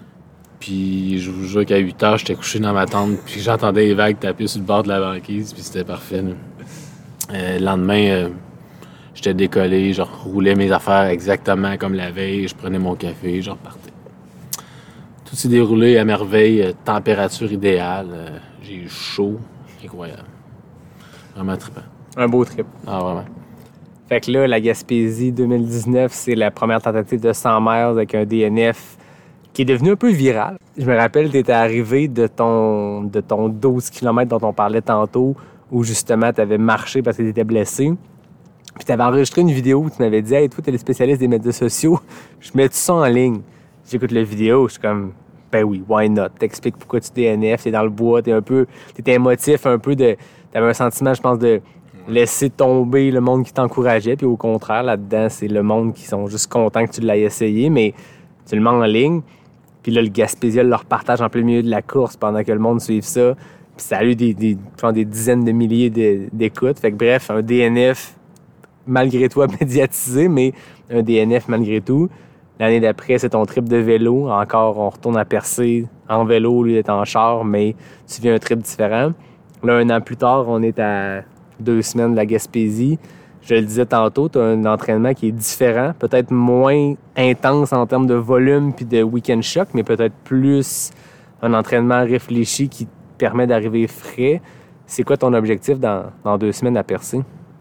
Puis je vous jure qu'à huit heures, j'étais couché dans ma tente. Puis j'entendais les vagues taper sur le bord de la banquise. Puis c'était parfait. Euh, le lendemain, euh, j'étais décollé. Je roulais mes affaires exactement comme la veille. Je prenais mon café. Je repartais. Tout s'est déroulé à merveille, euh, température idéale, euh, j'ai eu chaud, incroyable. Vraiment trippant. Un beau trip. Ah, vraiment. Fait que là, la Gaspésie deux mille dix-neuf, c'est la première tentative de cent miles avec un D N F qui est devenu un peu viral. Je me rappelle, tu étais arrivé de ton, de ton douze kilomètres dont on parlait tantôt, où justement tu avais marché parce que tu étais blessé. Puis tu avais enregistré une vidéo où tu m'avais dit « Hey, toi, tu es le spécialiste des médias sociaux, je mets tout ça en ligne. » J'écoute la vidéo, je suis comme, ben oui, why not? T'expliques pourquoi tu D N F, t'es dans le bois, t'es un peu, t'étais émotif, un peu de, t'avais un sentiment, je pense, de laisser tomber le monde qui t'encourageait, puis au contraire, là-dedans, c'est le monde qui sont juste contents que tu l'aies essayé, mais tu le mets en ligne, puis là, le Gaspésien le repartage en plein milieu de la course pendant que le monde suive ça, puis ça a eu des, des, des dizaines de milliers d'écoutes, fait que bref, un D N F, malgré toi, médiatisé, mais un D N F malgré tout. L'année d'après, c'est ton trip de vélo. Encore, on retourne à Percé en vélo, lui est en char, mais tu vis un trip différent. Là, un an plus tard, on est à deux semaines de la Gaspésie. Je le disais tantôt, tu as un entraînement qui est différent, peut-être moins intense en termes de volume puis de week-end choc, mais peut-être plus un entraînement réfléchi qui te permet d'arriver frais. C'est quoi ton objectif dans, dans deux semaines à Percé?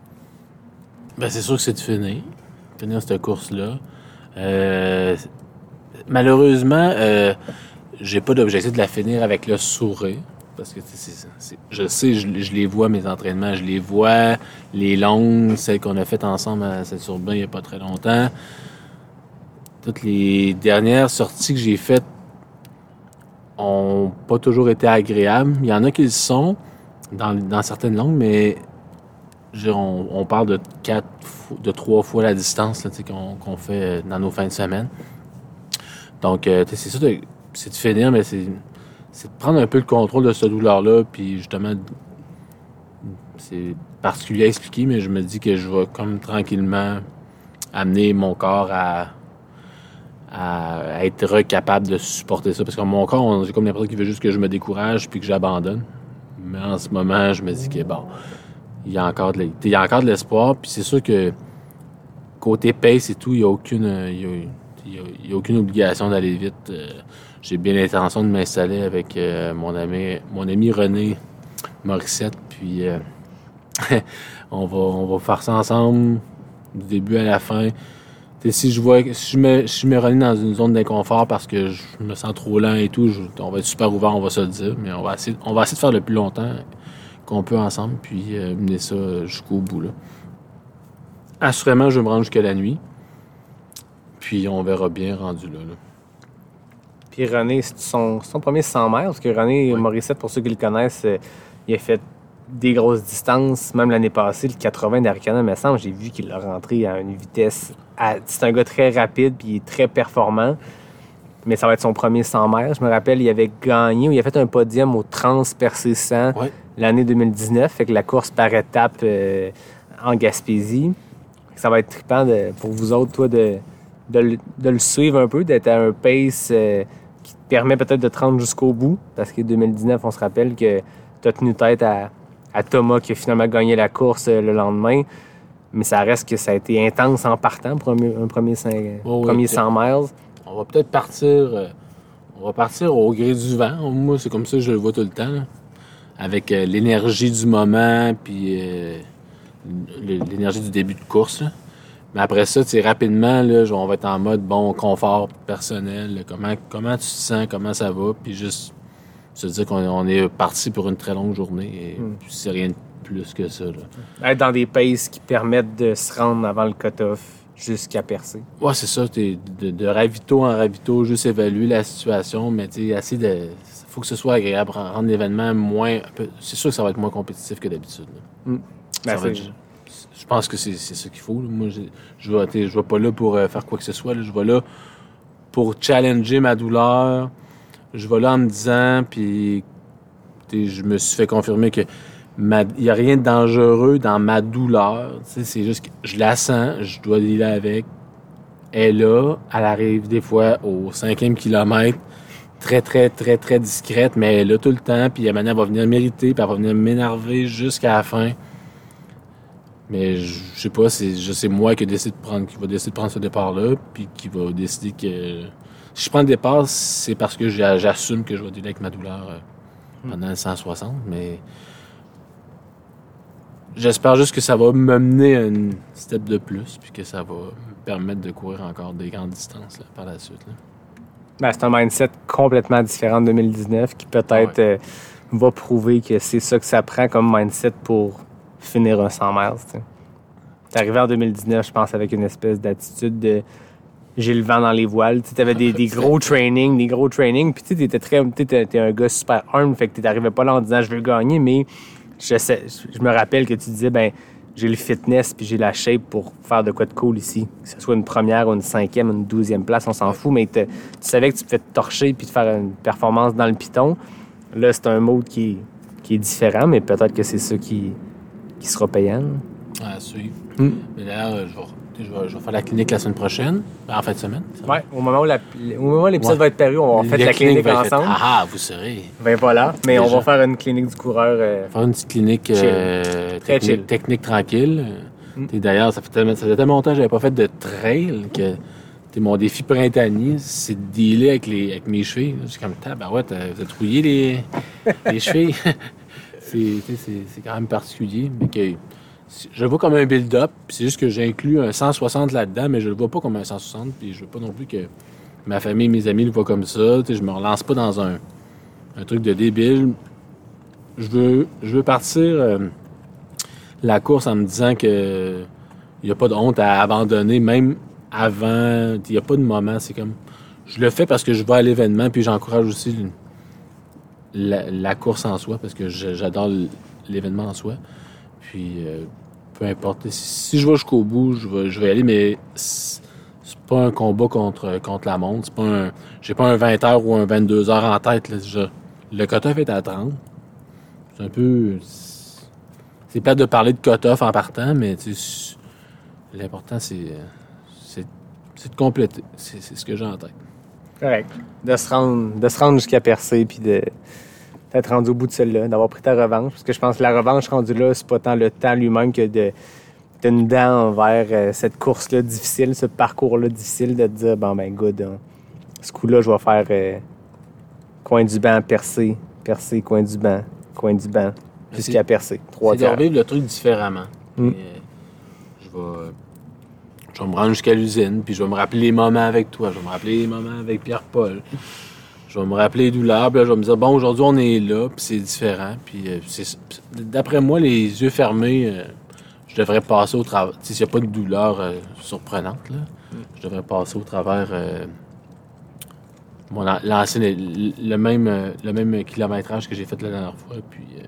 Ben, c'est sûr que c'est de finir. Finir cette course-là. Euh, malheureusement, euh, j'ai pas d'objectif de la finir avec le sourire. Parce que c'est, c'est, je sais, je, je les vois, mes entraînements, je les vois, les longues, celles qu'on a faites ensemble à Saint-Urbain il n'y a pas très longtemps. Toutes les dernières sorties que j'ai faites ont pas toujours été agréables. Il y en a qui le sont dans, dans certaines longues, mais je, on, on parle de quatre, de trois fois la distance là, qu'on, qu'on fait dans nos fins de semaine. Donc, euh, c'est ça, de, c'est de finir, mais c'est, c'est de prendre un peu le contrôle de cette douleur-là, puis justement, c'est particulier à expliquer, mais je me dis que je vais comme tranquillement amener mon corps à, à, à être capable de supporter ça. Parce que mon corps, on, j'ai comme l'impression qu'il veut juste que je me décourage puis que j'abandonne. Mais en ce moment, je me dis que bon, il y a encore de, il y a encore de l'espoir. Puis c'est sûr que côté pace et tout, il n'y a aucune, il y a, il y a, il y a aucune obligation d'aller vite. Euh, j'ai bien l'intention de m'installer avec euh, mon ami, mon ami René Morissette. Puis euh, on va, on va faire ça ensemble du début à la fin. T'sais, si je vois, si je me, si je me René dans une zone d'inconfort parce que je me sens trop lent et tout, je, on va être super ouvert, on va se le dire, mais on va essayer, on va essayer de faire le plus longtemps qu'on peut ensemble, puis euh, mener ça jusqu'au bout là. Assurément, je vais me rendre jusqu'à la nuit. Puis on verra bien rendu là. là. Puis René, c'est son, son premier cent mètres, parce que René Oui. Morissette, pour ceux qui le connaissent, euh, il a fait des grosses distances. Même l'année passée, le quatre-vingts d'Arcana, me semble, j'ai vu qu'il l'a rentré à une vitesse... À, c'est un gars très rapide, puis il est très performant. Mais ça va être son premier cent mètres. Je me rappelle, il avait gagné, ou il a fait un podium au Transpercé cent Ouais. l'année deux mille dix-neuf, fait que la course par étapes euh, en Gaspésie. Ça va être trippant de, pour vous autres, toi, de, de, le- de le suivre un peu, d'être à un pace euh, qui te permet peut-être de te rendre jusqu'au bout. Parce que deux mille dix-neuf, on se rappelle que tu as tenu tête à, à Thomas qui a finalement gagné la course euh, le lendemain. Mais ça reste que ça a été intense en partant pour un, un premier, cinq- Oh, oui, premier puis- cent miles. On va peut-être partir. euh, on va partir au gré du vent. Moi, c'est comme ça que je le vois tout le temps. là. Avec euh, l'énergie du moment, puis euh, l- l'énergie du début de course. là. Mais après ça, tu sais, rapidement, là, genre, on va être en mode bon confort personnel. là. Comment, comment tu te sens, comment ça va, puis juste se dire qu'on on est parti pour une très longue journée. Et puis c'est rien de plus que ça. Là. Être dans des paces qui permettent de se rendre avant le cut-off jusqu'à percer. Ouais, c'est ça. T'es de, de ravito en ravito, juste évaluer la situation, mais tu sais, assez de. Faut que ce soit agréable, rendre l'événement moins. un peu- C'est sûr que ça va être moins compétitif que d'habitude. là. Mm. Ça Ben, va c'est- être- je pense que c'est c'est ça qu'il faut. là. Moi, j'ai- je vais, t'sais, je vais pas là pour euh, faire quoi que ce soit. là. Je vais là pour challenger ma douleur. Je vais là en me disant, puis t'sais, je me suis fait confirmer que il n'y a rien de dangereux dans ma douleur. T'sais, c'est juste que je la sens, je dois dealer avec. Elle est là, elle arrive des fois au cinquième kilomètre, très, très, très, très discrète, mais elle est là tout le temps, puis à un moment donné, elle va venir m'irriter, puis elle va venir m'énerver jusqu'à la fin. Mais je je sais pas, c'est je sais moi qui, décide de prendre, qui va décider de prendre ce départ-là, puis qui va décider que... Si je prends le départ, c'est parce que j'a- j'assume que je vais dealer avec ma douleur euh, pendant le cent soixante, mais... J'espère juste que ça va me mener à une step de plus, puis que ça va me permettre de courir encore des grandes distances là, par la suite. Là. Ben, c'est un mindset complètement différent de deux mille dix-neuf qui peut-être euh, va prouver que c'est ça que ça prend comme mindset pour finir un cent miles. Tu es arrivé en deux mille dix-neuf, je pense, avec une espèce d'attitude de j'ai le vent dans les voiles. Tu avais des, des gros trainings, des gros trainings, puis tu étais très, tu étais un gars super armed, fait que tu n'arrivais pas là en disant je veux gagner, mais je, sais, je me rappelle que tu disais ben j'ai le fitness puis j'ai la shape pour faire de quoi de cool ici. Que ce soit une première ou une cinquième, une douzième place, on s'en fout, mais te- tu savais que tu pouvais te torcher puis te faire une performance dans le piton. Là, c'est un mode qui est, qui est différent, mais peut-être que c'est ça qui, qui sera payant. À suivre. Mm. Mais d'ailleurs, euh, je vais, je, vais, je vais faire la clinique la semaine prochaine, en fin de semaine. ça va. Ouais, au moment où, la- au moment où l'épisode Ouais. va être paru, on va faire la clinique va être faite. ensemble. Ah, ah, vous serez. Ben voilà, mais on Déjà. va faire une clinique du coureur. euh, Faire une petite clinique euh, Très technique, chill. technique tranquille. Mm. T'sais, D'ailleurs, ça fait tellement, ça fait tellement longtemps que j'avais pas fait de trail que t'sais, mon défi printanier, c'est de dealer avec, les, avec mes chevilles. là. Je suis comme, tabarouette, euh, vous êtes rouillé les, les chevilles. c'est, t'sais, c'est, c'est quand même particulier. Mais que, c'est- je le vois comme un build-up, puis c'est juste que j'inclus un cent soixante là-dedans, mais je le vois pas comme un cent soixante, puis je veux pas non plus que ma famille, mes amis le voient comme ça. T'sais, je me relance pas dans un, un truc de débile. Je veux, je veux partir euh, la course en me disant que il n'y a pas de honte à abandonner, même avant. Il n'y a pas de moment. C'est comme. Je le fais parce que je vais à l'événement, puis j'encourage aussi le- la, la course en soi, parce que je- j'adore l- l'événement en soi. Puis, euh, peu importe. Si, si je vais jusqu'au bout, je vais, je vais y aller, mais c'est c'est pas un combat contre, contre la montre. C'est pas un. J'ai pas un vingt heures ou un vingt-deux heures en tête. Là. Je- le cut-off est à trente. C'est un peu. C'est plate de parler de cut-off en partant, mais tu sais, l'important, c'est c'est, c'est de compléter. C'est, c'est ce que j'ai en tête. Correct. De se rendre, de se rendre jusqu'à percer, puis de d'être rendu au bout de celle-là, d'avoir pris ta revanche. Parce que je pense que la revanche rendue là, c'est pas tant le temps lui-même que de, de une dent envers euh, cette course-là difficile, ce parcours-là difficile, de te dire, bon, ben, good, hein, ce coup-là, je vais faire euh, coin du banc, percer, percer, coin du banc, coin du banc, jusqu'à percer. Trois C'est de tiers. revivre le truc différemment. Mm. Puis, euh, je vais... Je vais me rendre jusqu'à l'usine, puis je vais me rappeler les moments avec toi, je vais me rappeler les moments avec Pierre-Paul. Je vais me rappeler les douleurs, puis là, je vais me dire, bon, aujourd'hui, on est là, puis c'est différent. Puis, euh, c'est, d'après moi, les yeux fermés, euh, je devrais passer au travers. Tu sais, s'il n'y a pas de douleur euh, surprenante, là, mm. je devrais passer au travers. Euh, mon, lancer le, le, même, euh, le même kilométrage que j'ai fait la dernière fois, puis. Euh,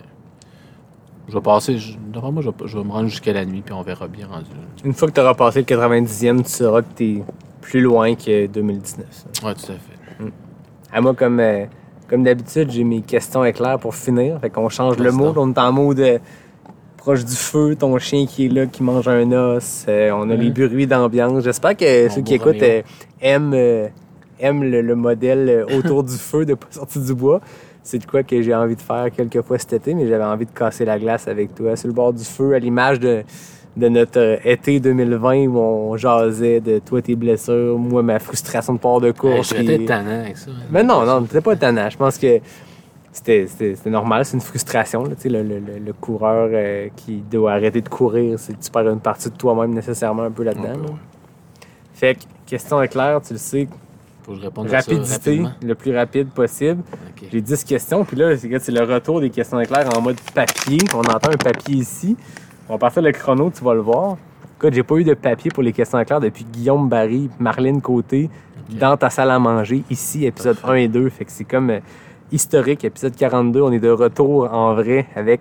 Je vais passer, je, moi, je vais, je vais me rendre jusqu'à la nuit, puis on verra bien rendu là. Une fois que tu auras passé le quatre-vingt-dixième, tu sauras que tu es plus loin que deux mille dix-neuf. Oui, tout à fait. Mm. À moi, comme, euh, comme d'habitude, j'ai mes questions éclairs pour finir. Fait qu'on change le mot. On est en mode euh, proche du feu, ton chien qui est là, qui mange un os. Euh, on a mm. les bruits d'ambiance. J'espère que Mon ceux qui écoutent euh, aiment, euh, aiment le, le modèle euh, autour du feu de pas sortir du bois. C'est de quoi que j'ai envie de faire quelques fois cet été, mais j'avais envie de casser la glace avec toi sur le bord du feu, à l'image de, de notre euh, été deux mille vingt où on jasait de toi tes blessures, moi ma frustration de port de course. Hey, j'étais tannant avec ça. Hein. Mais non, non, t'étais pas tannant. Je pense que c'était, c'était, c'était normal, c'est une frustration. Là, le, le, le coureur euh, qui doit arrêter de courir, c'est que tu perds une partie de toi-même nécessairement un peu là-dedans. Okay, là. Ouais. Fait que, question éclair, tu le sais. Faut que je réponde Rapidité, à ça le plus rapide possible. Okay. J'ai dix questions, puis là, c'est, c'est le retour des questions éclairs en mode papier. On entend un papier ici. On va partir le chrono, tu vas le voir. Écoute, j'ai pas eu de papier pour les questions éclairs depuis Guillaume Barry, Marlène Côté, okay. Dans ta salle à manger, ici, épisode Parfait. un et deux. Fait que c'est comme euh, historique, épisode quarante-deux. On est de retour en vrai avec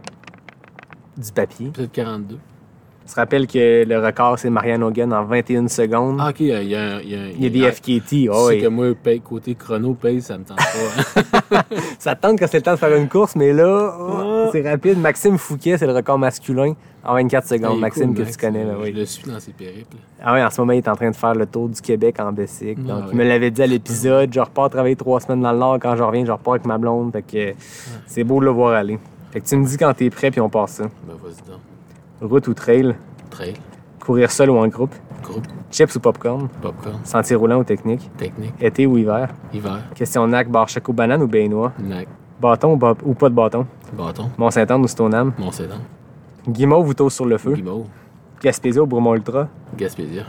du papier. Épisode quarante-deux. On se rappelle que le record, c'est Marianne Hogan en vingt et une secondes. Ah, OK. Il y a, il y a, il y a, il y a des F K T. Oh, c'est oui. que moi, paye, côté chrono, paye, ça me tente pas. Ça te tente quand c'est le temps de faire une course, mais là, oh, c'est rapide. Maxime Fouquet, c'est le record masculin en vingt-quatre secondes. Hey, Maxime, cool, que Max, tu connais. Là, oui. Je le suis dans ses périples. Ah oui, en ce moment, il est en train de faire le tour du Québec en bicycle. Donc, ah, il oui. me l'avait dit à l'épisode. Je repars travailler trois semaines dans le Nord. Quand je reviens, je repars avec ma blonde. Fait que ah. c'est beau de le voir aller. Fait que tu me dis quand t'es prêt, puis on passe ça. Ben, vas-y donc. Route ou trail? Trail. Courir seul ou en groupe? Groupe. Chips ou popcorn? Popcorn. Sentier roulant ou technique? Technique. Été ou hiver? Hiver. Question nac, bar choco banane ou baignoire? Nac. Bâton ou, ba- ou pas de bâton? Bâton. Mont-Saint-Anne ou Stoneham? Mont-Saint-Anne. Guimauve ou Toast sur le feu? Guimauve. Gaspésia ou Bromont Ultra? Gaspésia.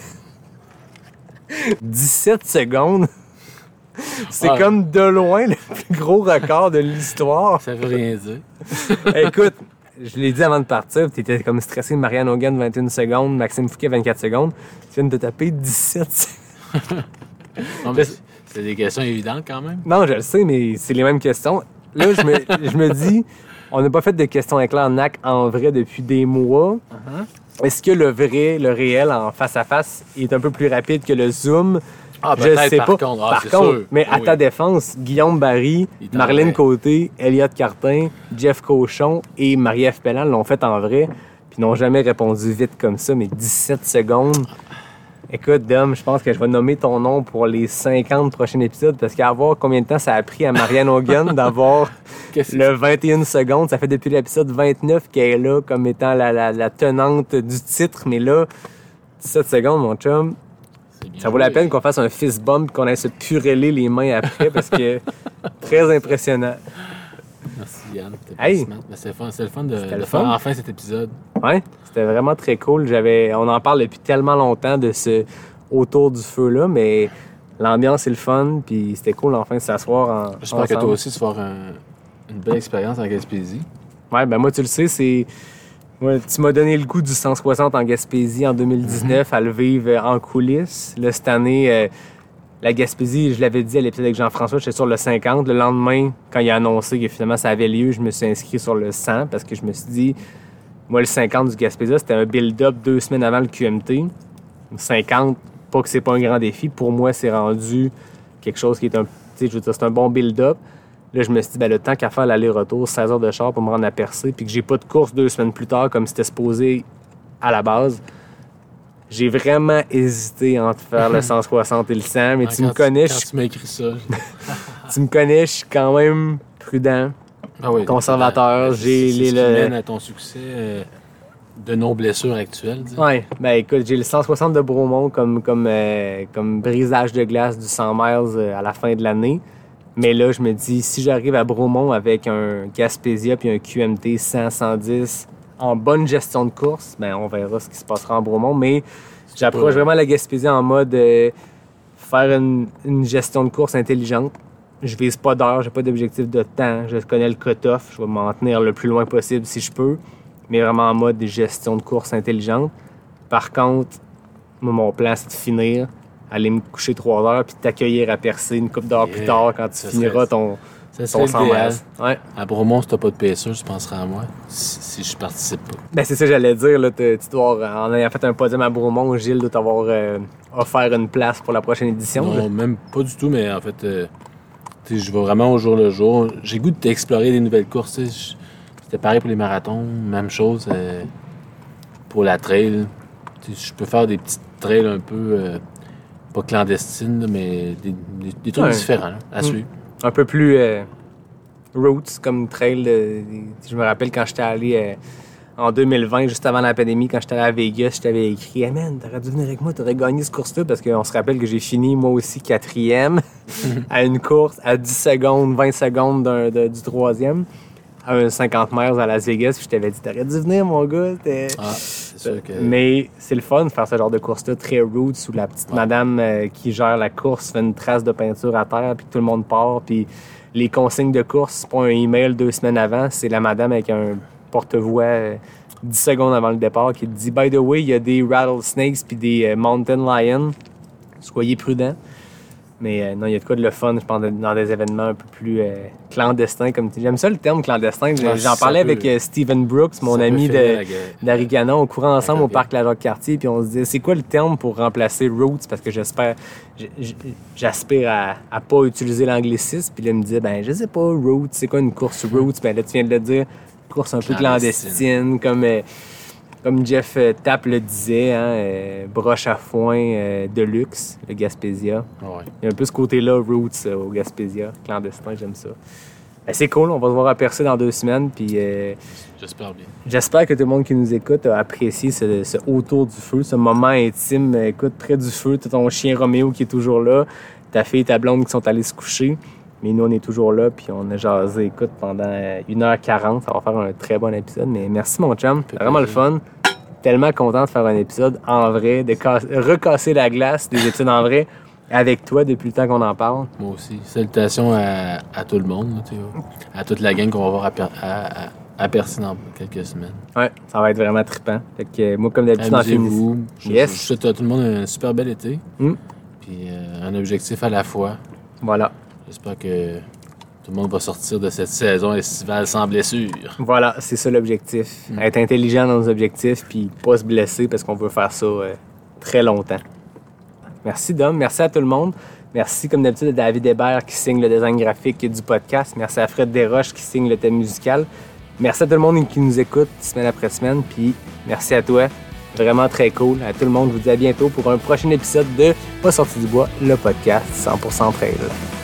dix-sept secondes? C'est ah. comme de loin le plus gros record de l'histoire. Ça veut rien dire. Écoute, je l'ai dit avant de partir, tu étais comme stressé. Marianne Hogan, vingt et une secondes. Maxime Fouquet, vingt-quatre secondes. Tu viens de te taper dix-sept secondes. Non, mais c'est, c'est des questions évidentes quand même. Non, je le sais, mais c'est les mêmes questions. Là, je me, je me dis, on n'a pas fait de questions éclairs N A C en vrai depuis des mois. Uh-huh. Est-ce que le vrai, le réel en face-à-face est un peu plus rapide que le Zoom? Ah, je sais par pas. Contre. Ah, par c'est contre, sûr. mais ah, à oui. ta défense, Guillaume Barry, Marlène Côté, Elliott Cartin, Jeff Cochon et Marie-Ève Pellan l'ont fait en vrai, puis n'ont jamais répondu vite comme ça, mais dix-sept secondes. Écoute, Dom, je pense que je vais nommer ton nom pour les cinquante prochains épisodes, parce qu'à voir combien de temps ça a pris à Marianne Hogan d'avoir le vingt et une secondes. Ça fait depuis l'épisode vingt-neuf qu'elle est là comme étant la, la, la tenante du titre, mais là, dix-sept secondes, mon chum. Ça vaut la peine qu'on fasse un fist bump, qu'on aille se pureler les mains après, parce que très impressionnant. Merci Yann. Hey. C'est le fun, c'est le fun de, de le faire fun. enfin cet épisode. Ouais, c'était vraiment très cool. J'avais, on en parle depuis tellement longtemps de ce autour du feu-là, mais l'ambiance est le fun, puis c'était cool enfin de s'asseoir en, J'espère ensemble. que toi aussi tu vas avoir un, une belle expérience en Gaspésie. Ouais, ben moi tu le sais, c'est... Ouais, tu m'as donné le goût du cent soixante en Gaspésie en deux mille dix-neuf, mm-hmm. à le vivre en coulisses. Là, cette année, euh, la Gaspésie, je l'avais dit à l'épisode avec Jean-François, j'étais sur le cinquante. Le lendemain, quand il a annoncé que finalement ça avait lieu, je me suis inscrit sur le cent parce que je me suis dit, moi, le cinquante du Gaspésia, c'était un build-up deux semaines avant le Q M T. cinquante, pas que c'est pas un grand défi. Pour moi, c'est rendu quelque chose qui est un... Tu sais, je veux dire, c'est un bon build-up. Là, je me suis dit, ben, le temps qu'à faire l'aller-retour, seize heures de char pour me rendre à Percé, puis que j'ai pas de course deux semaines plus tard comme c'était supposé à la base, j'ai vraiment hésité entre faire le cent soixante et le cent, mais Ah, tu me quand connais, Quand je, tu m'as écrit ça. tu me connais, je suis quand même prudent. Ah oui, Conservateur, c'est- j'ai c'est les- ce qui le- mène à ton succès euh, de non-blessures actuelles. dis. Ouais, ben écoute, j'ai le cent soixante de Bromont comme, comme, euh, comme brisage de glace du cent miles euh, à la fin de l'année. Mais là, je me dis, si j'arrive à Bromont avec un Gaspésia puis un Q M T cent cent dix en bonne gestion de course, ben on verra ce qui se passera en Bromont. Mais j'approche pas- vraiment la Gaspésia en mode euh, faire une, une gestion de course intelligente. Je vise pas d'heure, j'ai pas d'objectif de temps. Je connais le cut-off, je vais m'en tenir le plus loin possible si je peux. Mais vraiment en mode gestion de course intelligente. Par contre, moi, mon plan, c'est de finir, aller me coucher trois heures, puis t'accueillir à Percé une couple d'heures plus Yeah. tard quand tu Ça finiras serait- ton, Ça ton serait cent l'idéal. miles. Ouais. À Bromont, si t'as pas de P S E, je penserais à moi. Si, si je participe pas. Ben, c'est ça que j'allais dire. Là, tu tu dois, avoir- en ayant fait un podium à Bromont, Gilles doit t'avoir euh, offert une place pour la prochaine édition. Non, même pas du tout, mais en fait, euh, tu sais, je vais vraiment au jour le jour. J'ai goût d'explorer des nouvelles courses. tu sais. Je- C'était pareil pour les marathons, même chose euh, pour la trail. Tu sais, je peux faire des petites trails un peu, euh, pas clandestines, là, mais des, des- des trucs Ouais. différents là, à Mm. suivre. Un peu plus euh, roots comme trail. euh, je me rappelle quand j'étais allé euh, en deux mille vingt, juste avant la pandémie, quand j'étais allé à Vegas, je t'avais écrit hey man, t'aurais dû venir avec moi, t'aurais gagné ce course-là parce qu'on se rappelle que j'ai fini moi aussi quatrième à une course à dix secondes, vingt secondes d'un- de- du troisième à un cinquante miles à Las Vegas. Puis je t'avais dit t'aurais dû venir mon gars. C'était- Ah, c'est sûr que. Mais c'est le fun de faire ce genre de course-là très roots où la petite madame euh, qui gère la course fait une trace de peinture à terre puis tout le monde part. Puis les consignes de course, c'est pas un email deux semaines avant, c'est la madame avec un porte-voix euh, dix secondes avant le départ qui te dit « By the way, il y a des rattlesnakes puis des euh, mountain lions. Soyez prudents. » Mais euh, non, il y a de quoi de le fun, je pense, dans des événements un peu plus euh, clandestins. Comme tu- J'aime ça le terme clandestin. Ah, J'en ça parlais peut- avec euh, Steven Brooks, mon ça peut ami finir de, la guerre. d'Arigana. On courait ensemble au D'accord. parc La Jacques-Cartier, puis on se disait, c'est quoi le terme pour remplacer roots? Parce que j'espère, j- j- j'aspire à, à pas utiliser l'anglicisme. Puis là, il me disait, ben, je sais pas, roots, c'est quoi une course roots? Ben là, tu viens de le dire, course un peu Clandestine. clandestine, comme, euh, comme Jeff euh, Tapp le disait, hein, euh, broche à foin euh, de luxe, le Gaspésia. Ouais. Il y a un peu ce côté-là, roots, euh, au Gaspésia, clandestin, j'aime ça. Ben, c'est cool, on va se voir à Percé dans deux semaines, puis euh, J'espère bien. j'espère que tout le monde qui nous écoute a apprécié ce, ce autour du feu, ce moment intime. Écoute, près du feu, t'as ton chien Roméo qui est toujours là, ta fille et ta blonde qui sont allées se coucher, mais nous, on est toujours là, puis on a jasé, écoute, pendant une heure quarante. Ça va faire un très bon épisode, mais merci, mon chum, c'est vraiment le fun. Tellement content de faire un épisode en vrai, de casse- recasser la glace des épisodes en vrai avec toi depuis le temps qu'on en parle. Moi aussi. Salutations à, à tout le monde, là, tu sais, à toute la gang qu'on va voir à, Per- à, à, à Percy dans quelques semaines. Ouais, ça va être vraiment trippant. Fait que euh, moi, comme d'habitude, en finissant. Amusez-vous. Je, Yes. je souhaite à tout le monde un super bel été. Mm. Puis euh, un objectif à la fois. Voilà. J'espère que tout le monde va sortir de cette saison estivale sans blessure. Voilà, c'est ça l'objectif. Être intelligent dans nos objectifs puis pas se blesser parce qu'on veut faire ça euh, très longtemps. Merci Dom, merci à tout le monde. Merci comme d'habitude à David Hébert qui signe le design graphique du podcast. Merci à Fred Desroches qui signe le thème musical. Merci à tout le monde qui nous écoute semaine après semaine. Puis merci à toi, vraiment très cool. À tout le monde, je vous dis à bientôt pour un prochain épisode de Pas sorti du bois, le podcast cent pour cent trail.